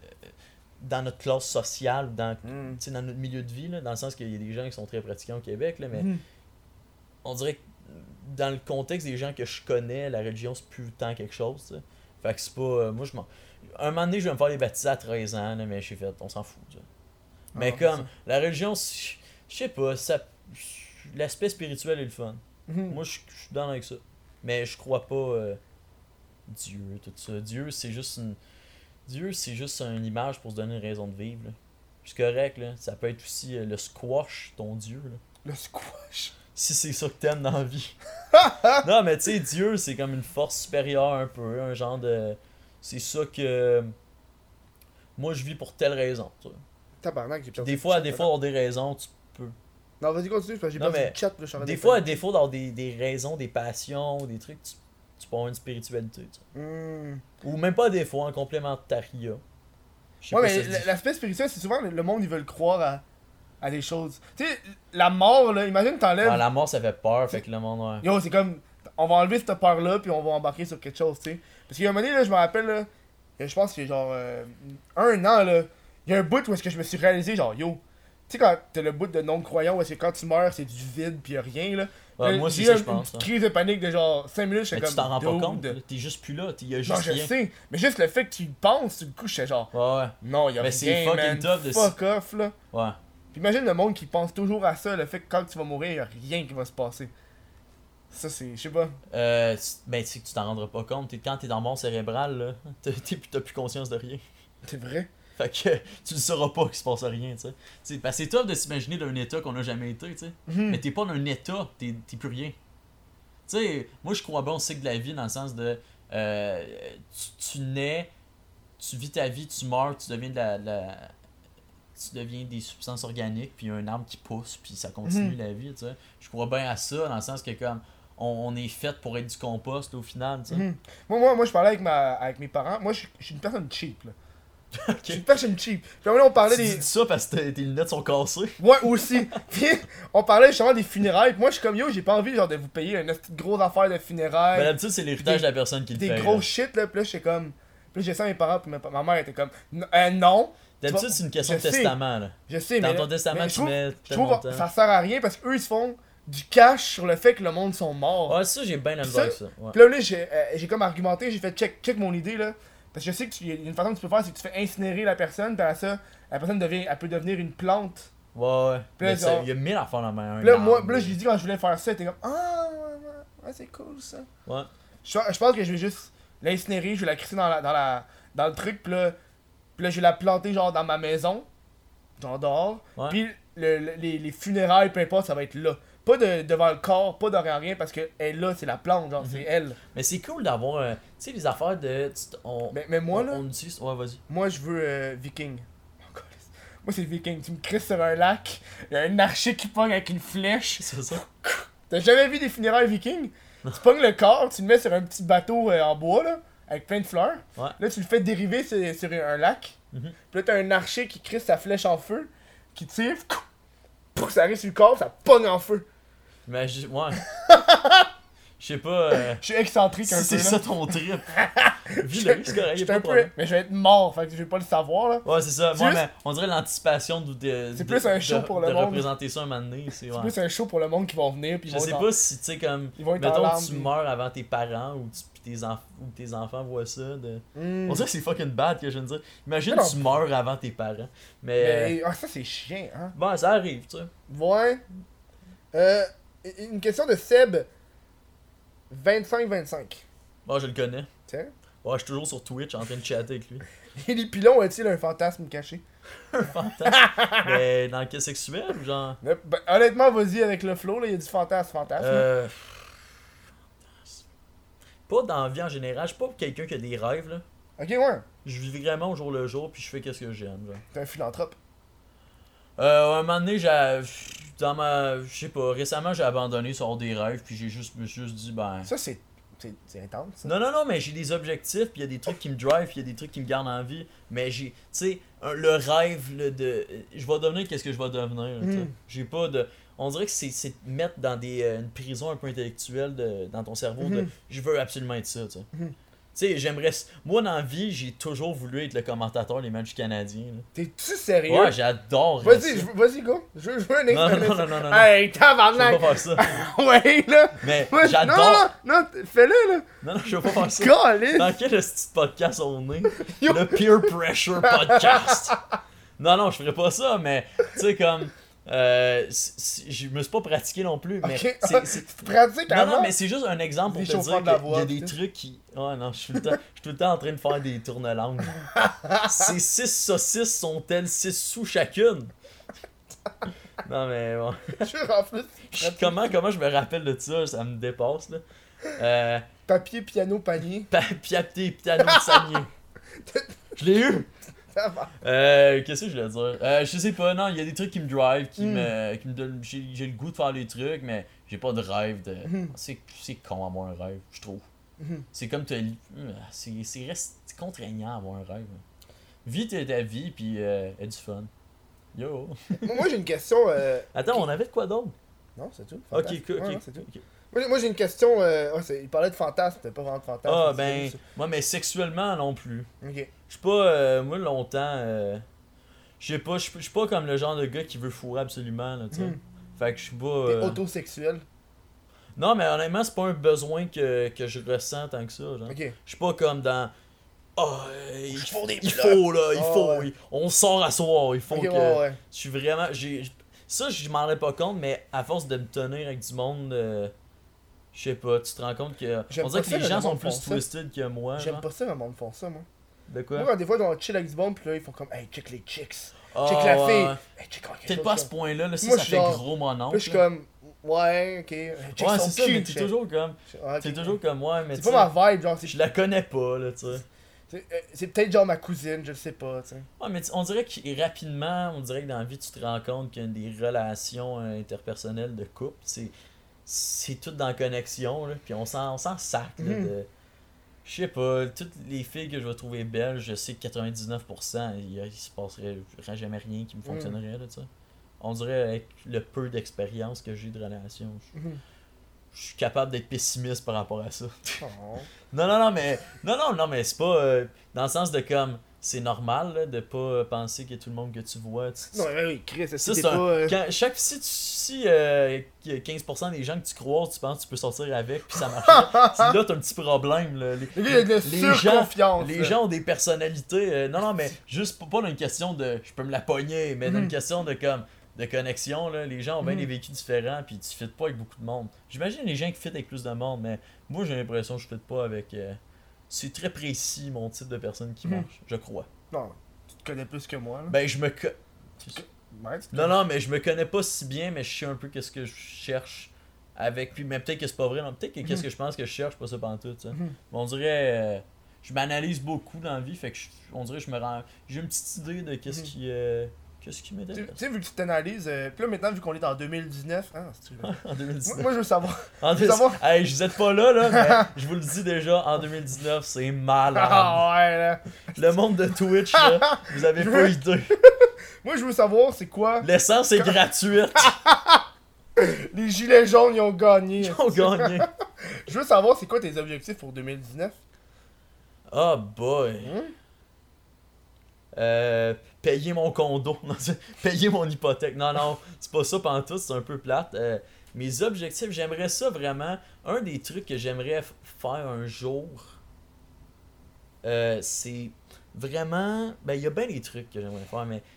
dans notre classe sociale, dans, Mm. tu sais, dans notre milieu de vie, là, dans le sens qu'il y a des gens qui sont très pratiquants au Québec, là, mais Mhm. on dirait que dans le contexte des gens que je connais, la religion c'est plus tant quelque chose. Tu sais. Fait que c'est pas. Moi, un moment donné, je vais me faire les baptiser à 13 ans, là, mais j'ai fait, on s'en fout. Tu sais. Mais Ah, comme, la religion, je sais pas, l'aspect spirituel est le fun. Mhm. Moi, je suis dans avec ça. Mais je crois pas Dieu, tout ça. Dieu, c'est juste une image pour se donner une raison de vivre. Là. C'est correct, là. Ça peut être aussi le squash, ton Dieu. Là. Le squash. Si c'est ça que t'aimes dans la vie. Non, mais tu sais, Dieu, c'est comme une force supérieure un peu. Un genre de. C'est ça que. Moi, je vis pour telle raison. Tu sais. Tabarnak, j'ai perdu Des le fois, chat, à défaut d'avoir des raisons, tu peux. Non, vas-y, continue, parce que j'ai Non, perdu mais le chat. Là, je suis en train Des de fois, à paniquer. défaut d'avoir des raisons, des passions, des trucs, tu peux avoir une spiritualité. Tu sais. Hmm. Ou même pas à défaut, un complémentariat. Je sais Ouais, pas mais si ça se dit. l'aspect spirituel, c'est souvent le monde, ils veulent croire à des choses. Tu sais, la mort, là, imagine t'enlèves. Ouais, la mort, ça fait peur, fait que le monde. Ouais. Yo, c'est comme. On va enlever cette peur-là, puis on va embarquer sur quelque chose, tu sais. Parce qu'il y a un moment donné, là, je me rappelle, là, je pense qu'il y a genre un an, là, il y a un bout où est-ce que je me suis réalisé, genre, yo. Tu sais, quand t'as le bout de non-croyant, où est-ce que quand tu meurs, c'est du vide, puis y a rien, là. Ouais, Là, moi, j'ai c'est ça, eu je pense. Une hein. crise de panique de genre 5 minutes, j'étais Mais comme. tu t'en rends pas dude. compte, là. T'es juste plus là, y a Non, juste je rien. sais. Mais juste le fait que tu y penses, du coup, j'étais genre. Ouais, ouais. Non, y a Mais rien, c'est fucking man. tough de Fuck off, là. Ouais. Puis imagine le monde qui pense toujours à ça, le fait que quand tu vas mourir, y a rien qui va se passer. Ça, c'est. Je sais pas. Ben, tu sais que tu t'en rendras pas compte. Quand t'es dans le monde cérébral, là, t'as plus conscience de rien. C'est vrai. Fait que tu ne sauras pas qu'il se passe rien, tu sais. Parce que c'est tough de s'imaginer d'un état qu'on n'a jamais été, tu sais. Mhm. Mais t'es pas d'un état, t'es plus rien. Tu sais, moi je crois bien au cycle de la vie dans le sens de tu nais, tu vis ta vie, tu meurs, tu deviens tu deviens des substances organiques, puis il y a un arbre qui pousse, puis ça continue la vie, tu sais. Je crois bien à ça, dans le sens que comme on est fait pour être du compost au final, tu sais. Mhm. Moi, je parlais avec mes parents. Moi, je suis une personne cheap, là. Je suis une personne cheap. Puis là, on parlait Tu des. dis ça parce que tes lunettes sont cassées. Ouais, aussi. Puis, on parlait justement des funérailles. Puis moi, je suis comme yo, j'ai pas envie genre de vous payer une petite grosse affaire de funérailles. Mais d'habitude, c'est l'héritage de la personne qui le des fait. gros là. shit, là. Puis là, j'étais comme. Puis là, j'ai ça à mes parents. Puis ma mère était comme. Non. D'habitude, c'est une question de Je sais. testament, là. Je sais, Dans mais. ton testament, mais tu mets je trouve tel que ça sert à rien parce qu'eux, ils se font du cash sur le fait que le monde sont morts. Ouais, ça, j'ai bien la misère avec ça. Ouais. Puis là, j'ai comme argumenté, j'ai fait check mon idée là. Parce que je sais qu'il y a une façon que tu peux faire, c'est que tu fais incinérer la personne, puis à ça, la personne elle peut devenir une plante. Ouais. Puis là, Mais ça, genre- il y a 1000 affaires dans la main. Puis là, moi, je lui ai dit quand je voulais faire ça, elle était comme ah, ouais, c'est cool ça. Ouais. Je pense que je vais juste l'incinérer, je vais la crisser dans le truc, puis là, je vais la planter genre dans ma maison, genre dehors. Ouais. Puis les funérailles, peu importe, ça va être là. Pas devant le corps, pas derrière rien, parce que elle là, c'est la plante, genre, c'est elle. Mais c'est cool d'avoir, tu sais, les affaires de... Mais moi, là, on utilise... Ouais, vas-y. moi, je veux viking. Oh, câlisse. Moi, c'est viking. Tu me crisses sur un lac, il y a un archer qui pogne avec une flèche. C'est ça. T'as jamais vu des funérailles vikings? Tu pognes le corps, tu le mets sur un petit bateau en bois, là, avec plein de fleurs. Ouais. Là, tu le fais dériver sur un lac. Mhm. Puis là, t'as un archer qui crisse sa flèche en feu, qui tire, ça arrive sur le corps, ça pogne en feu. Mais, ouais. Je sais pas... Je suis excentrique un si peu, c'est là. ça ton trip. Vis-le, c'est correct, y a J'étais pas un de peu... problème. Mais je vais être mort, fait que je vais pas le savoir, là. Ouais, c'est ça. C'est Moi, juste- mais on dirait l'anticipation C'est plus un show pour le de monde. représenter ça un moment donné. C'est C'est ouais. plus un show pour le monde qui vont venir, puis ils Je vont sais être en- pas si, tu sais, comme... Ils vont être en Mettons larmes, que tu puis- meurs avant tes parents ou, ou tes enfants voient ça. Hmm. On dirait que c'est fucking bad que je viens de dire. Imagine Mais non. tu meurs avant tes parents. Mais... Mais ça, c'est chiant, hein. Bon, ça arrive, tu sais. Ouais. Une question de Seb. 25-25. Bon, je le connais. Tiens. Ouais, je suis toujours sur Twitch en train de chatter avec lui. Et les pilons ont-ils un fantasme caché? Fantasme. Mais dans le cas sexuel ou genre... Ben, honnêtement, vas-y avec le flow, là, il y a du fantasme. Fantasme. Pas dans la vie en général. Je suis pas quelqu'un qui a des rêves, là. Ok, ouais. Je vis vraiment au jour le jour, puis je fais qu'est-ce que j'aime, genre. T'es un philanthrope. Un moment donné, je sais pas, récemment j'ai abandonné sur des rêves, puis me suis juste dit, ben... Ça, c'est intense. Ça. Non, mais j'ai des objectifs, puis il y a des trucs qui me drive, puis il y a des trucs qui me gardent en vie, mais j'ai, tu sais, le rêve là, je vais devenir qu'est-ce que je vais devenir, là, tu sais. J'ai pas de... On dirait que c'est te mettre dans une prison un peu intellectuelle dans ton cerveau de je veux absolument être ça, tu sais. Tu sais, j'aimerais... Moi, dans la vie, j'ai toujours voulu être le commentateur des matchs canadiens. Là. T'es-tu sérieux? Ouais, j'adore Vas-y, ça. vas-y, go. Je veux un Non. Hey, Je tabarnak! veux pas faire ça. Ouais, là! Mais Ouais, j'adore... Non, fais-le, là! Non, je veux pas faire ça. Caliste! Dans quel petit podcast on est? Yo. Le Peer Pressure Podcast. Non, je ferais pas ça, mais tu sais, comme... je me suis pas pratiqué non plus, mais Ok, c'est... tu pratiques Non, avant? mais c'est juste un exemple pour Des te chauffeurs dire de la qu'il y a voix, des tu sais. trucs qui... Ouais, non, je suis tout le temps en train de faire des tourne-langues. Ces 6 saucisses sont-elles 6 sous chacune? Non, mais bon. En plus, Comment je me rappelle de ça me dépasse, là. papier, piano, panier. Piaté, piano, sanier. Je l'ai eu! Ça va. Qu'est-ce que je voulais dire? Je sais pas, non, il y a des trucs qui me drive, qui me donnent. J'ai le goût de faire des trucs, mais j'ai pas de rêve de. C'est con avoir un rêve, je trouve. C'est comme c'est contraignant avoir un rêve. Vis ta vie, puis aie du fun. Yo! Moi, j'ai une question. Attends, on avait de quoi d'autre? Non, c'est tout. Ok, Fantasme. ok. Ouais, non, c'est tout. Moi, j'ai une question. Il parlait de fantasme, c'était pas vraiment de fantasme. Ah, c'est ben, juste- moi, mais sexuellement non plus. Ok. Je suis pas, moi, longtemps, je sais pas, je suis pas comme le genre de gars qui veut fourrer absolument, là, tu sais. Fait que je suis pas... T'es autosexuel. Non, mais honnêtement, c'est pas un besoin que je ressens tant que ça, genre. Ok. Je suis pas comme dans... Oh, il faut des il blocs. faut, là, il Ah, faut, ouais. on sort à soir, il faut Ok, que... ouais. Je suis vraiment... Ça, je m'en rendais pas compte, mais à force de me tenir avec du monde... je sais pas, tu te rends compte que... J'aime On dirait pas que ça, les le gens sont monde plus font ça. twisted que moi, J'aime genre. pas ça, le monde font ça, moi. De quoi? Moi, quand des fois, on chill avec du monde, pis là, ils font comme, hey, check les chicks. Ah, Check la ouais, fille. ouais. Hey, check quelque Peut-être chose, pas à ça. ce point-là, là, si Moi, ça je fait genre- gros mon Puis oncle. là, je suis là. comme, ouais, ok. Check Ouais, son c'est ça, cul, mais t'es check. toujours comme... Ah, ok. T'es toujours comme moi, mais C'est tu pas sais, ma vibe, genre, je la connais pas, là, tu sais. c'est peut-être genre ma cousine, je le sais pas, tu sais. Ouais, mais on dirait que rapidement, on dirait que dans la vie, tu te rends compte qu'il y a des relations interpersonnelles de couple, c'est tout dans la connexion, là, puis on s'en sac, là, de... Je sais pas, toutes les filles que je vais trouver belles, je sais que 99%, il se passerait jamais rien qui me fonctionnerait, là, tu sais. On dirait avec le peu d'expérience que j'ai de relation, je suis capable d'être pessimiste par rapport à ça. Oh. Non, mais c'est pas dans le sens de comme c'est normal là, de pas penser que tout le monde que tu vois. Non, mais oui, Chris, ça, c'est c'est pas. si 15% des gens que tu croises, tu penses que tu peux sortir avec, puis ça marche. Là, t'as un petit problème. Là. Le gars, il a de la surconfiance. Les gens ont des personnalités. Non, mais juste pas dans une question de je peux me la pogner, mais dans une question de comme. De connexion, là, les gens ont bien des vécus différents, puis tu fites pas avec beaucoup de monde. J'imagine les gens qui fitent avec plus de monde, mais moi j'ai l'impression que je fitte pas avec. C'est très précis mon type de personne qui marche, je crois. Non, tu te connais plus que moi, là. Ben je me. Ouais, Non, mais je me connais pas si bien, mais je sais un peu qu'est-ce que je cherche avec. Puis, mais peut-être que c'est pas vrai, non. Peut-être que qu'est-ce que je pense que je cherche, pas ça pantoute, ça. Mais on dirait. Je m'analyse beaucoup dans la vie, fait que on dirait que je me rends. J'ai une petite idée de qu'est-ce qui Tu m'intéresse. sais, vu que tu t'analyses, puis là maintenant, vu qu'on est en 2019, hein, En 2019. moi je veux savoir. En Je veux savoir. Hey, je vous êtes pas là, mais je vous le dis déjà, en 2019, c'est malade. Ah ouais, là. Le monde de Twitch, là, vous avez pas idée. Moi je veux savoir, c'est quoi. L'essence est gratuite. Les gilets jaunes, ils ont gagné. Ils ont gagné. Je veux savoir, c'est quoi tes objectifs pour 2019? Oh boy. Hein? Payer mon condo. Non, payer mon hypothèque. Non, c'est pas ça pantoute, c'est un peu plate. Mes objectifs, j'aimerais ça vraiment. Un des trucs que j'aimerais faire un jour, c'est vraiment. Ben, il y a bien des trucs que j'aimerais faire, mais.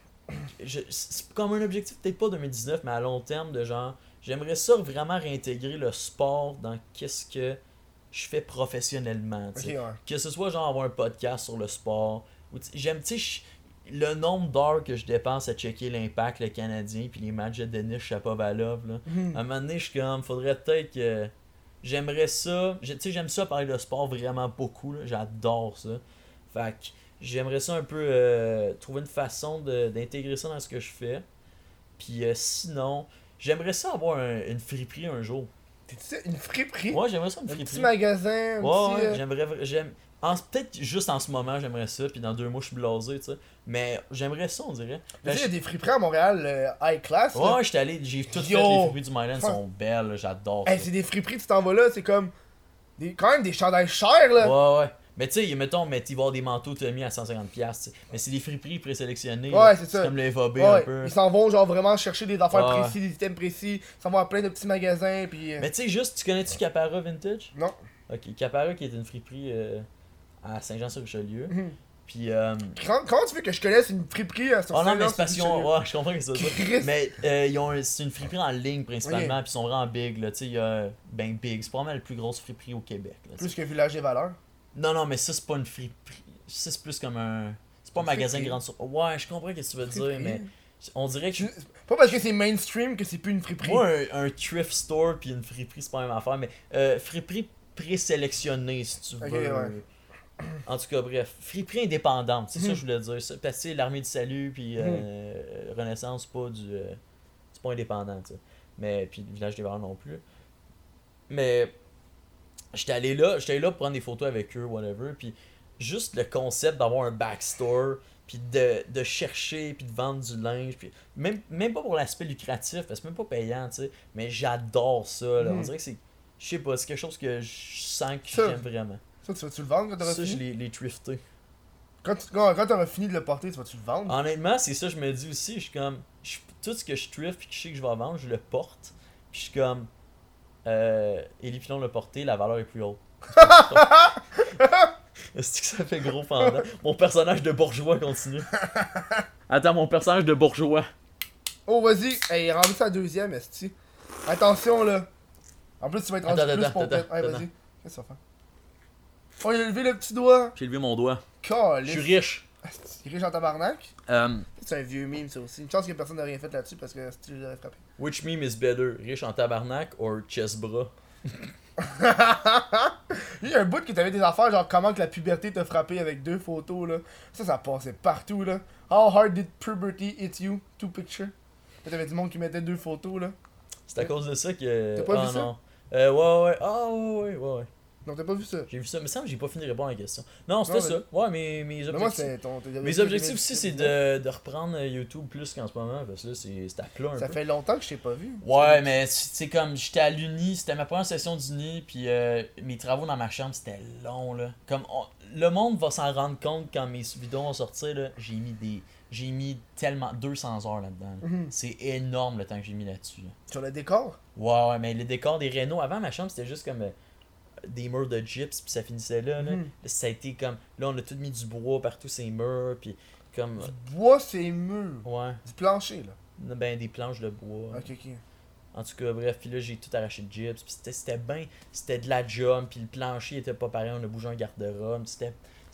C'est comme un objectif, peut-être pas 2019, mais à long terme, de genre. J'aimerais ça vraiment réintégrer le sport dans qu'est-ce que je fais professionnellement. Ok, Tu sais. ouais. Que ce soit genre avoir un podcast sur le sport. Ou j'aime, tu sais, le nombre d'heures que je dépense à checker l'Impact, le Canadien, puis les matchs de Denis Shapovalov, là. À un moment donné, je suis comme, faudrait peut-être que. J'aimerais ça. Tu sais, j'aime ça parler de sport vraiment beaucoup, là. J'adore ça. Fait que j'aimerais ça un peu trouver une façon d'intégrer ça dans ce que je fais. Puis sinon, j'aimerais ça avoir une friperie un jour. T'es-tu sais, une friperie? Ouais, j'aimerais ça une Un friperie. petit magasin, un Ouais, petit. ouais, peut-être juste en ce moment, j'aimerais ça, puis dans 2 mois, je suis blasé, tu sais. Mais j'aimerais ça, on dirait. Tu sais, il y a des friperies à Montréal, high class. Là. Ouais, j'étais allé, j'ai tout fait, Yo! les friperies du Myland sont belles, là, j'adore Hey, ça. c'est des friperies, tu t'en vas là, c'est comme. Quand même des chandails chers, là. Ouais. Mais tu sais, mettons, il va y avoir des manteaux Tommy à 150$, tu sais. Mais c'est des friperies présélectionnées. Ouais, là. c'est ça. C'est comme le FAB Ouais, un peu. ils s'en vont genre vraiment chercher des affaires Ouais. précis, des items précis, ils s'en vont à plein de petits magasins, puis. Mais tu sais, juste, tu connais-tu Capara Vintage? Non. Ok, Capara qui est une friperie à Saint-Jean-sur-Richelieu. Mhm. Puis. Comment tu veux que je connaisse une friperie à Oh non, mais c'est parce Saint-Jean-sur-Richelieu? ouais, je comprends que c'est ça. Christ. Mais c'est une friperie en ligne principalement, Ok. puis ils sont vraiment big, là. Tu sais, il y a. Ben, big. C'est probablement la plus grosse friperie au Québec, là. Plus que Village des Valeurs. Non, mais ça, c'est pas une friperie. Ça, c'est plus comme un. C'est pas un Une magasin friperie. grande sur. Ouais, je comprends ce que tu veux dire, Friperie. mais. On dirait que. Pas parce que c'est mainstream que c'est plus une friperie. Moi, un thrift store puis une friperie, c'est pas la même affaire, mais friperie présélectionnée, si tu veux. Ok, ouais. En tout cas, bref, friperie indépendante, c'est ça que je voulais dire. Ça, parce que tu sais, l'Armée du Salut puis Renaissance, c'est pas indépendant, tu sais. Mais puis le Village des Valeurs non plus. Mais j'étais allé là pour prendre des photos avec eux, whatever, puis juste le concept d'avoir un backstore, puis de chercher, puis de vendre du linge, puis même pas pour l'aspect lucratif, parce que c'est même pas payant, tu sais, mais j'adore ça, là. On dirait que c'est, je sais pas, c'est quelque chose que je sens que Ça, j'aime vraiment. Ça, tu vas-tu le vendre quand t'auras Ça, je fini? l'ai thrifté. Quand t'auras fini de le porter, tu vas-tu le vendre? Honnêtement, c'est ça que je me dis aussi, je suis comme, tout ce que je thrift, puis que je sais que je vais vendre, je le porte, puis je suis comme, Élie Pilon l'a porté, la valeur est plus haute. Est-ce que ça fait gros pendant? Mon personnage de bourgeois continue. Attends, mon personnage de bourgeois. Oh, vas-y! Hey, rendu sa deuxième, esti. Attention, là! En plus, tu vas être rendu plus pompette. Hey, attends. vas-y. Qu'est-ce que ça fait? Oh, il a levé le petit doigt! J'ai levé mon doigt. Je Calice! suis riche. Asti, il est riche en tabarnak? C'est un vieux meme, ça aussi. Une chance que personne n'a rien fait là-dessus parce que esti, je l'aurais frappé. Which meme is better? Riche en tabarnak or chest bras? Il y a un bout que t'avais des affaires, genre comment que la puberté t'a frappé avec 2 photos, là. Ça passait partout, là. How hard did puberty hit you? 2 pictures. Là, t'avais du monde qui mettait 2 photos, là. C'est à cause de ça que. T'as pas Ah vu ça? non. Ouais. Ah ouais. Non, t'as pas vu ça? J'ai vu ça, mais ça, j'ai pas fini de répondre à la question. Non, c'était Non, ça. Ouais, mes Mais moi, objectifs. c'est ton. Mes objectifs aussi, c'est de reprendre YouTube plus qu'en ce moment, parce que là, c'est à plat un Ça peu. fait longtemps que je t'ai pas vu. Ouais, mais c'est comme, j'étais à l'Uni, c'était ma première session d'Uni, puis mes travaux dans ma chambre, c'était long, là. Comme, le monde va s'en rendre compte quand mes vidéos vont sortir, là, j'ai mis tellement 200 heures là-dedans. Là. Mhm. C'est énorme le temps que j'ai mis là-dessus. Là. Sur le décor? Ouais, mais les décors des rénaux, avant ma chambre, c'était juste comme des murs de gyps, puis ça finissait là. Là. Mhm. Là, ça a été comme, là, on a tout mis du bois partout ces murs, puis comme, Bois ses murs. ouais, Du plancher, là. ben des planches de bois. Ok. En tout cas, bref, puis là, j'ai tout arraché de gyps, puis c'était de la job, puis le plancher était pas pareil, on a bougé un garde-robe, c'était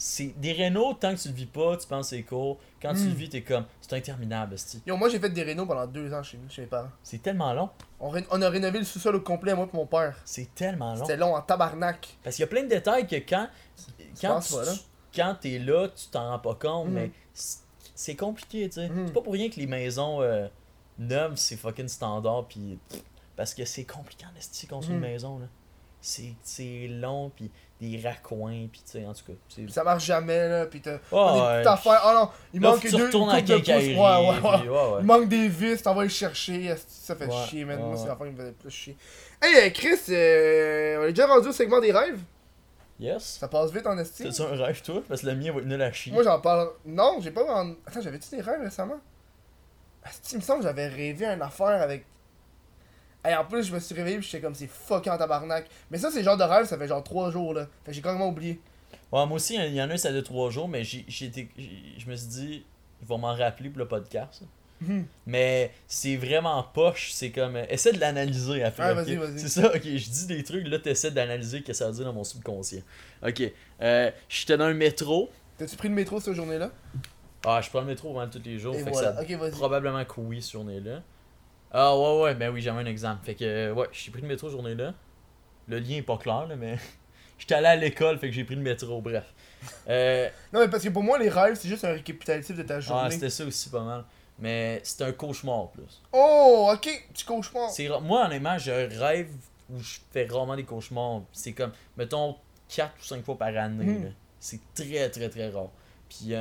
c'est des rénaux, tant que tu le vis pas, tu penses que c'est court. Quand tu le vis, t'es comme, c'est interminable, esti. Yo, moi j'ai fait des rénaux pendant 2 ans chez mes parents. C'est tellement long. On a rénové le sous-sol au complet, moi et mon père. C'est tellement long. C'était long en tabarnak. Parce qu'il y a plein de détails que penses pas, là? quand t'es là, tu t'en rends pas compte, Mhm. mais c'est compliqué, tu sais. Mhm. C'est pas pour rien que les maisons neuves, c'est fucking standard, pis parce que c'est compliqué en esti construire Mhm. une maison, là. C'est long, pis des raccoins, pis tu sais, en tout cas. Puis ça marche jamais, là. Puis t'as Oh, des ouais. petites affaires. Oh non, il Là, manque faut que tu deux retournes à la coupes de pouces. quincaillerie, Ouais. pis ouais. Il manque des vis, t'en vas les chercher. esti, ça fait Ouais, chier, man. ouais, Moi, c'est ouais. l'affaire qui me faisait plus chier. Hey, Chris, on est déjà rendu au segment des rêves. Yes. Ça passe vite en esti. T'as-tu un rêve, toi? Parce que le mien va être nul à chier. Moi, j'en parle. Non, j'ai pas. Attends, j'avais-tu des rêves récemment? Esti, il me semble que j'avais rêvé une affaire avec. Hey, en plus, je me suis réveillé pis j'étais comme c'est fucking en tabarnak. Mais ça, c'est le genre de rêve, ça fait genre 3 jours, là. Fait que j'ai carrément oublié. Ouais, moi aussi, il y en a un, ça de 3 jours, mais je me suis dit, il va m'en rappeler pour le podcast. Mhm. Mais c'est vraiment poche, c'est comme. Essaie de l'analyser après. Ouais, ok? vas-y. C'est ça, ok, je dis des trucs, là, t'essaies d'analyser ce que ça veut dire dans mon subconscient. Ok, j'étais dans un métro. T'as-tu pris le métro cette journée-là? Ah, je prends le métro vraiment tous les jours, Et fait voilà. que ça Ok, vas-y. probablement que oui, cette journée-là. Ah, ouais, ben oui, j'avais un exemple. Fait que, ouais, j'ai pris le métro cette journée-là. Le lien est pas clair, là, mais. J'étais allé à l'école, fait que j'ai pris le métro, bref. Non, mais parce que pour moi, les rêves, c'est juste un récapitulatif de ta Ah, journée. c'était ça aussi pas mal. Mais c'était un cauchemar plus. Oh, ok, tu cauchemar. Moi, honnêtement, je rêve où je fais rarement des cauchemars. C'est comme, mettons, 4 ou 5 fois par année. Mhm. Là. C'est très, très, très rare. Puis,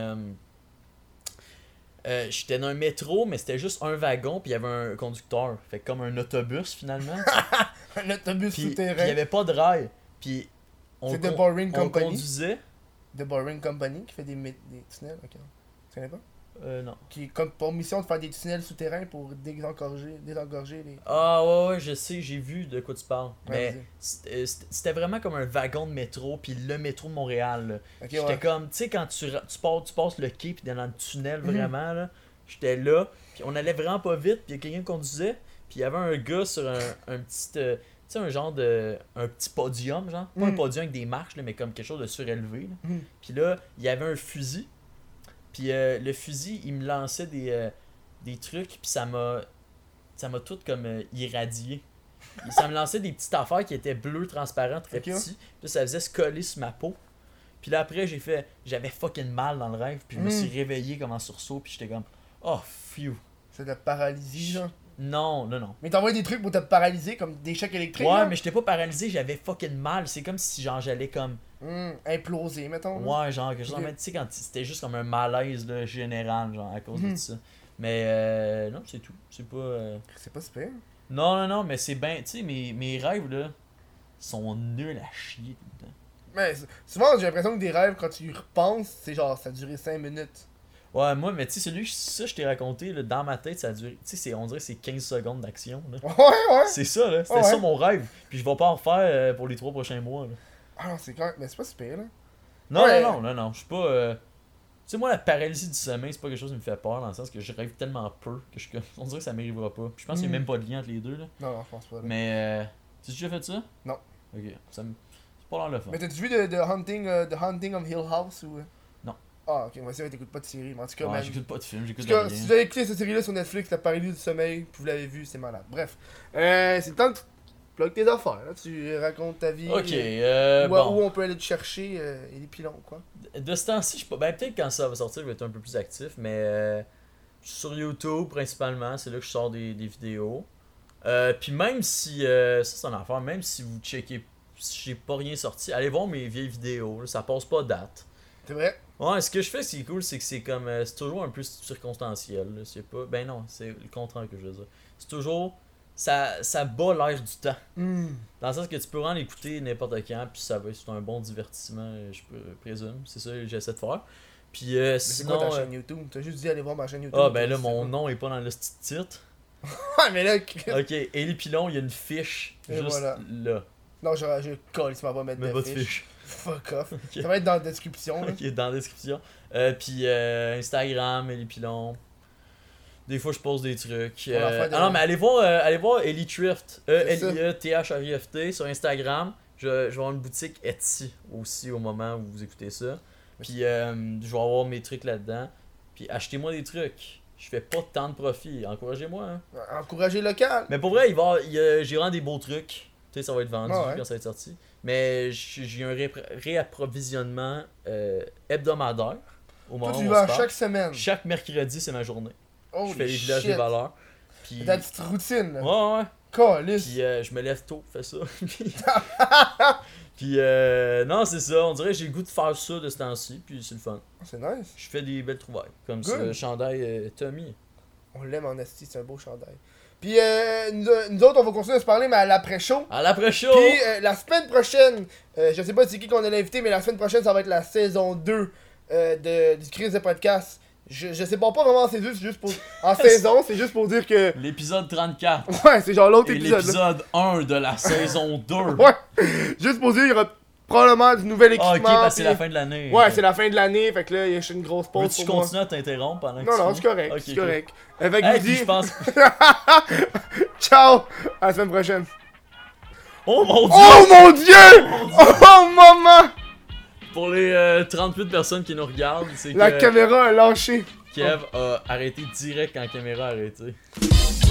j'étais dans un métro, mais c'était juste un wagon, puis il y avait un conducteur. Fait comme un autobus, finalement. Un autobus Puis, il souterrain. n'y avait pas de rail. Puis, C'est The Boring on Company. conduisait. The Boring Company qui fait des tunnels, ok. Tu connais pas? Non. Qui comme pour mission de faire des tunnels souterrains pour désengorger les. Ah ouais, je sais, j'ai vu de quoi tu parles. Ouais, Mais c'était vraiment comme un wagon de métro, puis le métro de Montréal. Là. Ok, J'étais ouais. comme, tu sais, quand tu passes le quai, puis dans le tunnel, Mhm. vraiment, là, j'étais là, puis on allait vraiment pas vite, puis il y a quelqu'un qui conduisait, puis il y avait un gars sur un petit, tu sais, un genre de, un petit podium, genre, pas un Mhm. podium avec des marches, là, mais comme quelque chose de surélevé, là. Mhm. Puis là, il y avait un fusil, puis le fusil, il me lançait des trucs, puis ça m'a tout comme irradié. Ça me lançait des petites affaires qui étaient bleues, transparentes, très Ok, petits. Puis là, ça faisait se coller sur ma peau. Puis là, après, j'avais fucking mal dans le rêve. Puis je me suis réveillé comme en sursaut. Puis j'étais comme, oh, phew. C'est de la paralysie, genre. Non. Mais t'envoies des trucs pour te paralyser, comme des chocs électriques. Ouais, là? mais j'étais pas paralysé, j'avais fucking mal. C'est comme si, genre, j'allais comme. Imploser, mettons. là. Ouais, genre, quelque chose. Ok. Mais tu sais, quand c'était juste comme un malaise là, général, genre, à cause de Mhm. ça. Mais non, c'est tout. C'est pas. C'est pas super. Non, mais c'est bien. Tu sais, mes rêves, là, sont nuls à chier tout le temps. Mais souvent, j'ai l'impression que des rêves, quand tu y repenses, c'est genre, ça a duré 5 minutes. Ouais, moi, mais tu sais, ça, je t'ai raconté, là, dans ma tête, ça a duré. Tu sais, on dirait que c'est 15 secondes d'action, là. Ouais. C'est ça, là. C'était Ouais. ça mon rêve. Puis je vais pas en refaire pour les 3 prochains mois, là. Ah non, c'est correct, mais c'est pas super, là. Non, Ouais. non, je suis pas. Tu sais, moi, la paralysie du sommeil, c'est pas quelque chose qui me fait peur, dans le sens que je rêve tellement peu que on dirait que ça m'arrivera pas. Puis je pense qu'il y a même pas de lien entre les deux, là. Non, je pense pas. Là. Mais, tu as déjà fait ça? Non. Ok, c'est pas l'air le fun. Mais t'as-tu vu The Hunting of Hill House ou. Non. Ah, ok, moi, c'est vrai, t'écoutes pas de série, mais en tout cas, Ouais, man. j'écoute pas de film, En j'écoute tout de cas, si rien. vous avez écouté cette série-là sur Netflix, La paralysie du sommeil, puis vous l'avez vu, c'est malade. Bref. C'est le temps de plug tes affaires, là. Tu racontes ta vie. Ok, Où bon. on peut aller te chercher, et les pilons, quoi. De ce temps-ci, je sais pas. Ben, peut-être quand ça va sortir, je vais être un peu plus actif, mais je suis sur YouTube principalement, c'est là que je sors des vidéos. Puis même si, ça c'est une affaire, même si vous checkez, si j'ai pas rien sorti, allez voir mes vieilles vidéos, là, ça passe pas date. C'est vrai? Ouais, ce que je fais, ce qui est cool, c'est que c'est comme, c'est toujours un peu circonstanciel, là, c'est pas, ben non, c'est le contraire que je veux dire. C'est toujours, ça bat l'air du temps. Dans le sens que tu peux vraiment l'écouter n'importe quand, puis ça va être un bon divertissement, je présume. C'est ça que j'essaie de faire. Puis Mais c'est sinon. quoi ta chaîne YouTube? T'as juste dit aller voir ma chaîne YouTube. Ah, ben là, Tu sais mon pas. nom est pas dans le petit titre. Ah, mais là. Ok, Élie Pilon, il y a une fiche Et juste voilà. là. Non, je colle, tu m'as pas mettre Mets de votre fiche. fiche. Fuck off. Ok. Ça va être dans la description, là. Ok, dans la description. Puis Instagram, Élie Pilon. Des fois, je pose des trucs. On va faire des- Ah non, mais allez voir Ellie Thrift. C'est ça. Eliethrift sur Instagram. Je vais avoir une boutique Etsy aussi au moment où vous écoutez ça. Puis je vais avoir mes trucs là-dedans. Puis achetez-moi des trucs. Je fais pas tant de profit. Encouragez-moi. Hein. Encourager local. Mais pour vrai, j'ai vraiment des beaux trucs. Tu sais, ça va être vendu quand ça va être sorti. Mais j'ai un réapprovisionnement hebdomadaire. Au moment Toi, où tu on vas se parle. chaque semaine. Chaque mercredi, c'est ma journée. Oh, Je fais les villages des valeurs. Puis... Ta petite routine. Là. Ouais. Calice. Puis je me lève tôt, fais ça. Puis non, c'est ça. On dirait que j'ai le goût de faire ça de ce temps-ci. Puis c'est le fun. C'est nice. Je fais des belles trouvailles. Comme Good. ce chandail Tommy. On l'aime en esti, c'est un beau chandail. Puis nous autres, on va continuer à se parler, mais à l'après-show. À l'après-show! Puis la semaine prochaine, je sais pas c'est qui qu'on a l'invité, mais la semaine prochaine, ça va être la saison 2 du Crise de podcast. Je sais pas vraiment c'est juste pour... En saison, c'est juste pour dire que... L'épisode 34. Ouais, c'est genre l'autre Et épisode. l'épisode 1 de la saison 2. Ouais, juste pour dire, il y aura probablement du nouvel équipement. Ah, ok, parce que c'est puis- la fin de l'année. Ouais, c'est la fin de l'année, fait que là, il y a une grosse pause Veux-tu pour moi. continuer à t'interrompre pendant que Non, tu non, finis? c'est correct, Ok, c'est cool. correct. Avec Hey, vous puis je pense... ciao, à la semaine prochaine. Oh mon dieu! Oh mon dieu! Oh maman! Pour les 38 personnes qui nous regardent, c'est La que caméra a lâché. Kev a arrêté direct quand la caméra a arrêté.